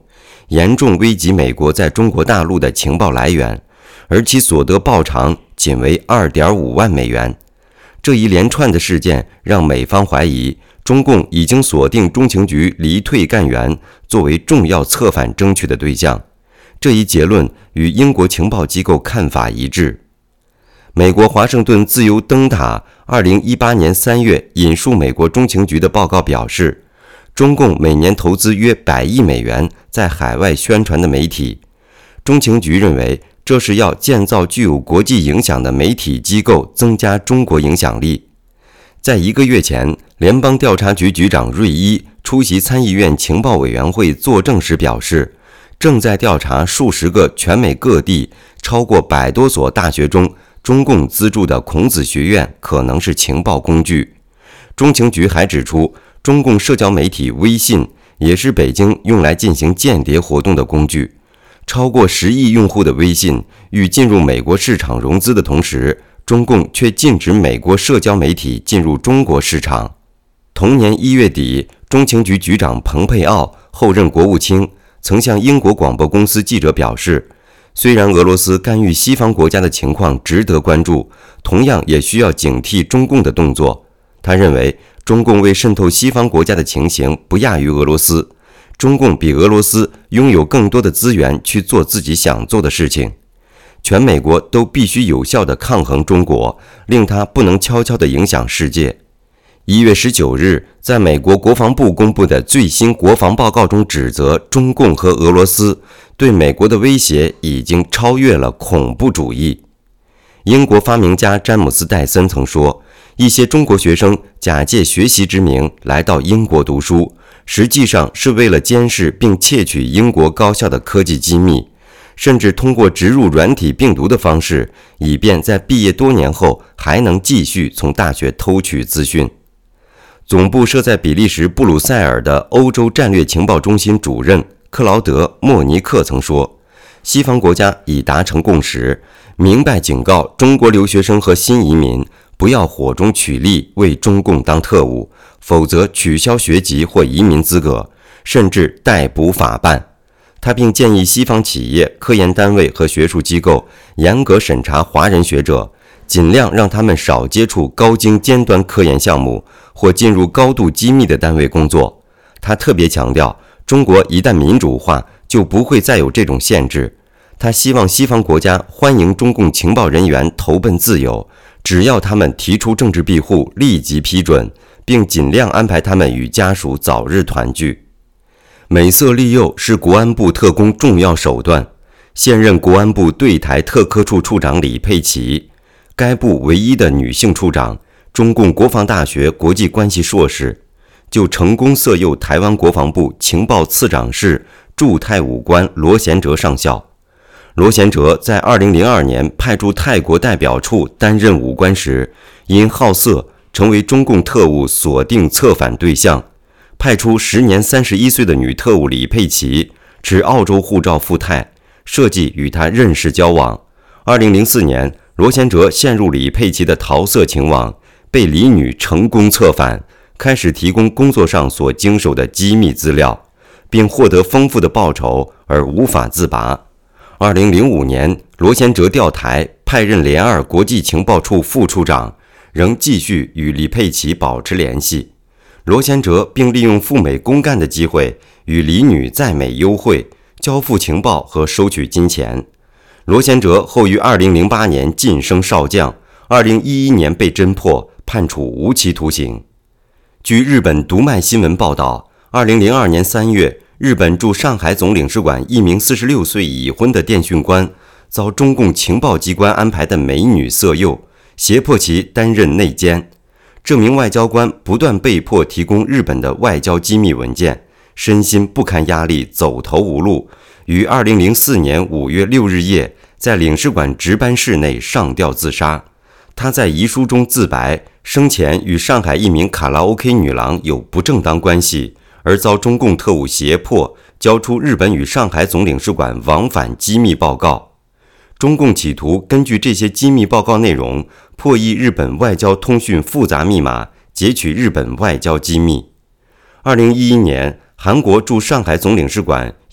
严重危及美国在中国大陆的情报来源，而其所得报偿仅为2.5万美元。这一连串的事件让美方怀疑中共已经锁定中情局离退干员作为重要策反争取的对象。这一结论与英国情报机构看法一致。美国华盛顿自由灯塔2018年3月引述美国中情局的报告表示，中共每年投资约100亿美元在海外宣传的媒体。中情局认为，这是要建造具有国际影响的媒体机构，增加中国影响力。在1个月前，联邦调查局局长瑞伊出席参议院情报委员会作证时表示，正在调查数十个全美各地超过100多所大学中中共资助的孔子学院可能是情报工具。中情局还指出，中共社交媒体微信也是北京用来进行间谍活动的工具。超过10亿用户的微信欲进入美国市场融资的同时，中共却禁止美国社交媒体进入中国市场。同年1月底，中情局局长蓬佩奥后任国务卿曾向英国广播公司记者表示，虽然俄罗斯干预西方国家的情况值得关注，同样也需要警惕中共的动作。他认为，中共为渗透西方国家的情形不亚于俄罗斯，中共比俄罗斯拥有更多的资源去做自己想做的事情。全美国都必须有效地抗衡中国，令它不能悄悄地影响世界。1月19日，在美国国防部公布的最新国防报告中指责中共和俄罗斯对美国的威胁已经超越了恐怖主义。英国发明家詹姆斯·戴森曾说，一些中国学生假借学习之名来到英国读书，实际上是为了监视并窃取英国高校的科技机密，甚至通过植入软体病毒的方式，以便在毕业多年后还能继续从大学偷取资讯。总部设在比利时布鲁塞尔的欧洲战略情报中心主任克劳德·莫尼克曾说，西方国家已达成共识，明白警告中国留学生和新移民不要火中取栗为中共当特务，否则取消学籍或移民资格，甚至逮捕法办。他并建议西方企业、科研单位和学术机构严格审查华人学者，尽量让他们少接触高精尖端科研项目或进入高度机密的单位工作。他特别强调，中国一旦民主化，就不会再有这种限制。他希望西方国家欢迎中共情报人员投奔自由，只要他们提出政治庇护，立即批准，并尽量安排他们与家属早日团聚。美色利诱是国安部特工重要手段。现任国安部对台特科处处长李佩琦，该部唯一的女性处长，中共国防大学国际关系硕士，就成功色诱台湾国防部情报次长室驻泰武官罗贤哲上校。罗贤哲在2002年派驻泰国代表处担任武官时，因好色成为中共特务锁定策反对象。派出时年31岁的女特务李佩琦持澳洲护照赴泰，设计与他认识交往。2004年，罗贤哲陷入李佩琦的桃色情网，被李女成功策反，开始提供工作上所经手的机密资料，并获得丰富的报酬而无法自拔。2005年，罗贤哲调台，派任联2国际情报处副处长，仍继续与李佩琦保持联系。罗贤哲并利用赴美公干的机会，与李女在美幽会，交付情报和收取金钱。罗贤哲后于2008年晋升少将，2011年被侦破，判处无期徒刑。据日本读卖新闻报道，2002年3月，日本驻上海总领事馆一名46岁已婚的电讯官，遭中共情报机关安排的美女色诱，胁迫其担任内奸。这名外交官不断被迫提供日本的外交机密文件，身心不堪压力，走投无路，于2004年5月6日夜在领事馆值班室内上吊自杀。他在遗书中自白，生前与上海一名卡拉 OK 女郎有不正当关系，而遭中共特务胁迫交出日本与上海总领事馆往返机密报告。中共企图根据这些机密报告内容，破译日本外交通讯复杂密码，截取日本外交机密。2011年，韩国驻上海总领事馆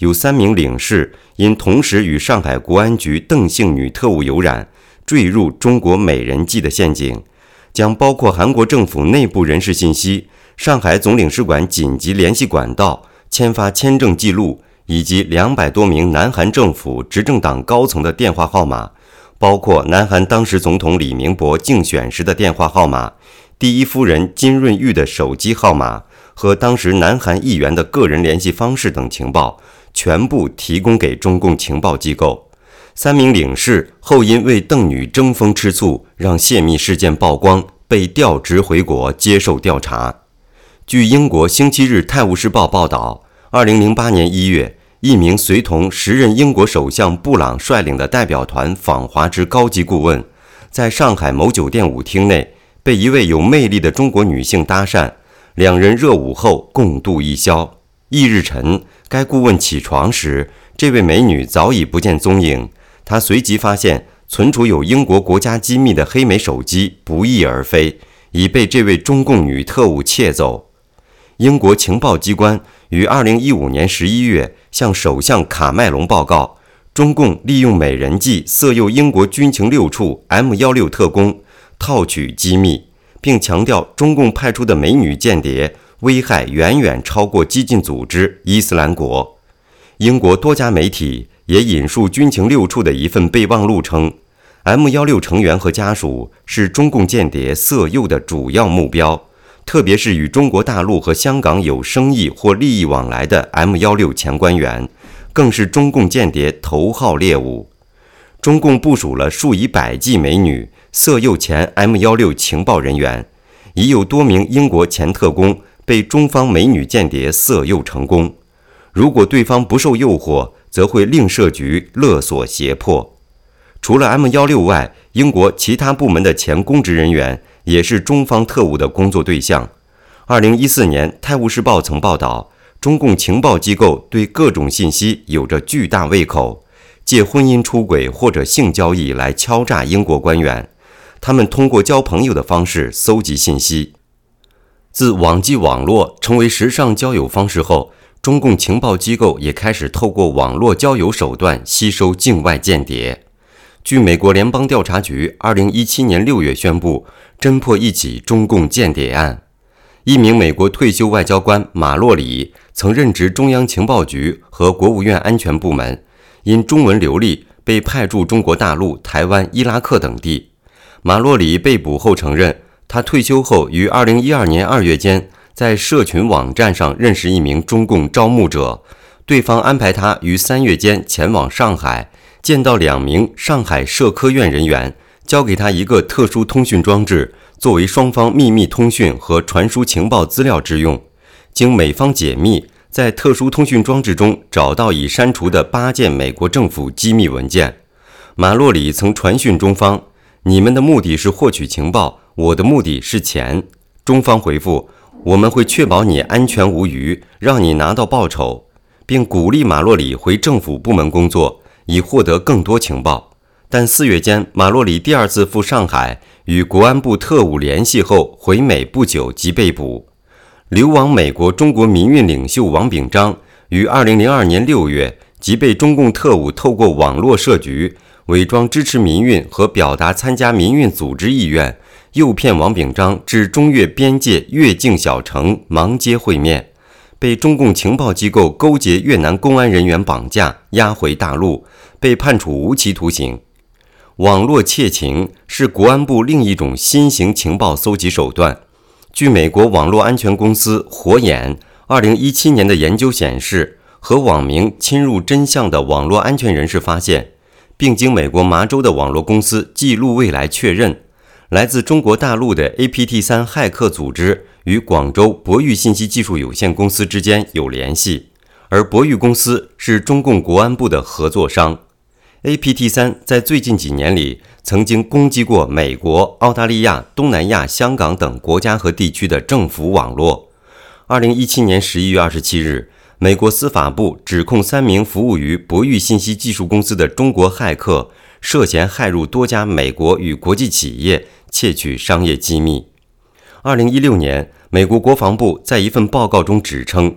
有3名领事因同时与上海国安局邓姓女特务有染，坠入中国美人计的陷阱，将包括韩国政府内部人士信息、上海总领事馆紧急联系管道、签发签证记录以及200多名南韩政府执政党高层的电话号码，包括南韩当时总统李明博竞选时的电话号码、第一夫人金润玉的手机号码和当时南韩议员的个人联系方式等情报，全部提供给中共情报机构。3名领事后因为邓女争风吃醋，让泄密事件曝光，被调职回国接受调查。据英国《星期日泰晤士报》报道，2008年1月，一名随同时任英国首相布朗率领的代表团访华之高级顾问，在上海某酒店舞厅内被一位有魅力的中国女性搭讪，2人热舞后共度一宵。翌日晨，该顾问起床时，这位美女早已不见踪影。他随即发现存储有英国国家机密的黑莓手机不翼而飞，已被这位中共女特务窃走。英国情报机关于2015年11月向首相卡麦隆报告，中共利用美人计色诱英国军情6处 M16 特工，套取机密，并强调中共派出的美女间谍危害远远超过激进组织伊斯兰国。英国多家媒体也引述军情6处的一份备忘录称， M16 成员和家属是中共间谍色诱的主要目标，特别是与中国大陆和香港有生意或利益往来的 M16 前官员，更是中共间谍头号猎物。中共部署了数以百计美女，色诱前 M16 情报人员，已有多名英国前特工被中方美女间谍色诱成功。如果对方不受诱惑，则会另设局勒索胁迫。除了 M16 外，英国其他部门的前公职人员也是中方特务的工作对象。2014年，《泰晤士报》曾报道，中共情报机构对各种信息有着巨大胃口，借婚姻出轨或者性交易来敲诈英国官员。他们通过交朋友的方式搜集信息。自网际网络成为时尚交友方式后，中共情报机构也开始透过网络交友手段吸收境外间谍。据美国联邦调查局2017年6月宣布，侦破一起中共间谍案。一名美国退休外交官马洛里曾任职中央情报局和国务院安全部门，因中文流利被派驻中国大陆、台湾、伊拉克等地。马洛里被捕后承认，他退休后于2012年2月间在社群网站上认识一名中共招募者，对方安排他于3月间前往上海，见到2名上海社科院人员，交给他一个特殊通讯装置，作为双方秘密通讯和传输情报资料之用。经美方解密，在特殊通讯装置中找到已删除的8件美国政府机密文件。马洛里曾传讯中方，你们的目的是获取情报，我的目的是钱。中方回复，我们会确保你安全无虞，让你拿到报酬，并鼓励马洛里回政府部门工作，以获得更多情报。但4月间，马洛里第2次赴上海与国安部特务联系后回美不久即被捕。流亡美国中国民运领袖王炳章于2002年6月即被中共特务透过网络设局，伪装支持民运和表达参加民运组织意愿，诱骗王炳章至中越边界越境小城芒街会面，被中共情报机构勾结越南公安人员绑架押回大陆，被判处无期徒刑。网络窃情是国安部另一种新型情报搜集手段。据美国网络安全公司火眼2017年的研究显示，和网民侵入真相的网络安全人士发现，并经美国麻州的网络公司记录未来确认，来自中国大陆的 APT3 骇客组织与广州博裕信息技术有限公司之间有联系，而博裕公司是中共国安部的合作商。APT3 在最近几年里曾经攻击过美国、澳大利亚、东南亚、香港等国家和地区的政府网络。2017年11月27日，美国司法部指控3名服务于博裕信息技术公司的中国骇客涉嫌骇入多家美国与国际企业，窃取商业机密。2016年，美国国防部在一份报告中指称，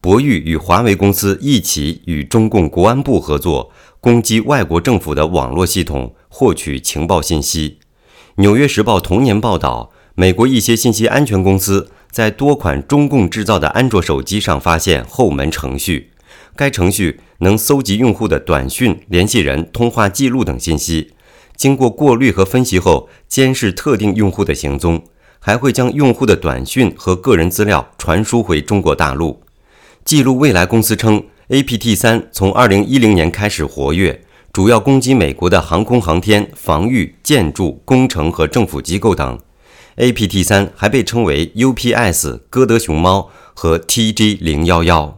博裕与华为公司一起与中共国安部合作，攻击外国政府的网络系统，获取情报信息。纽约时报同年报道，美国一些信息安全公司在多款中共制造的安卓手机上发现后门程序，该程序能搜集用户的短讯、联系人、通话记录等信息，经过过滤和分析后，监视特定用户的行踪，还会将用户的短讯和个人资料传输回中国大陆。记录未来公司称 ，APT3 从2010年开始活跃，主要攻击美国的航空航天、防御、建筑、工程和政府机构等。APT3 还被称为 UPS、歌德熊猫和 TG011。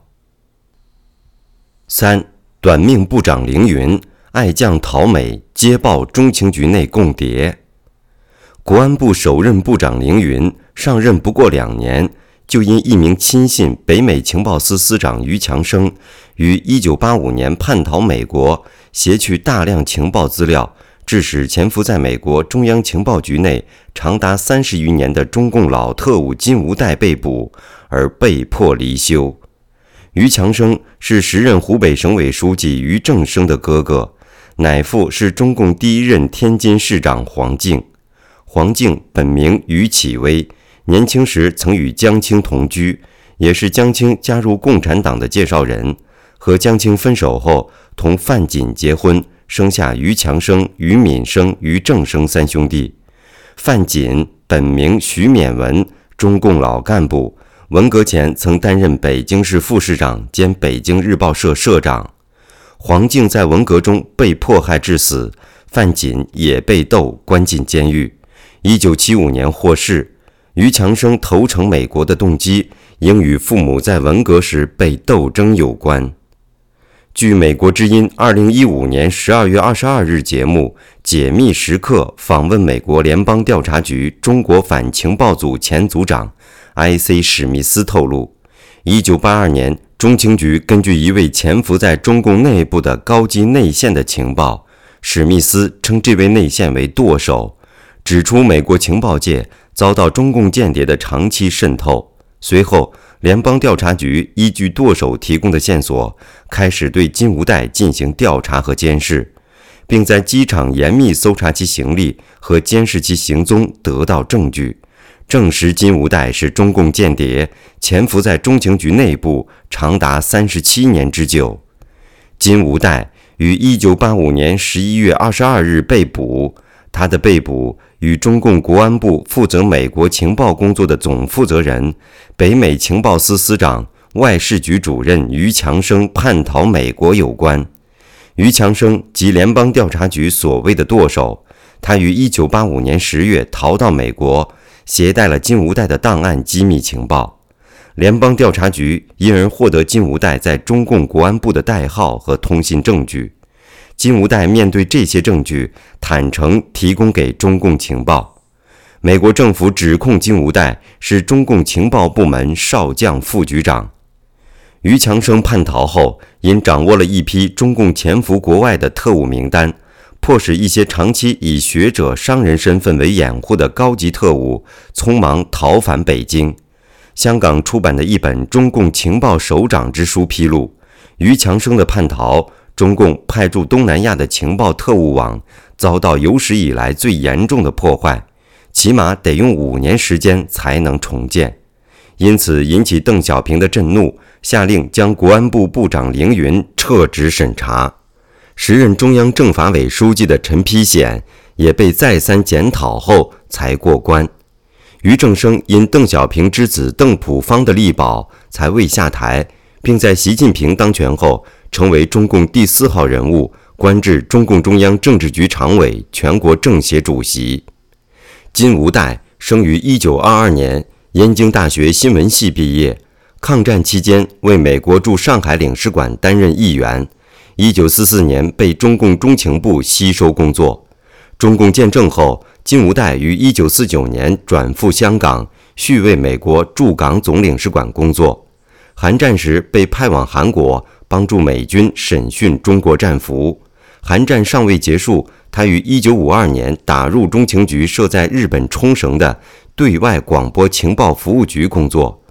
3. 短命部长凌云，爱将讨美，揭爆中情局内共谍。国安部首任部长凌云上任不过2年，就因一名亲信北美情报司司长于强生于1985年叛逃美国，挟取大量情报资料，致使潜伏在美国中央情报局内长达30余年的中共老特务金无代被捕，而被迫离休。于强生是时任湖北省委书记于正声的哥哥，乃父是中共第一任天津市长黄敬。黄敬本名于启微，年轻时曾与江青同居，也是江青加入共产党的介绍人。和江青分手后，同范锦结婚，生下于强生、于敏生、于正生3兄弟。范锦本名徐勉文，中共老干部，文革前曾担任北京市副市长兼北京日报社社长。黄敬在文革中被迫害致死，范锦也被斗关进监狱。1975年获释。于强生投诚美国的动机应与父母在文革时被斗争有关。据美国之音2015年12月22日节目《解密时刻》访问美国联邦调查局中国反情报组前组长IC 史密斯透露，1982年中情局根据一位潜伏在中共内部的高级内线的情报，史密斯称这位内线为舵手，指出美国情报界遭到中共间谍的长期渗透。随后联邦调查局依据舵手提供的线索，开始对金无代进行调查和监视，并在机场严密搜查其行李和监视其行踪，得到证据，证实金无代是中共间谍，潜伏在中情局内部长达37年之久。金无代于1985年11月22日被捕，他的被捕与中共国安部负责美国情报工作的总负责人、北美情报司司长、外事局主任于强生叛逃美国有关。于强生即联邦调查局所谓的舵手，他于1985年10月逃到美国，携带了金无代的档案机密情报。联邦调查局因而获得金无代在中共国安部的代号和通信证据。金无代面对这些证据，坦诚提供给中共情报。美国政府指控金无代是中共情报部门少将副局长。于强生叛逃后，因掌握了一批中共潜伏国外的特务名单，迫使一些长期以学者、商人身份为掩护的高级特务匆忙逃返北京。香港出版的一本《中共情报首长之书》披露，于强生的叛逃，中共派驻东南亚的情报特务网遭到有史以来最严重的破坏，起码得用5年时间才能重建。因此引起邓小平的震怒，下令将国安部部长凌云撤职审查。时任中央政法委书记的陈丕显也被再三检讨后才过关。于正声因邓小平之子邓朴方的力保才未下台，并在习近平当权后成为中共第4号人物，官至中共中央政治局常委、全国政协主席。金无代生于1922年，燕京大学新闻系毕业，抗战期间为美国驻上海领事馆担任议员。1944年被中共中情部吸收工作。中共建政后，金无代于1949年转赴香港，续为美国驻港总领事馆工作。韩战时被派往韩国，帮助美军审讯中国战俘。韩战尚未结束，他于1952年打入中情局设在日本冲绳的对外广播情报服务局工作。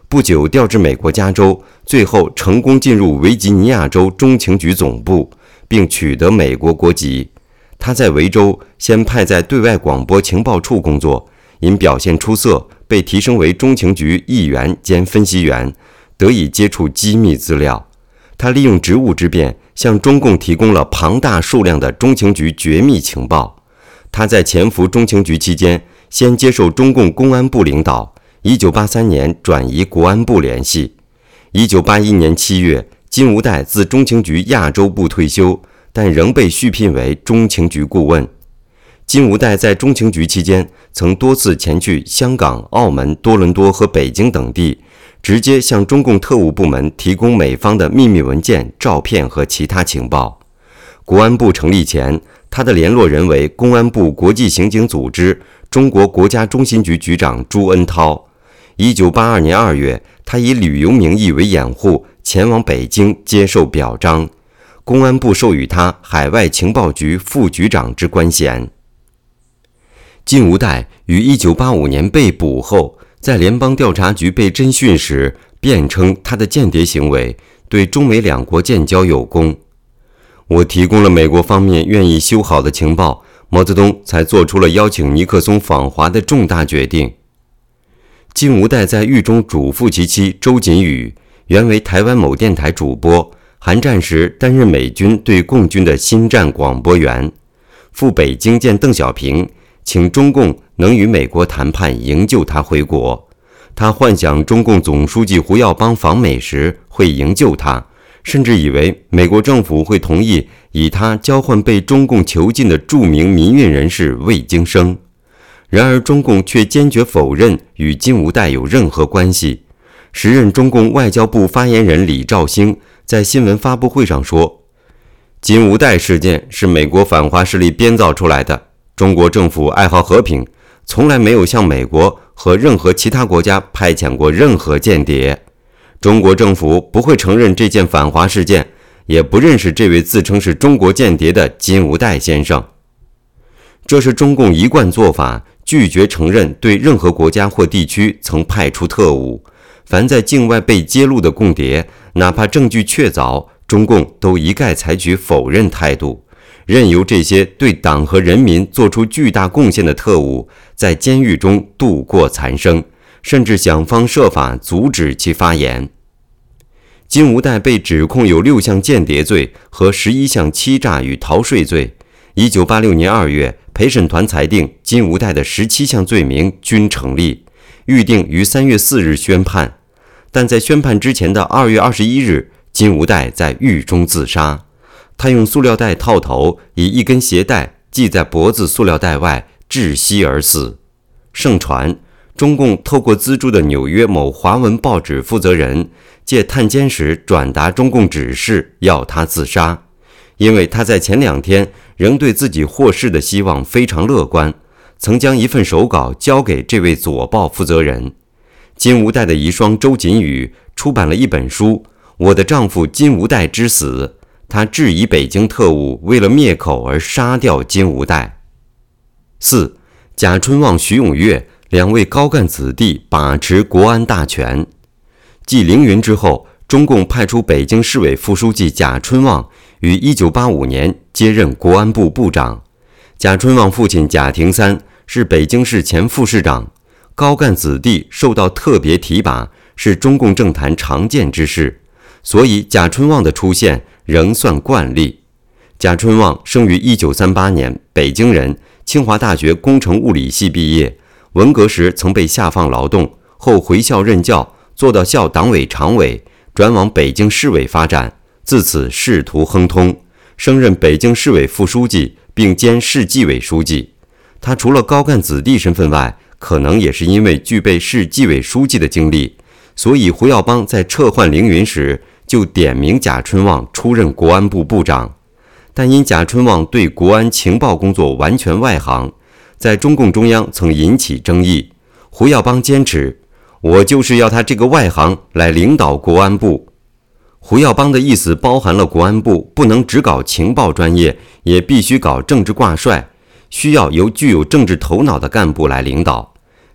不久调至美国加州，最后成功进入维吉尼亚州中情局总部，并取得美国国籍。他在维州先派在对外广播情报处工作，因表现出色，被提升为中情局议员兼分析员，得以接触机密资料。他利用职务之便，向中共提供了庞大数量的中情局绝密情报。他在潜伏中情局期间，先接受中共公安部领导，1983年转移国安部联系。1981年7月，金无代自中情局亚洲部退休，但仍被续聘为中情局顾问。金无代在中情局期间，曾多次前去香港、澳门、多伦多和北京等地，直接向中共特务部门提供美方的秘密文件、照片和其他情报。国安部成立前，他的联络人为公安部国际刑警组织中国国家中心局局长朱恩涛。1982年2月，他以旅游名义为掩护，前往北京接受表彰。公安部授予他海外情报局副局长之官衔。金无代于1985年被捕后，在联邦调查局被侦讯时，辩称他的间谍行为对中美两国建交有功。我提供了美国方面愿意修好的情报，毛泽东才做出了邀请尼克松访华的重大决定。金无代在狱中嘱咐其妻周瑾宇，原为台湾某电台主播，韩战时担任美军对共军的新战广播员，赴北京见邓小平，请中共能与美国谈判营救他回国。他幻想中共总书记胡耀邦访美时会营救他，甚至以为美国政府会同意以他交换被中共囚禁的著名民运人士魏京生。然而中共却坚决否认与金无代有任何关系。时任中共外交部发言人李肇星在新闻发布会上说，金无代事件是美国反华势力编造出来的，中国政府爱好和平，从来没有向美国和任何其他国家派遣过任何间谍。中国政府不会承认这件反华事件，也不认识这位自称是中国间谍的金无代先生。这是中共一贯做法，拒绝承认对任何国家或地区曾派出特务。凡在境外被揭露的共谍，哪怕证据确凿，中共都一概采取否认态度，任由这些对党和人民做出巨大贡献的特务在监狱中度过残生，甚至想方设法阻止其发言。金无代被指控有6项间谍罪和11项欺诈与逃税罪。1986年2月，陪审团裁定金无代的17项罪名均成立，预定于3月4日宣判。但在宣判之前的2月21日，金无代在狱中自杀。他用塑料袋套头，以一根鞋带系在脖子塑料袋外，窒息而死。盛传中共透过资助的纽约某华文报纸负责人，借探监时转达中共指示，要他自杀。因为他在前2天仍对自己获释的希望非常乐观，曾将一份手稿交给这位左报负责人。金无代的遗孀周瑾宇出版了一本书《我的丈夫金无代之死》，他质疑北京特务为了灭口而杀掉金无代。4. 贾春旺、徐永月2位高干子弟把持国安大权。继凌云之后，中共派出北京市委副书记贾春旺于1985年接任国安部部长。贾春旺父亲贾廷三是北京市前副市长，高干子弟受到特别提拔是中共政坛常见之事，所以贾春旺的出现仍算惯例。贾春旺生于1938年，北京人，清华大学工程物理系毕业，文革时曾被下放劳动，后回校任教，做到校党委常委，转往北京市委发展，自此仕途亨通，升任北京市委副书记，并兼市纪委书记。他除了高干子弟身份外，可能也是因为具备市纪委书记的经历，所以胡耀邦在撤换凌云时就点名贾春旺出任国安部部长。但因贾春旺对国安情报工作完全外行，在中共中央曾引起争议。胡耀邦坚持，我就是要他这个外行来领导国安部。胡耀邦的意思包含了国安部不能只搞情报专业，也必须搞政治挂帅，需要由具有政治头脑的干部来领导。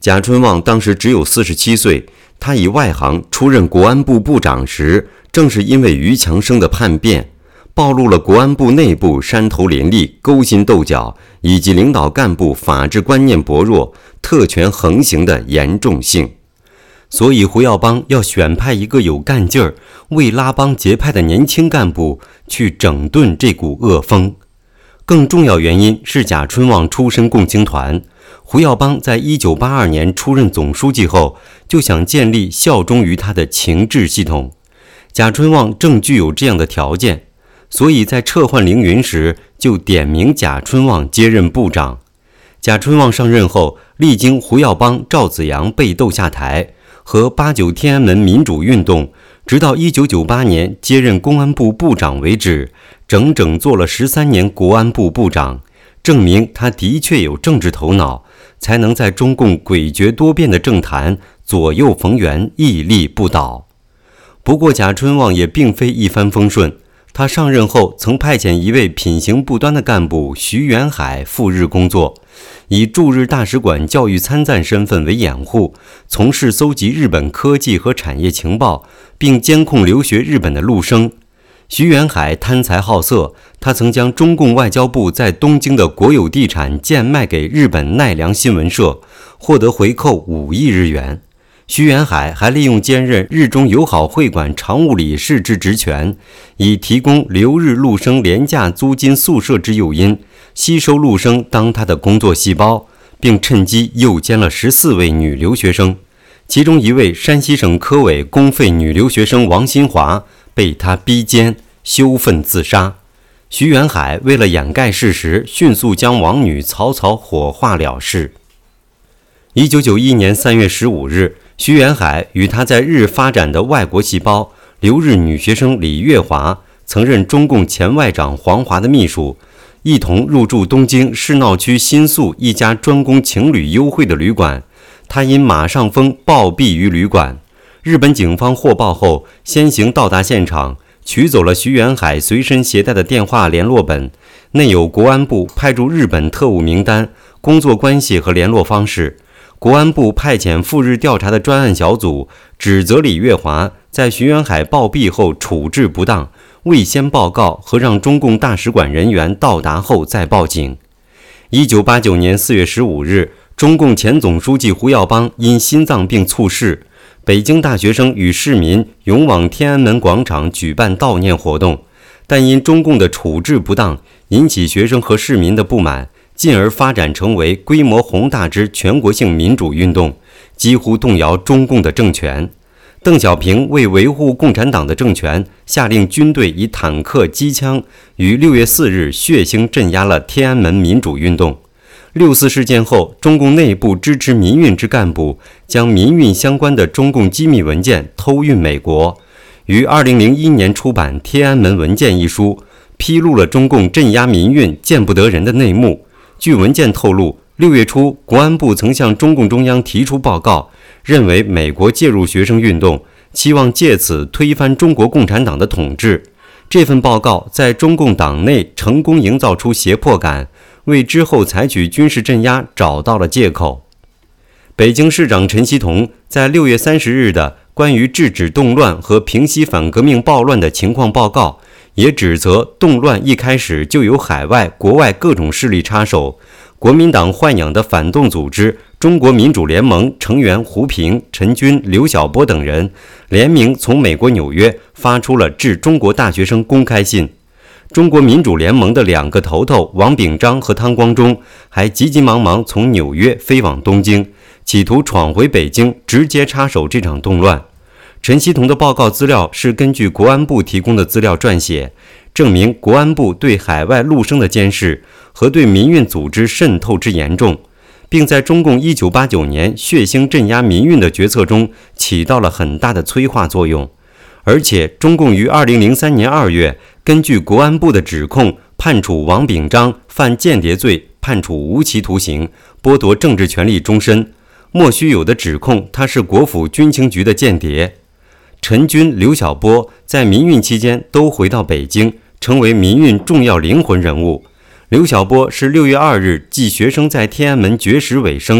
贾春旺当时只有47岁，他以外行出任国安部部长时，正是因为于强生的叛变，暴露了国安部内部山头林立、勾心斗角，以及领导干部法治观念薄弱、特权横行的严重性。所以胡耀邦要选派一个有干劲儿、为拉帮结派的年轻干部去整顿这股恶风。更重要原因是贾春旺出身共青团，胡耀邦在1982年出任总书记后，就想建立效忠于他的情治系统。贾春旺正具有这样的条件，所以在撤换凌云时就点名贾春旺接任部长。贾春旺上任后，历经胡耀邦、赵紫阳被斗下台和89天安门民主运动，直到1998年接任公安部部长为止，整整做了13年国安部部长，证明他的确有政治头脑，才能在中共诡谲多变的政坛左右逢源，屹立不倒。不过贾春旺也并非一帆风顺，他上任后曾派遣一位品行不端的干部徐元海赴日工作，以驻日大使馆教育参赞身份为掩护，从事搜集日本科技和产业情报，并监控留学日本的陆生。徐元海贪财好色，他曾将中共外交部在东京的国有地产贱卖给日本奈良新闻社，获得回扣5亿日元。徐元海还利用兼任日中友好会馆常务理事之职权，以提供留日陆生廉价租金宿舍之诱因，吸收陆生当他的工作细胞，并趁机诱奸了14位女留学生，其中一位山西省科委公费女留学生王新华被他逼奸，羞愤自杀。徐元海为了掩盖事实，迅速将王女草草火化了事。1991年3月15日，徐元海与他在日发展的外国细胞留日女学生李月华，曾任中共前外长黄华的秘书，一同入住东京市闹区新宿一家专供情侣幽会的旅馆。他因马上风暴毙于旅馆。日本警方获报后，先行到达现场，取走了徐元海随身携带的电话联络本，内有国安部派驻日本特务名单、工作关系和联络方式。国安部派遣赴日调查的专案小组指责李月华在徐元海暴毙后处置不当，未先报告和让中共大使馆人员到达后再报警。1989年4月15日，中共前总书记胡耀邦因心脏病猝逝，北京大学生与市民涌往天安门广场举办悼念活动，但因中共的处置不当，引起学生和市民的不满，进而发展成为规模宏大之全国性民主运动，几乎动摇中共的政权。邓小平为维护共产党的政权，下令军队以坦克、机枪于6月4日血腥镇压了天安门民主运动。6·4事件后，中共内部支持民运之干部将民运相关的中共机密文件偷运美国，于2001年出版《天安门文件》一书，披露了中共镇压民运见不得人的内幕。据文件透露，6月初，国安部曾向中共中央提出报告，认为美国介入学生运动，期望借此推翻中国共产党的统治。这份报告在中共党内成功营造出胁迫感，为之后采取军事镇压找到了借口。北京市长陈锡同在6月30日的关于制止动乱和平息反革命暴乱的情况报告，也指责动乱一开始就有海外、国外各种势力插手。国民党豢养的反动组织中国民主联盟成员胡平、陈军、刘晓波等人联名从美国纽约发出了致中国大学生公开信。中国民主联盟的2个头头王炳章和汤光中还急急忙忙从纽约飞往东京，企图闯回北京，直接插手这场动乱。陈锡同的报告资料是根据国安部提供的资料撰写，证明国安部对海外陆生的监视和对民运组织渗透之严重，并在中共1989年血腥镇压民运的决策中起到了很大的催化作用。而且中共于2003年2月根据国安部的指控，判处王炳章犯间谍罪，判处无期徒刑，剥夺政治权利终身。莫须有的指控他是国府军情局的间谍。陈军、刘晓波在民运期间都回到北京，成为民运重要灵魂人物。刘晓波是6月2日继学生在天安门绝食尾声，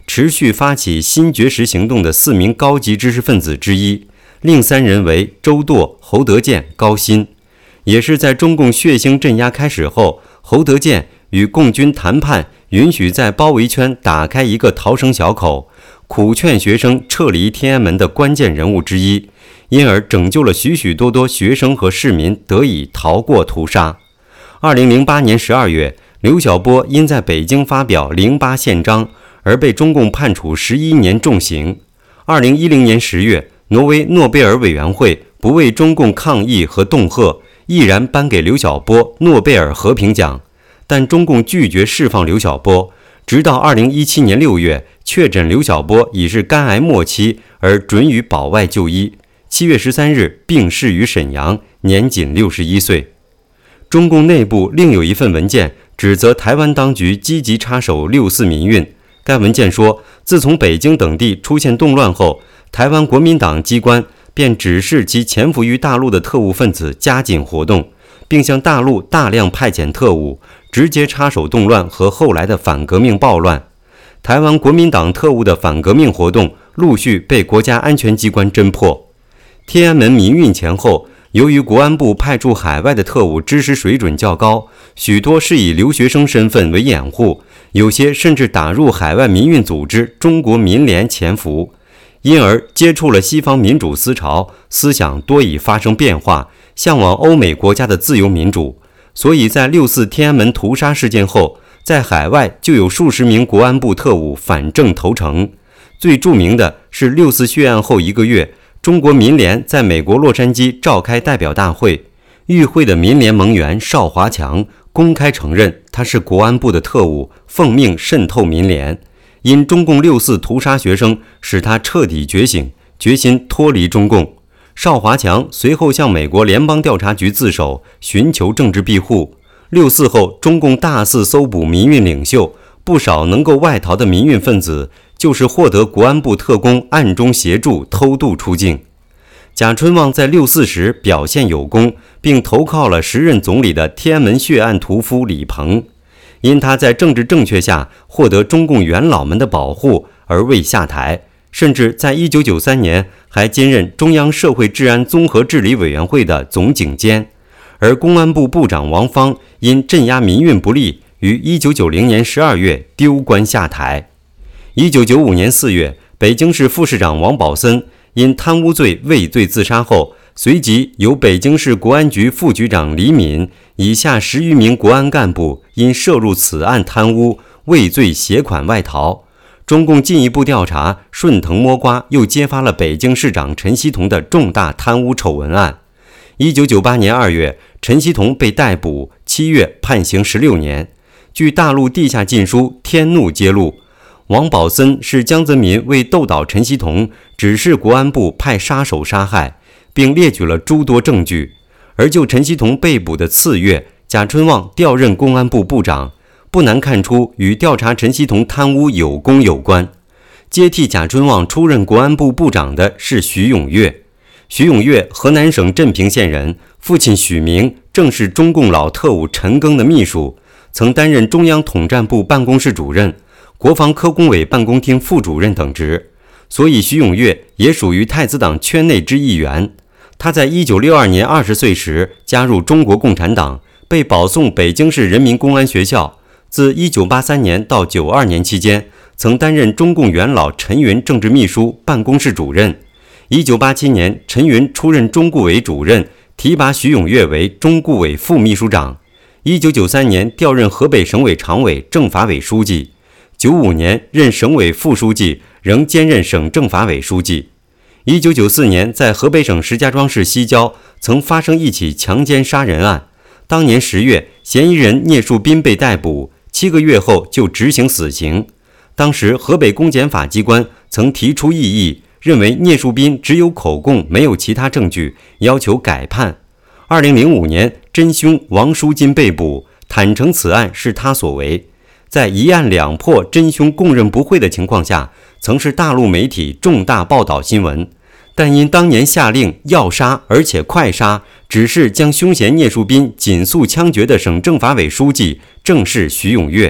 持续发起新绝食行动的4名高级知识分子之一，另3人为周舵、侯德健、高鑫。也是在中共血腥镇压开始后，侯德健与共军谈判，允许在包围圈打开一个逃生小口，苦劝学生撤离天安门的关键人物之一，因而拯救了许许多多学生和市民得以逃过屠杀。2008年12月，刘晓波因在北京发表08宪章而被中共判处11年重刑。2010年10月，挪威诺贝尔委员会不为中共抗议和恫吓，毅然颁给刘晓波诺贝尔和平奖，但中共拒绝释放刘晓波，直到2017年6月，确诊刘晓波已是肝癌末期，而准予保外就医。7月13日病逝于沈阳，年仅61岁。中共内部另有一份文件指责台湾当局积极插手6·4民运。该文件说，自从北京等地出现动乱后，台湾国民党机关便指示其潜伏于大陆的特务分子加紧活动，并向大陆大量派遣特务，直接插手动乱和后来的反革命暴乱。台湾国民党特务的反革命活动陆续被国家安全机关侦破。天安门民运前后，由于国安部派驻海外的特务知识水准较高，许多是以留学生身份为掩护，有些甚至打入海外民运组织中国民联潜伏，因而接触了西方民主思潮，思想多已发生变化，向往欧美国家的自由民主。所以在6·4天安门屠杀事件后，在海外就有数十名国安部特务反正投诚。最著名的是6·4血案后1个月，中国民联在美国洛杉矶召开代表大会，与会的民联盟员邵华强公开承认他是国安部的特务，奉命渗透民联。因中共6·4屠杀学生，使他彻底觉醒，决心脱离中共。邵华强随后向美国联邦调查局自首，寻求政治庇护。6·4后，中共大肆搜捕民运领袖，不少能够外逃的民运分子就是获得国安部特工暗中协助偷渡出境。贾春旺在6·4时表现有功，并投靠了时任总理的天安门血案屠夫李鹏，因他在政治正确下获得中共元老们的保护而未下台，甚至在1993年还兼任中央社会治安综合治理委员会的总警监。而公安部部长王芳因镇压民运不力，于1990年12月丢官下台。1995年4月，北京市副市长王宝森因贪污罪畏罪自杀后，随即由北京市国安局副局长李敏以下10余名国安干部因涉入此案贪污畏罪携款外逃。中共进一步调查，顺藤摸瓜，又揭发了北京市长陈锡同的重大贪污丑闻案。1998年2月，陈锡同被逮捕，7月判刑16年。据大陆地下禁书《天怒》揭露，王宝森是江泽民为斗倒陈锡同，指示国安部派杀手杀害，并列举了诸多证据。而就陈锡同被捕的次月，贾春旺调任公安部部长，不难看出与调查陈锡同贪污有功有关。接替贾春旺出任国安部部长的是徐永月。徐永月，河南省镇平县人，父亲许明正是中共老特务陈赓的秘书，曾担任中央统战部办公室主任、国防科工委办公厅副主任等职，所以徐永月也属于太子党圈内之一员。他在1962年20岁时加入中国共产党，被保送北京市人民公安学校。自1983年到92年期间，曾担任中共元老陈云政治秘书办公室主任。1987年，陈云出任中顾委主任，提拔徐永月为中顾委副秘书长。1993年调任河北省委常委、政法委书记。95年任省委副书记，仍兼任省政法委书记。1994年在河北省石家庄市西郊曾发生一起强奸杀人案，当年10月，嫌疑人聂树斌被逮捕，7个月后就执行死刑。当时河北公检法机关曾提出异议，认为聂树斌只有口供，没有其他证据，要求改判。2005年，真凶王书金被捕，坦承此案是他所为。在一案两破、真凶供认不讳的情况下，曾是大陆媒体重大报道新闻。但因当年下令要杀，而且快杀，指示将凶嫌聂树斌紧速枪决的省政法委书记正是徐永月，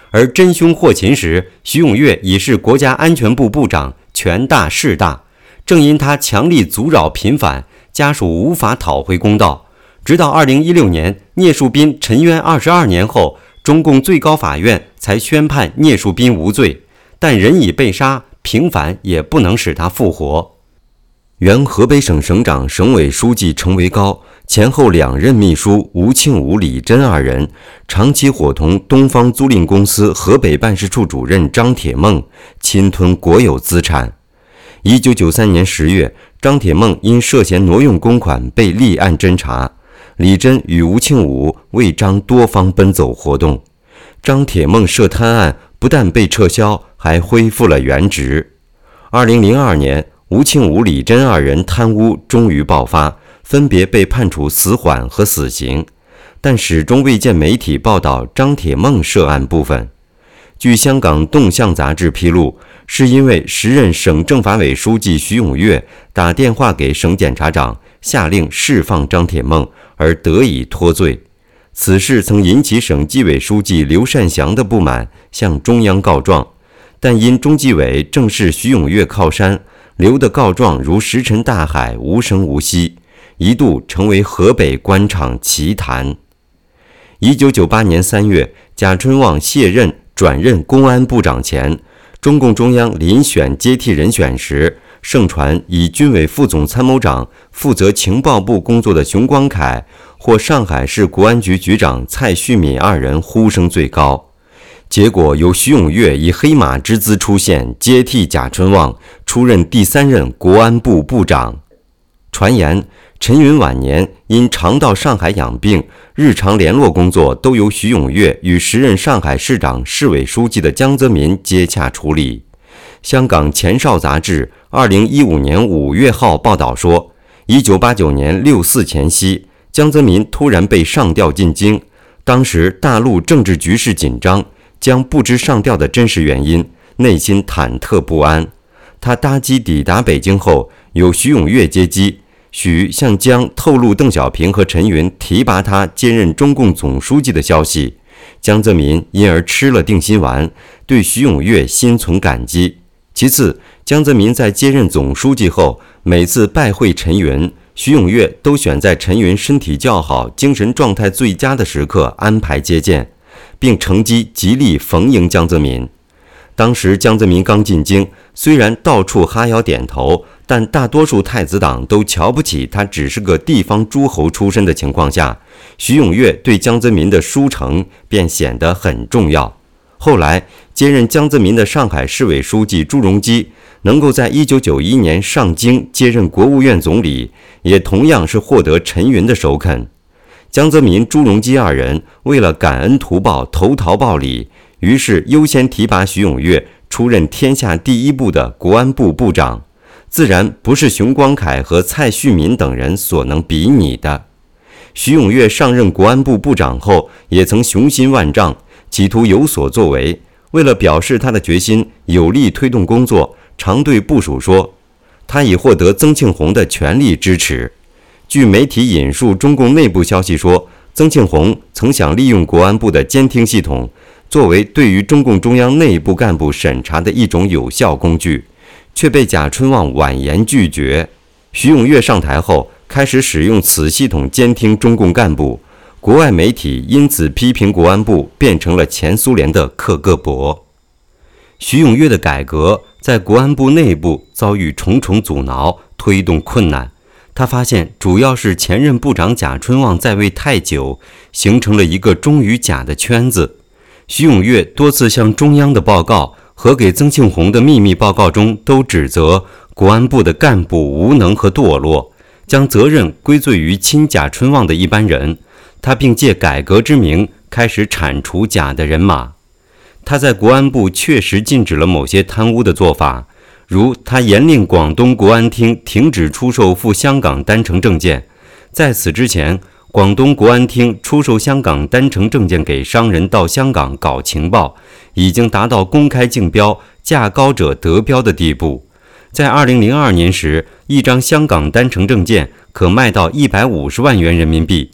而真凶获擒时，徐永月已是国家安全部部长，权大势大。正因他强力阻扰频繁，家属无法讨回公道。直到2016年，聂树斌沉冤22年后，中共最高法院才宣判聂树斌无罪。但人已被杀，平反也不能使他复活。 原河北省省长、省委书记程维高前后2任秘书吴庆武、李真2人，长期伙同东方租赁公司河北办事处主任张铁梦侵吞国有资产。1993年10月，张铁梦因涉嫌挪用公款被立案侦查，李真与吴庆武为张多方奔走活动。张铁梦涉贪案不但被撤销，还恢复了原职。2002年，吴庆武、李真2人贪污终于爆发，分别被判处死缓和死刑，但始终未见媒体报道张铁梦涉案部分。据香港动向杂志披露，是因为时任省政法委书记徐永月打电话给省检察长，下令释放张铁梦，而得以脱罪。此事曾引起省纪委书记刘善祥的不满，向中央告状，但因中纪委正是徐永月靠山，刘的告状如石沉大海，无声无息，一度成为河北官场奇谈。1998年3月，贾春旺卸任转任公安部长前，中共中央遴选接替人选时，盛传以军委副总参谋长、负责情报部工作的熊光凯或上海市国安局局长蔡旭敏2人呼声最高。结果由徐永月以黑马之姿出现，接替贾春旺，出任第3任国安部部长。传言陈云晚年因常到上海养病，日常联络工作都由徐永月与时任上海市长、市委书记的江泽民接洽处理。香港前哨杂志2015年5月号报道说，1989年6·4前夕，江泽民突然被上调进京，当时大陆政治局势紧张，江不知上调的真实原因，内心忐忑不安。他搭机抵达北京后，有徐永月接机，许向江透露邓小平和陈云提拔他接任中共总书记的消息。江泽民因而吃了定心丸，对徐永月心存感激。其次，江泽民在接任总书记后，每次拜会陈云，徐永月都选在陈云身体较好、精神状态最佳的时刻安排接见，并乘机极力逢迎江泽民。当时江泽民刚进京，虽然到处哈腰点头，但大多数太子党都瞧不起他只是个地方诸侯出身的情况下，徐永月对江泽民的书诚便显得很重要。后来接任江泽民的上海市委书记朱镕基能够在1991年上京接任国务院总理，也同样是获得陈云的首肯。江泽民、朱镕基2人为了感恩图报、投桃报李，于是优先提拔徐永月出任天下第1部的国安部部长，自然不是熊光凯和蔡旭敏等人所能比拟的。徐永月上任国安部部长后，也曾雄心万丈，企图有所作为。为了表示他的决心，有力推动工作，常对部属说，他已获得曾庆红的全力支持。据媒体引述中共内部消息说，曾庆红曾想利用国安部的监听系统，作为对于中共中央内部干部审查的一种有效工具，却被贾春旺婉言拒绝。徐永月上台后，开始使用此系统监听中共干部，国外媒体因此批评国安部变成了前苏联的克格勃。徐永月的改革在国安部内部遭遇重重阻挠，推动困难。他发现主要是前任部长贾春旺在位太久，形成了一个忠于贾的圈子。徐永月多次向中央的报告和给曾庆红的秘密报告中都指责国安部的干部无能和堕落，将责任归罪于亲贾春旺的一般人。他并借改革之名开始铲除贾的人马。他在国安部确实禁止了某些贪污的做法，如他严令广东国安厅停止出售赴香港单程证件。在此之前，广东国安厅出售香港单程证件给商人到香港搞情报，已经达到公开竞标、价高者得标的地步。在2002年时，一张香港单程证件可卖到150万元人民币。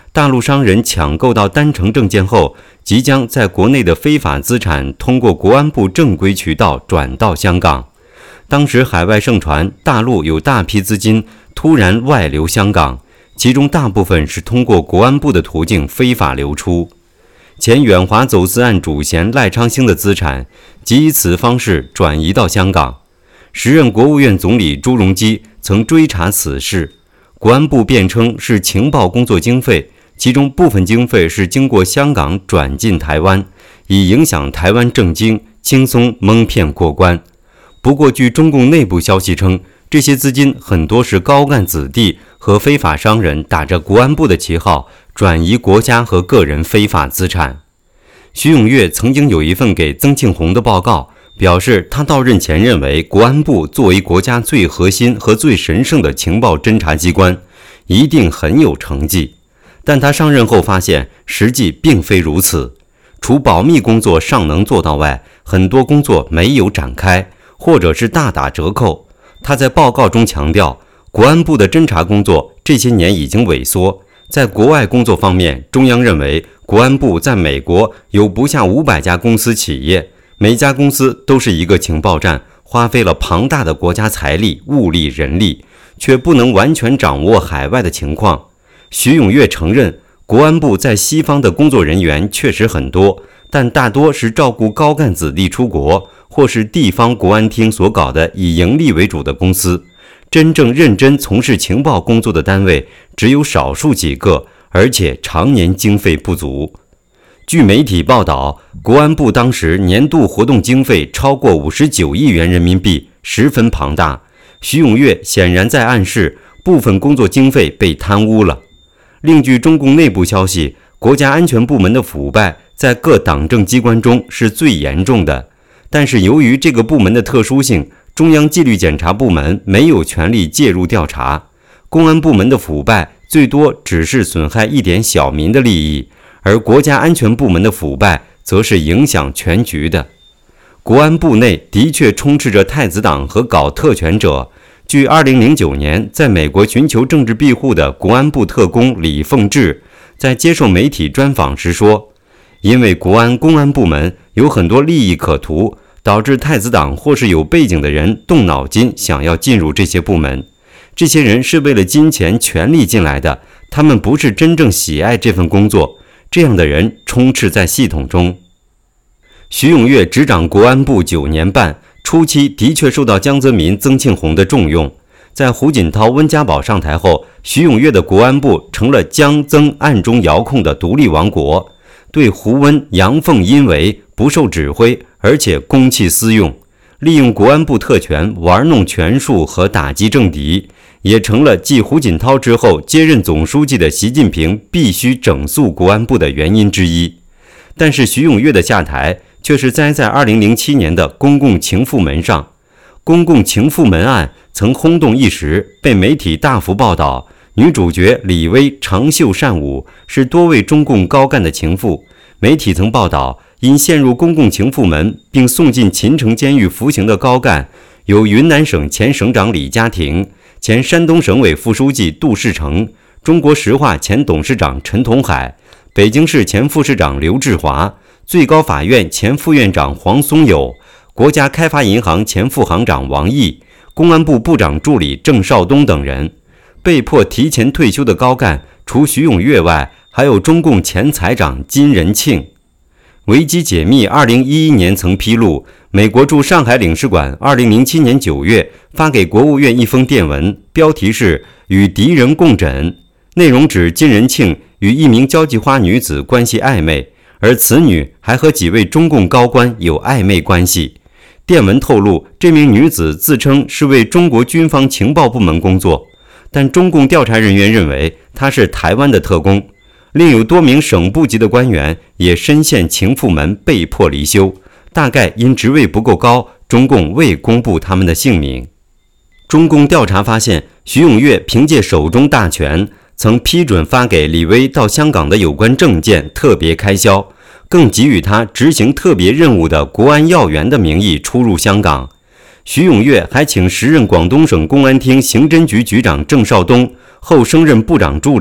大陆商人抢购到单程证件后，即将在国内的非法资产通过国安部正规渠道转到香港。当时海外盛传大陆有大批资金突然外流香港，其中大部分是通过国安部的途径非法流出。前远华走私案主嫌赖昌星的资产即以此方式转移到香港。时任国务院总理朱镕基曾追查此事，国安部辩称是情报工作经费，其中部分经费是经过香港转进台湾，以影响台湾政经，轻松蒙骗过关。不过据中共内部消息称，这些资金很多是高干子弟和非法商人打着国安部的旗号转移国家和个人非法资产。徐永月曾经有一份给曾庆红的报告，表示他到任前认为国安部作为国家最核心和最神圣的情报侦察机关，一定很有成绩。但他上任后发现实际并非如此，除保密工作尚能做到外，很多工作没有展开，或者是大打折扣。他在报告中强调，国安部的侦察工作这些年已经萎缩。在国外工作方面，中央认为国安部在美国有不下500家公司企业，每家公司都是一个情报站，花费了庞大的国家财力、物力、人力，却不能完全掌握海外的情况。徐永月承认，国安部在西方的工作人员确实很多，但大多是照顾高干子弟出国，或是地方国安厅所搞的以盈利为主的公司。真正认真从事情报工作的单位只有少数几个，而且常年经费不足。据媒体报道，国安部当时年度活动经费超过59亿元人民币，十分庞大。徐永月显然在暗示部分工作经费被贪污了。另据中共内部消息，国家安全部门的腐败在各党政机关中是最严重的，但是由于这个部门的特殊性，中央纪律检查部门没有权力介入调查，公安部门的腐败最多只是损害一点小民的利益，而国家安全部门的腐败则是影响全局的。国安部内的确充斥着太子党和搞特权者。据2009年在美国寻求政治庇护的国安部特工李凤智在接受媒体专访时说，因为国安公安部门有很多利益可图，导致太子党或是有背景的人动脑筋想要进入这些部门。这些人是为了金钱权力进来的，他们不是真正喜爱这份工作，这样的人充斥在系统中。徐永月执掌国安部9年半，初期的确受到江泽民、曾庆红的重用。在胡锦涛、温家宝上台后，徐永月的国安部成了江曾暗中遥控的独立王国，对胡温、杨凤因为不受指挥，而且公器私用，利用国安部特权玩弄权术和打击政敌，也成了继胡锦涛之后接任总书记的习近平必须整肃国安部的原因之一。但是徐永月的下台却是栽在2007年的公共情妇门上。公共情妇门案曾轰动一时，被媒体大幅报道，女主角李薇长袖善舞，是多位中共高干的情妇。媒体曾报道，因陷入公共情妇门并送进秦城监狱服刑的高干有云南省前省长李家庭、前山东省委副书记杜世成、中国石化前董事长陈同海、北京市前副市长刘志华、最高法院前副院长黄松友、国家开发银行前副行长王毅、公安部部长助理郑少东等人。被迫提前退休的高干除徐永月外，还有中共前财长金仁庆。维基解密2011年曾披露，美国驻上海领事馆2007年9月发给国务院一封电文，标题是“与敌人共枕”，内容指金仁庆与一名交际花女子关系暧昧，而此女还和几位中共高官有暧昧关系。电文透露，这名女子自称是为中国军方情报部门工作，但中共调查人员认为她是台湾的特工。另有多名省部级的官员也深陷情妇门，被迫离休，大概因职位不够高，中共未公布他们的姓名。中共调查发现，徐永月凭借手中大权，曾批准发给李薇到香港的有关证件特别开销，更给予他执行特别任务的国安要员的名义出入香港。徐永月还请时任广东省公安厅刑侦局局长郑少东，后升任部长助理，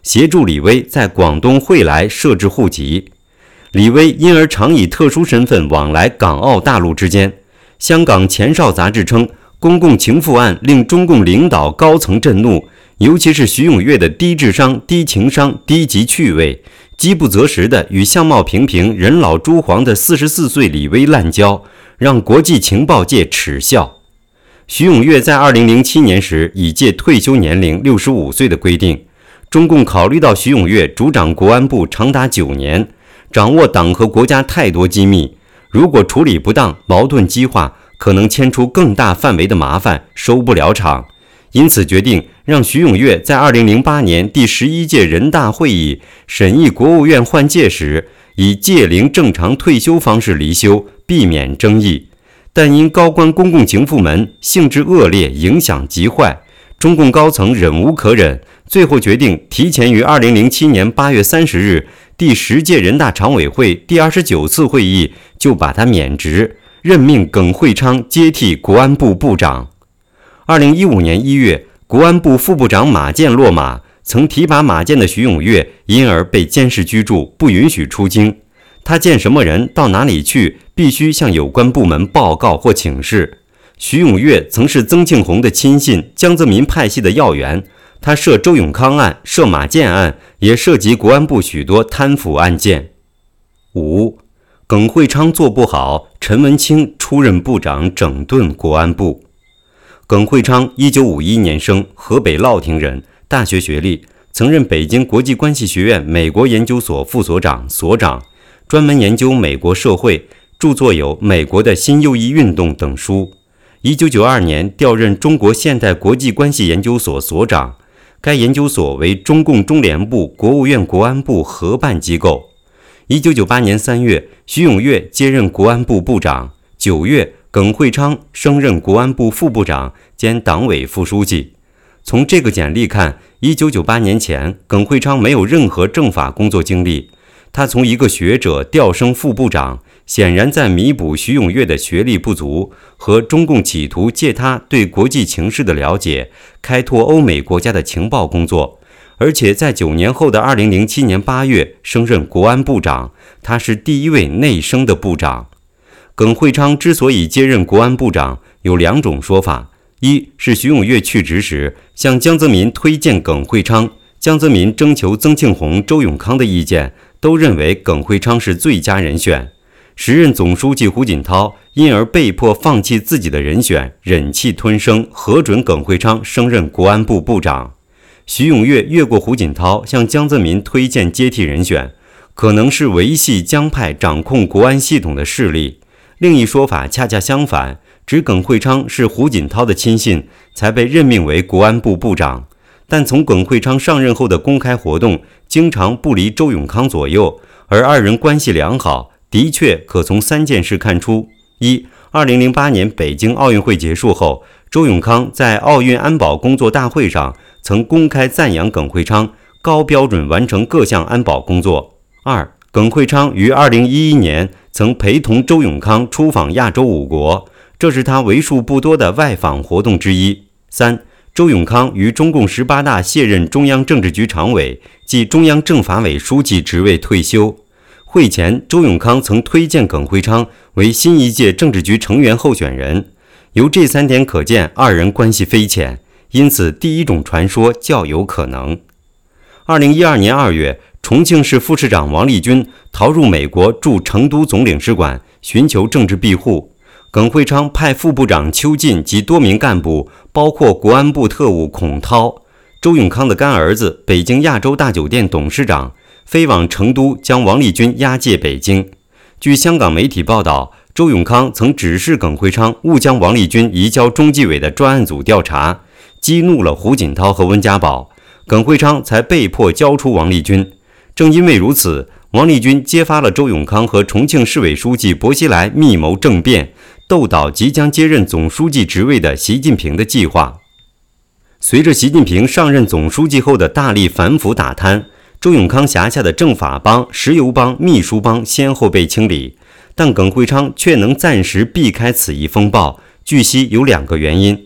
协助李威在广东惠来设置户籍。李威因而常以特殊身份往来港澳大陆之间。香港前哨杂志称，公共情妇案令中共领导高层震怒，尤其是徐永月的低智商、低情商、低级趣味，饥不择食的与相貌平平、人老珠黄的44岁李威滥交，让国际情报界耻笑。徐永月在2007年时已届退休年龄65岁的规定，中共考虑到徐永月主掌国安部长达9年，掌握党和国家太多机密，如果处理不当，矛盾激化，可能牵出更大范围的麻烦，收不了场。因此决定让徐永月在2008年第11届人大会议审议国务院换届时，以届龄正常退休方式离休，避免争议。但因高官公共情妇们性质恶劣，影响极坏，中共高层忍无可忍，最后决定提前于2007年8月30日第10届人大常委会第29次会议就把他免职，任命耿会昌接替国安部部长。2015年1月，国安部副部长马建落马，曾提拔马建的徐永月因而被监视居住，不允许出京。他见什么人，到哪里去，必须向有关部门报告或请示。徐永月曾是曾庆红的亲信，江泽民派系的要员。他涉周永康案、涉马建案，也涉及国安部许多贪腐案件。5. 耿会昌做不好，陈文清出任部长，整顿国安部。耿会昌1951年生，河北乐亭人，大学学历，曾任北京国际关系学院美国研究所副所长、所长，专门研究美国社会，著作有《美国的新右翼运动》等书。1992年调任中国现代国际关系研究所所长，该研究所为中共中联部、国务院国安部合办机构。1998年3月，徐永月接任国安部部长，9月，耿会昌升任国安部副部长兼党委副书记。从这个简历看，1998年前，耿会昌没有任何政法工作经历。他从一个学者调升副部长，显然在弥补徐永月的学历不足和中共企图借他对国际情势的了解，开拓欧美国家的情报工作。而且在9年后的2007年8月升任国安部长，他是第一位内升的部长。耿会昌之所以接任国安部长，有2种说法：一是徐永月去职时向江泽民推荐耿会昌，江泽民征求曾庆红、周永康的意见，都认为耿会昌是最佳人选。时任总书记胡锦涛因而被迫放弃自己的人选，忍气吞声，核准耿会昌升任国安部部长。徐永月越过胡锦涛向江泽民推荐接替人选，可能是维系江派掌控国安系统的势力。另一说法恰恰相反，指耿会昌是胡锦涛的亲信，才被任命为国安部部长。但从耿会昌上任后的公开活动，经常不离周永康左右，而二人关系良好，的确可从3件事看出：一、2008年北京奥运会结束后，周永康在奥运安保工作大会上曾公开赞扬耿会昌高标准完成各项安保工作。二、耿会昌于2011年曾陪同周永康出访亚洲5国，这是他为数不多的外访活动之一。三、周永康于中共18大卸任中央政治局常委及中央政法委书记职位退休。会前，周永康曾推荐耿会昌为新一届政治局成员候选人。由这3点可见，二人关系匪浅，因此第一种传说较有可能。2012年2月，重庆市副市长王立军逃入美国驻成都总领事馆，寻求政治庇护。耿会昌派副部长邱进及多名干部，包括国安部特务孔涛、周永康的干儿子、北京亚洲大酒店董事长，飞往成都将王立军押解北京。据香港媒体报道，周永康曾指示耿会昌误将王立军移交中纪委的专案组调查，激怒了胡锦涛和温家宝，耿会昌才被迫交出王立军。正因为如此，王立军揭发了周永康和重庆市委书记薄熙来密谋政变，斗倒即将接任总书记职位的习近平的计划。随着习近平上任总书记后的大力反腐打贪，周永康辖下的政法帮、石油帮、秘书帮先后被清理，但耿会昌却能暂时避开此一风暴，据悉有2个原因：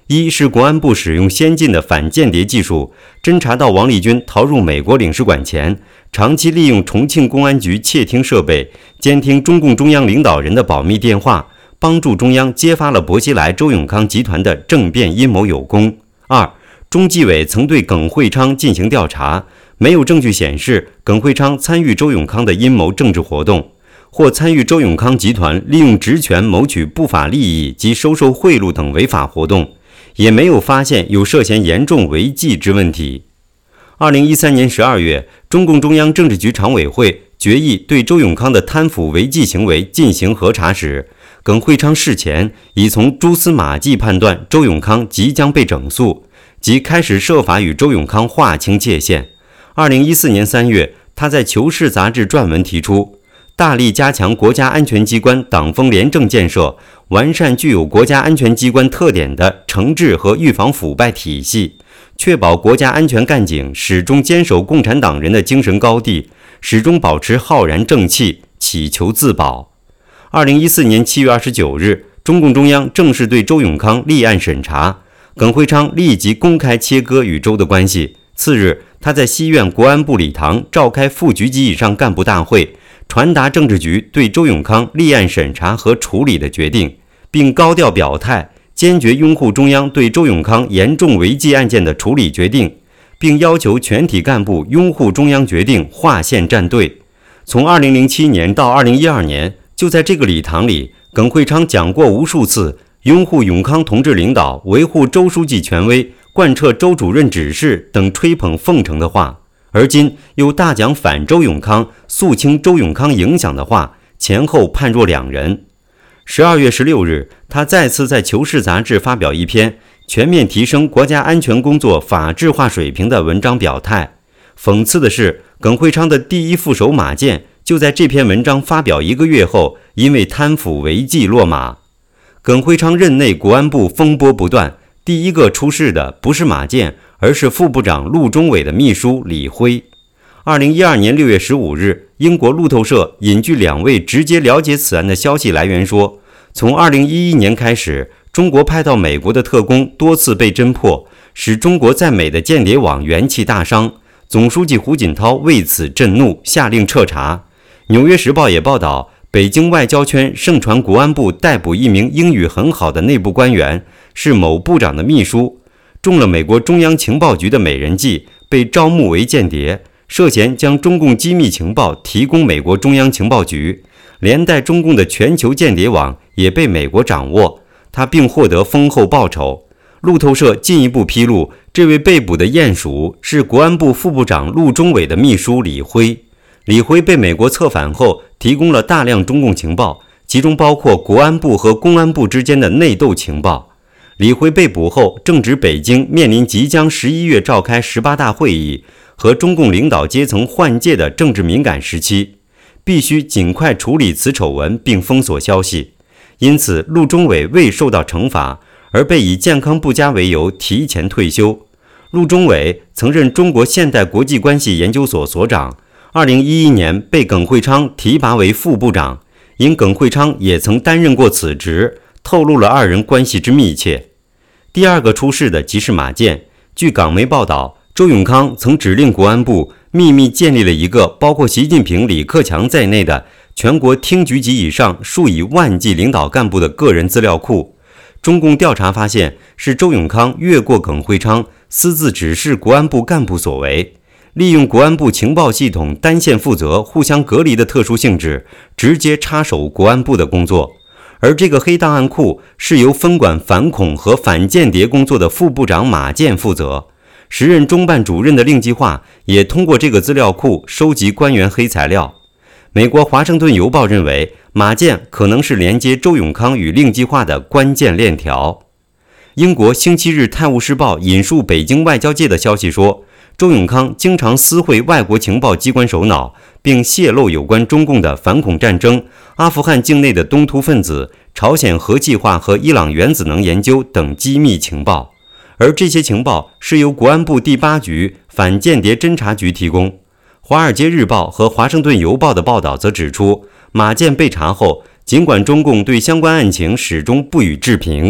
一是国安部使用先进的反间谍技术，侦查到王立军逃入美国领事馆前，长期利用重庆公安局窃听设备监听中共中央领导人的保密电话，帮助中央揭发了薄熙来、周永康集团的政变阴谋有功。二，中纪委曾对耿会昌进行调查，没有证据显示耿会昌参与周永康的阴谋政治活动，或参与周永康集团利用职权谋取不法利益及收受贿赂等违法活动，也没有发现有涉嫌严重违纪之问题。2013年12月，中共中央政治局常委会决议对周永康的贪腐违纪行为进行核查时，耿会昌事前已从蛛丝马迹判断周永康即将被整肃，即开始设法与周永康划清界限。2014年3月，他在《求是》杂志撰文提出，大力加强国家安全机关党风廉政建设，完善具有国家安全机关特点的惩治和预防腐败体系，确保国家安全干警始终坚守共产党人的精神高地，始终保持浩然正气，祈求自保。2014年7月29日，中共中央正式对周永康立案审查，耿会昌立即公开切割与周的关系。次日，他在西苑国安部礼堂召开副局级以上干部大会，传达政治局对周永康立案审查和处理的决定，并高调表态，坚决拥护中央对周永康严重违纪案件的处理决定，并要求全体干部拥护中央决定，划线站队。从2007年到2012年，就在这个礼堂里，耿会昌讲过无数次拥护永康同志领导、维护周书记权威、贯彻周主任指示等吹捧奉承的话，而今又大讲反周永康、肃清周永康影响的话，前后判若两人。12月16日，他再次在《求是》杂志发表一篇全面提升国家安全工作法治化水平的文章表态。讽刺的是，耿会昌的第一副手马建就在这篇文章发表1个月后，因为贪腐违纪落马。耿会昌任内国安部风波不断，第一个出事的不是马建，而是副部长陆中伟的秘书李辉。2012年6月15日，英国路透社引据2位直接了解此案的消息来源说，从2011年开始，中国派到美国的特工多次被侦破，使中国在美的间谍网元气大伤。总书记胡锦涛为此震怒，下令彻查。纽约时报也报道，北京外交圈盛传国安部逮捕一名英语很好的内部官员，是某部长的秘书，中了美国中央情报局的美人计，被招募为间谍，涉嫌将中共机密情报提供美国中央情报局，连带中共的全球间谍网也被美国掌握，他并获得丰厚报酬。路透社进一步披露，这位被捕的鼹鼠是国安部副部长陆中伟的秘书李辉。李辉被美国策反后，提供了大量中共情报，其中包括国安部和公安部之间的内斗情报。李辉被捕后，正值北京面临即将11月召开18大会议和中共领导阶层换届的政治敏感时期，必须尽快处理此丑闻并封锁消息。因此，陆中伟未受到惩罚，而被以健康不佳为由提前退休。陆中伟曾任中国现代国际关系研究所所长，2011年被耿会昌提拔为副部长，因耿会昌也曾担任过此职，透露了2人关系之密切。第二个出事的即是马建。据港媒报道，周永康曾指令国安部秘密建立了一个包括习近平、李克强在内的全国厅局级以上数以万计领导干部的个人资料库。中共调查发现，是周永康越过耿会昌，私自指示国安部干部所为，利用国安部情报系统单线负责、互相隔离的特殊性质，直接插手国安部的工作。而这个黑档案库是由分管反恐和反间谍工作的副部长马建负责，时任中办主任的令计划也通过这个资料库收集官员黑材料。美国华盛顿邮报认为，马建可能是连接周永康与令计划的关键链条。英国星期日泰晤士报引述北京外交界的消息说，周永康经常私会外国情报机关首脑，并泄露有关中共的反恐战争、阿富汗境内的东突分子、朝鲜核计划和伊朗原子能研究等机密情报，而这些情报是由国安部第8局反间谍侦察局提供。华尔街日报和华盛顿邮报的报道则指出，马建被查后，尽管中共对相关案情始终不予置评，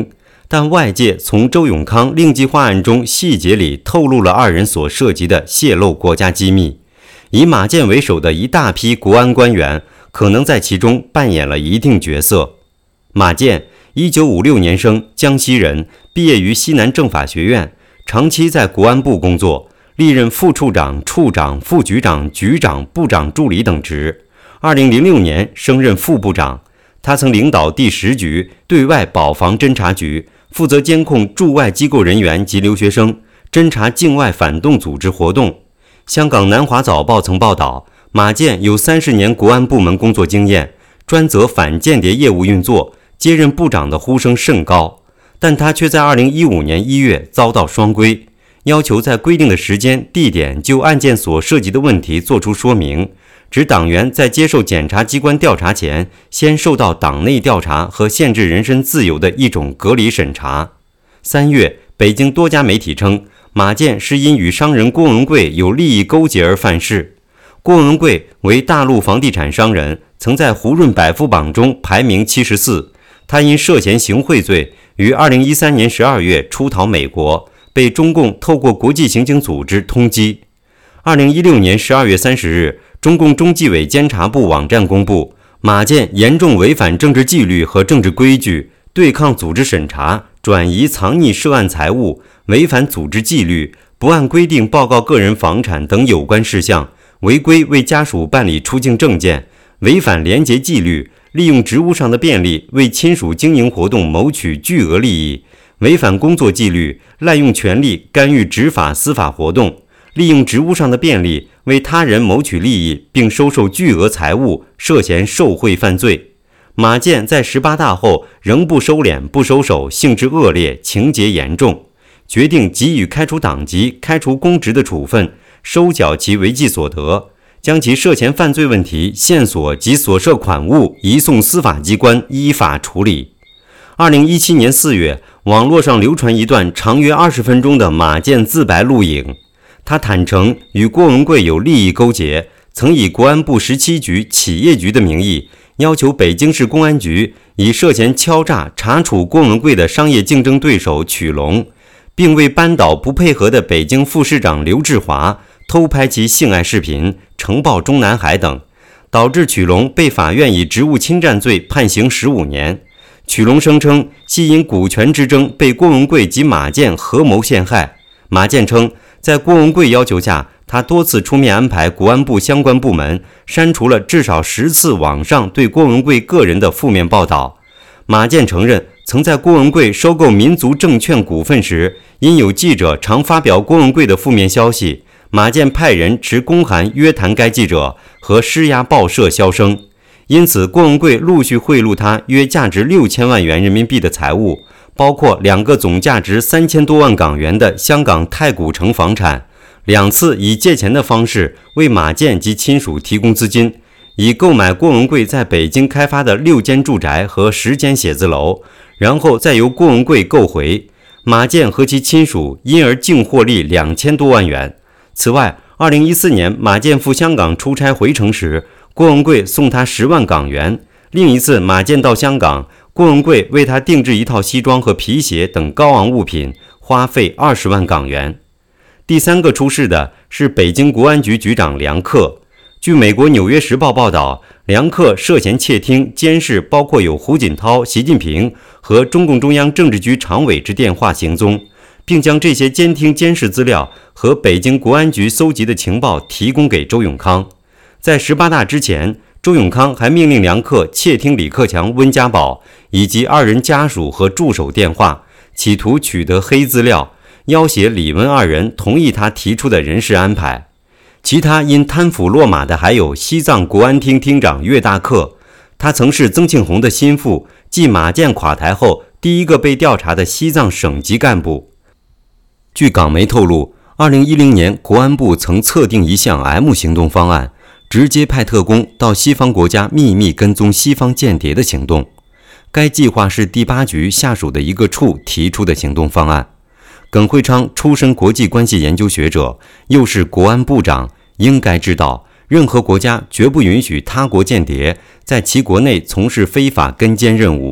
但外界从周永康令计划案中细节里透露了二人所涉及的泄露国家机密，以马建为首的一大批国安官员可能在其中扮演了一定角色。马建1956年生，江西人，毕业于西南政法学院，长期在国安部工作，历任副处长、处长、副局长、局长、部长助理等职。2006年升任副部长。他曾领导第10局对外保防侦察局，负责监控驻外机构人员及留学生，侦查境外反动组织活动。香港南华早报曾报道，马建有30年国安部门工作经验，专责反间谍业务运作，接任部长的呼声甚高。但他却在2015年1月遭到双规，要求在规定的时间、地点就案件所涉及的问题作出说明，指党员在接受检察机关调查前，先受到党内调查和限制人身自由的一种隔离审查。3月，北京多家媒体称，马建是因与商人郭文贵有利益勾结而犯事。郭文贵为大陆房地产商人，曾在胡润百富榜中排名74。他因涉嫌行贿罪，于2013年12月出逃美国，被中共透过国际刑警组织通缉。2016年12月30日，中共中纪委监察部网站公布，马建严重违反政治纪律和政治规矩，对抗组织审查，转移藏匿涉案财物，违反组织纪律，不按规定报告个人房产等有关事项，违规为家属办理出境证件，违反廉洁纪律，利用职务上的便利为亲属经营活动谋取巨额利益，违反工作纪律，滥用权力干预执法司法活动，利用职务上的便利为他人谋取利益并收受巨额财物，涉嫌受贿犯罪。马建在18大后仍不收敛不收手，性质恶劣，情节严重，决定给予开除党籍、开除公职的处分，收缴其违纪所得，将其涉嫌犯罪问题线索及所涉款物移送司法机关依法处理。2017年4月，网络上流传一段长约20分钟的马建自白录影。他坦诚与郭文贵有利益勾结，曾以国安部17局企业局的名义，要求北京市公安局以涉嫌敲诈查处郭文贵的商业竞争对手曲龙，并为扳倒不配合的北京副市长刘志华，偷拍其性爱视频，呈报中南海等，导致曲龙被法院以职务侵占罪判刑15年。曲龙声称系因股权之争被郭文贵及马建合谋陷害。马建称，在郭文贵要求下，他多次出面安排国安部相关部门删除了至少10次网上对郭文贵个人的负面报道。马建承认，曾在郭文贵收购民族证券股份时，因有记者常发表郭文贵的负面消息，马建派人持公函约谈该记者和施压报社销声。因此，郭文贵陆续贿赂他约价值6000万元人民币的财物，包括2个总价值3000多万港元的香港太古城房产，2次以借钱的方式为马建及亲属提供资金，以购买郭文贵在北京开发的6间住宅和10间写字楼，然后再由郭文贵购回。马建和其亲属因而净获利2000多万元。此外，2014年马建赴香港出差回程时，郭文贵送他10万港元。另一次马建到香港，郭文贵为他定制一套西装和皮鞋等高昂物品，花费20万港元。第3个出事的是北京国安局局长梁克。据美国《纽约时报》报道，梁克涉嫌窃听、监视包括有胡锦涛、习近平和中共中央政治局常委之电话行踪，并将这些监听监视资料和北京国安局搜集的情报提供给周永康。在18大之前，周永康还命令梁克窃听李克强、温家宝以及2人家属和助手电话，企图取得黑资料，要挟李温2人同意他提出的人事安排。其他因贪腐落马的还有西藏国安厅厅长岳大克，他曾是曾庆红的心腹，继马建垮台后第一个被调查的西藏省级干部。据港媒透露，2010年国安部曾测定一项 M 行动方案，直接派特工到西方国家秘密跟踪西方间谍的行动。该计划是第8局下属的一个处提出的行动方案。耿会昌出身国际关系研究学者，又是国安部长，应该知道，任何国家绝不允许他国间谍在其国内从事非法跟监任务，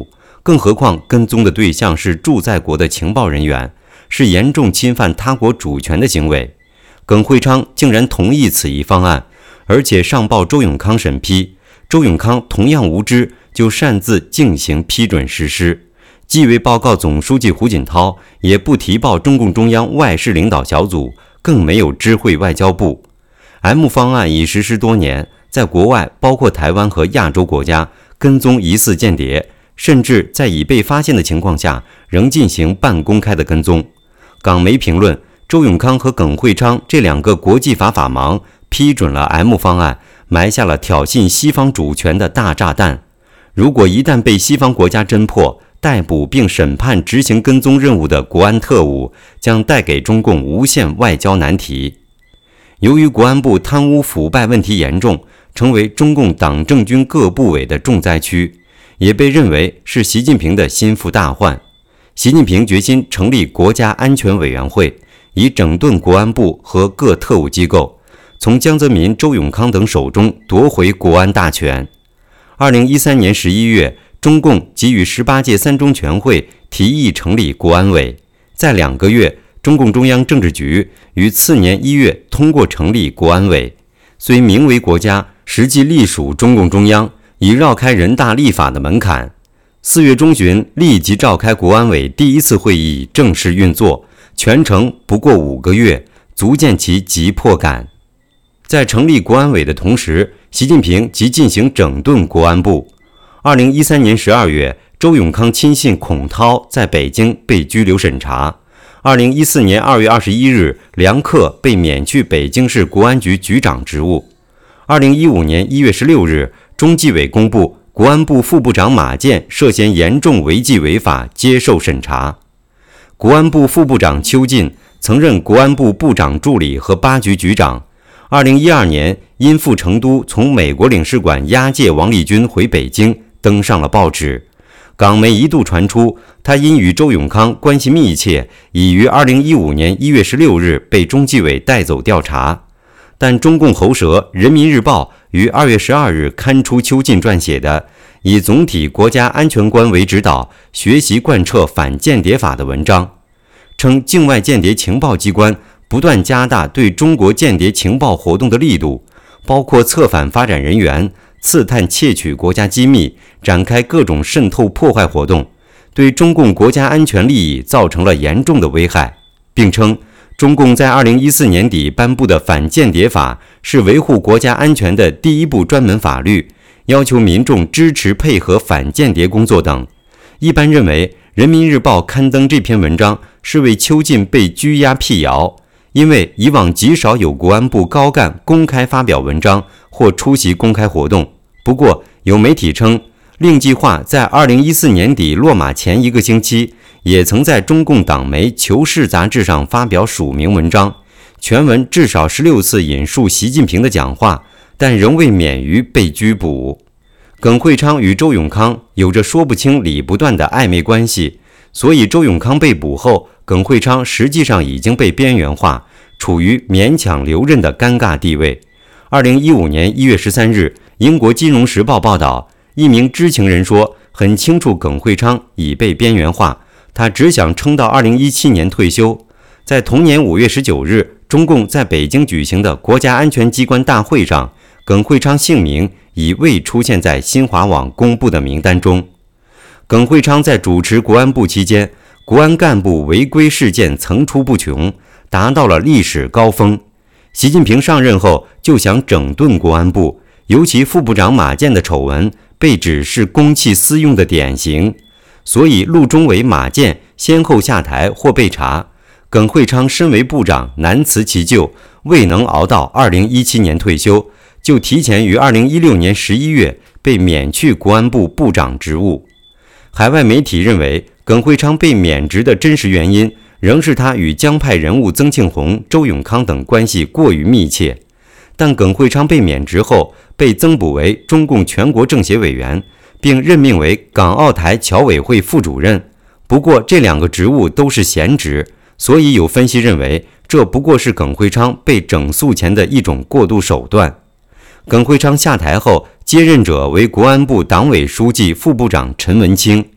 更何况跟踪的对象是驻在国的情报人员，是严重侵犯他国主权的行为。耿会昌竟然同意此一方案，而且上报周永康审批，周永康同样无知，就擅自进行批准实施，既未报告总书记胡锦涛，也不提报中共中央外事领导小组，更没有知会外交部。M 方案已实施多年，在国外包括台湾和亚洲国家跟踪疑似间谍，甚至在已被发现的情况下仍进行半公开的跟踪。港媒评论，周永康和耿会昌这两个国际法法盲批准了 M 方案，埋下了挑衅西方主权的大炸弹。如果一旦被西方国家侦破，逮捕并审判执行跟踪任务的国安特务，将带给中共无限外交难题。由于国安部贪污腐败问题严重，成为中共党政军各部委的重灾区，也被认为是习近平的心腹大患。习近平决心成立国家安全委员会，以整顿国安部和各特务机构，从江泽民、周永康等手中夺回国安大权。2013年11月，中共给予18届三中全会提议成立国安委，在2个月，中共中央政治局于次年1月通过成立国安委，虽名为国家，实际隶属中共中央，以绕开人大立法的门槛。4月中旬立即召开国安委第一次会议，正式运作，全程不过5个月，足见其急迫感。在成立国安委的同时，习近平即进行整顿国安部。2013年12月，周永康亲信孔涛在北京被拘留审查。2014年2月21日，梁克被免去北京市国安局局长职务。2015年1月16日，中纪委公布国安部副部长马建涉嫌严重违纪违法，接受审查。国安部副部长邱进曾任国安部部长助理和8局局长。2012年因赴成都从美国领事馆押解王立军回北京，登上了报纸。港媒一度传出他因与周永康关系密切，已于2015年1月16日被中纪委带走调查。但中共喉舌《人民日报》于2月12日刊出邱进撰写的以总体国家安全观为指导，学习贯彻反间谍法的文章，称境外间谍情报机关不断加大对中国间谍情报活动的力度，包括策反发展人员、刺探窃取国家机密，展开各种渗透破坏活动，对中共国家安全利益造成了严重的危害，并称中共在2014年底颁布的反间谍法是维护国家安全的第一部专门法律，要求民众支持配合反间谍工作等。一般认为，人民日报刊登这篇文章是为邱进被拘押辟谣，因为以往极少有国安部高干公开发表文章或出席公开活动。不过，有媒体称，令计划在2014年底落马前1个星期，也曾在中共党媒《求是》杂志上发表署名文章，全文至少16次引述习近平的讲话，但仍未免于被拘捕。耿会昌与周永康有着说不清理不断的暧昧关系，所以周永康被捕后，耿会昌实际上已经被边缘化，处于勉强留任的尴尬地位。2015年1月13日，英国《金融时报》报道，一名知情人说，很清楚耿会昌已被边缘化，他只想撑到2017年退休。在同年5月19日，中共在北京举行的国家安全机关大会上，耿会昌姓名已未出现在新华网公布的名单中。耿会昌在主持国安部期间，国安干部违规事件层出不穷，达到了历史高峰。习近平上任后就想整顿国安部，尤其副部长马建的丑闻被指是公器私用的典型，所以陆中委、马建先后下台或被查。耿会昌身为部长，难辞其咎，未能熬到2017年退休，就提前于2016年11月被免去国安部部长职务。海外媒体认为，耿会昌被免职的真实原因仍是他与江派人物曾庆红、周永康等关系过于密切。但耿会昌被免职后，被增补为中共全国政协委员，并任命为港澳台侨委会副主任。不过这2个职务都是闲职，所以有分析认为，这不过是耿会昌被整肃前的一种过渡手段。耿会昌下台后，接任者为国安部党委书记、副部长陈文清。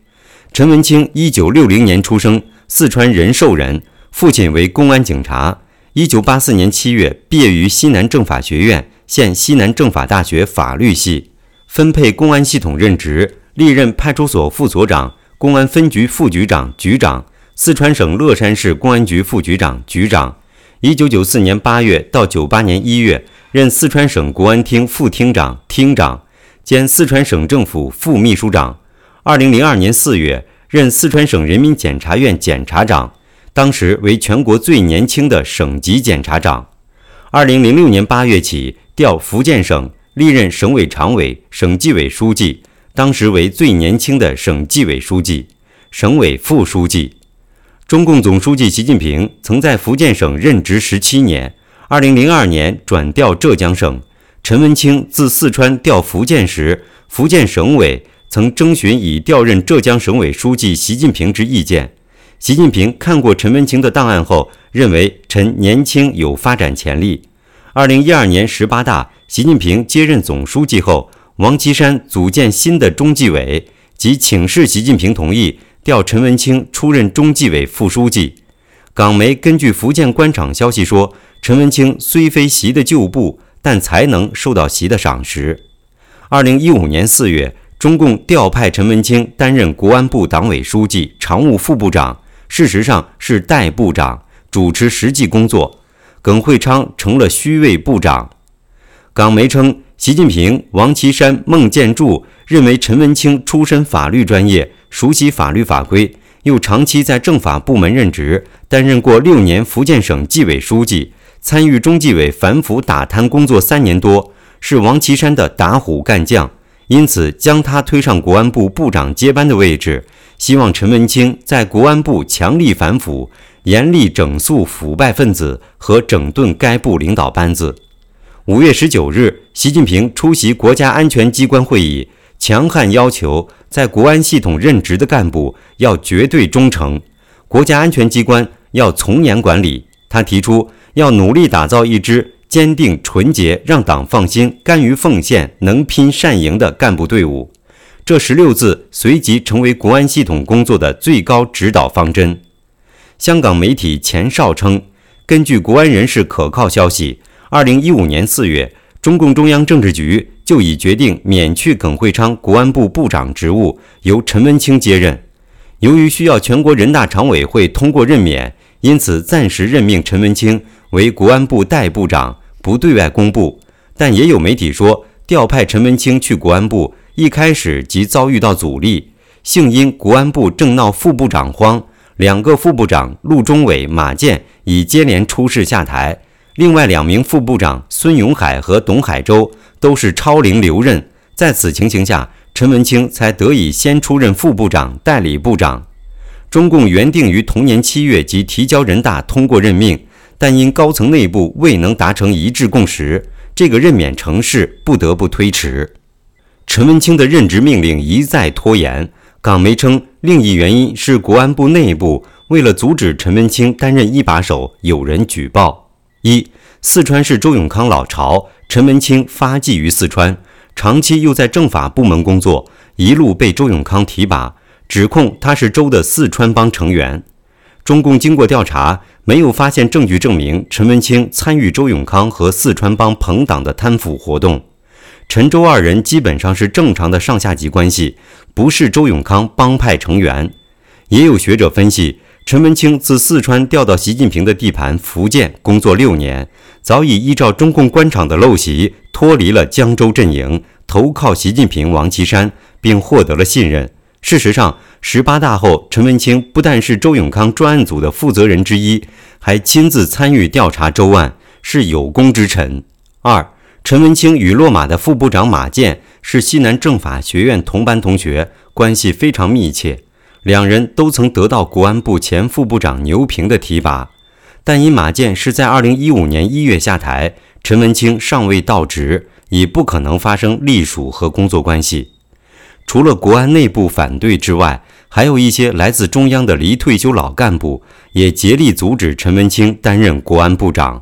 陈文清1960年出生，四川仁寿人，父亲为公安警察。1984年7月毕业于西南政法学院，现西南政法大学法律系，分配公安系统任职，历任派出所副所长、公安分局副局长、局长，四川省乐山市公安局副局长、局长。1994年8月到98年1月，任四川省国安厅副厅长、厅长，兼四川省政府副秘书长。2002年4月，任四川省人民检察院检察长，当时为全国最年轻的省级检察长。2006年8月起调福建省，历任省委常委、省纪委书记，当时为最年轻的省纪委书记、省委副书记。中共总书记习近平曾在福建省任职17年，2002年转调浙江省。陈文清自四川调福建时，福建省委曾征询已调任浙江省委书记习近平之意见。习近平看过陈文清的档案后，认为陈年轻有发展潜力。2012年18大，习近平接任总书记后，王岐山组建新的中纪委，即请示习近平同意调陈文清出任中纪委副书记。港媒根据福建官场消息说，陈文清虽非习的旧部，但才能受到习的赏识。2015年4月，中共调派陈文清担任国安部党委书记、常务副部长，事实上是代部长，主持实际工作。耿会昌成了虚位部长。港媒称，习近平、王岐山、孟建柱认为陈文清出身法律专业，熟悉法律法规，又长期在政法部门任职，担任过6年福建省纪委书记，参与中纪委反腐打贪工作3年多，是王岐山的打虎干将，因此将他推上国安部部长接班的位置，希望陈文清在国安部强力反腐，严厉整肃腐败分子和整顿该部领导班子。5月19日，习近平出席国家安全机关会议，强悍要求在国安系统任职的干部要绝对忠诚，国家安全机关要从严管理。他提出要努力打造一支坚定纯洁、让党放心、甘于奉献、能拼善赢的干部队伍。这16字随即成为国安系统工作的最高指导方针。香港媒体前哨称，根据国安人士可靠消息，2015年4月，中共中央政治局就已决定免去耿会昌国安部部长职务，由陈文清接任。由于需要全国人大常委会通过任免，因此暂时任命陈文清为国安部代部长，不对外公布。但也有媒体说，调派陈文清去国安部一开始即遭遇到阻力，幸因国安部正闹副部长荒，2个副部长陆中伟、马建已接连出事下台，另外2名副部长孙永海和董海洲都是超龄留任。在此情形下，陈文清才得以先出任副部长、代理部长。中共原定于同年7月即提交人大通过任命，但因高层内部未能达成一致共识，这个任免程式不得不推迟。陈文清的任职命令一再拖延，港媒称另一原因是国安部内部为了阻止陈文清担任一把手，有人举报：一、四川市周永康老巢，陈文清发迹于四川，长期又在政法部门工作，一路被周永康提拔，指控他是周的四川帮成员。中共经过调查，没有发现证据证明陈文清参与周永康和四川帮朋党的贪腐活动。陈周2人基本上是正常的上下级关系，不是周永康帮派成员。也有学者分析，陈文清自四川调到习近平的地盘福建工作6年，早已依照中共官场的陋习脱离了江州阵营，投靠习近平、王岐山，并获得了信任。事实上，18大后，陈文清不但是周永康专案组的负责人之一，还亲自参与调查周案，是有功之臣。2. 陈文清与落马的副部长马建是西南政法学院同班同学，关系非常密切，2人都曾得到国安部前副部长牛平的提拔。但因马建是在2015年1月下台，陈文清尚未到职，已不可能发生隶属和工作关系。除了国安内部反对之外，还有一些来自中央的离退休老干部也竭力阻止陈文清担任国安部长。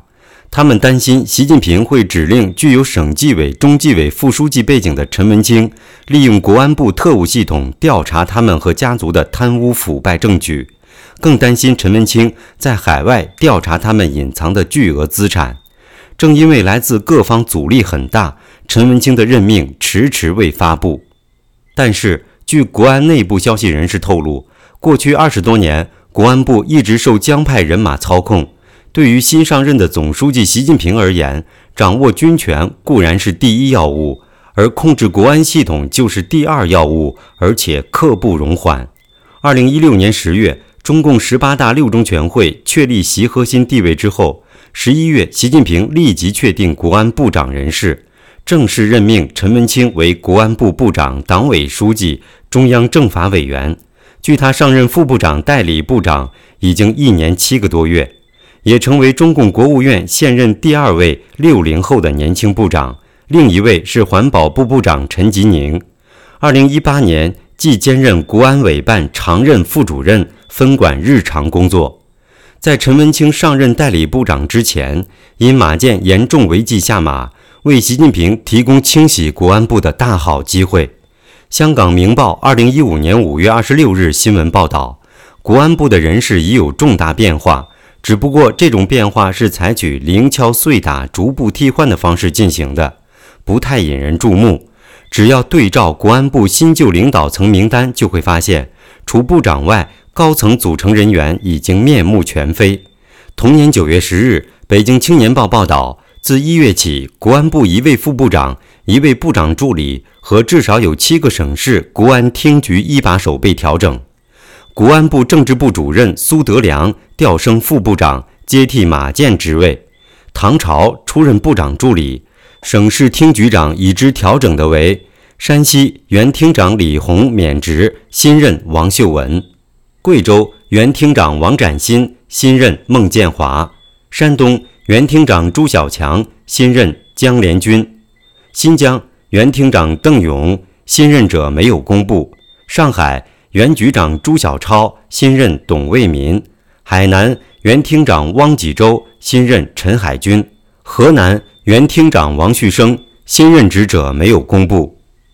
他们担心习近平会指令具有省纪委、中纪委副书记背景的陈文清利用国安部特务系统调查他们和家族的贪污腐败证据，更担心陈文清在海外调查他们隐藏的巨额资产。正因为来自各方阻力很大，陈文清的任命迟迟未发布。但是，据国安内部消息人士透露，过去20多年，国安部一直受江派人马操控。对于新上任的总书记习近平而言，掌握军权固然是第一要务，而控制国安系统就是第二要务，而且刻不容缓。2016年10月，中共18大六中全会确立习核心地位之后，11月，习近平立即确定国安部长人事，正式任命陈文清为国安部部长、党委书记、中央政法委员。距他上任副部长、代理部长已经1年7个多月，也成为中共国务院现任第2位60后的年轻部长，另一位是环保部部长陈吉宁。2018年即兼任国安委办常任副主任，分管日常工作。在陈文清上任代理部长之前，因马建严重违纪下马，为习近平提供清洗国安部的大好机会。香港明报2015年5月26日新闻报道，国安部的人事已有重大变化，只不过这种变化是采取零敲碎打、逐步替换的方式进行的，不太引人注目。只要对照国安部新旧领导层名单，就会发现，除部长外，高层组成人员已经面目全非。同年9月10日，北京青年报报道，自1月起，国安部1位副部长、1位部长助理和至少有7个省市国安厅局一把手被调整。国安部政治部主任苏德良调升副部长，接替马建职位。唐朝出任部长助理。省市厅局长已知调整的为山西原厅长李红免职，新任王秀文；贵州原厅长王展新，新任孟建华；山东原厅长朱小强，新任江连军；新疆原厅长邓勇，新任者没有公布；上海原局长朱小超，新任董卫民；海南原厅长汪济洲，新任陈海军；河南原厅长王旭生，新任职者没有公布。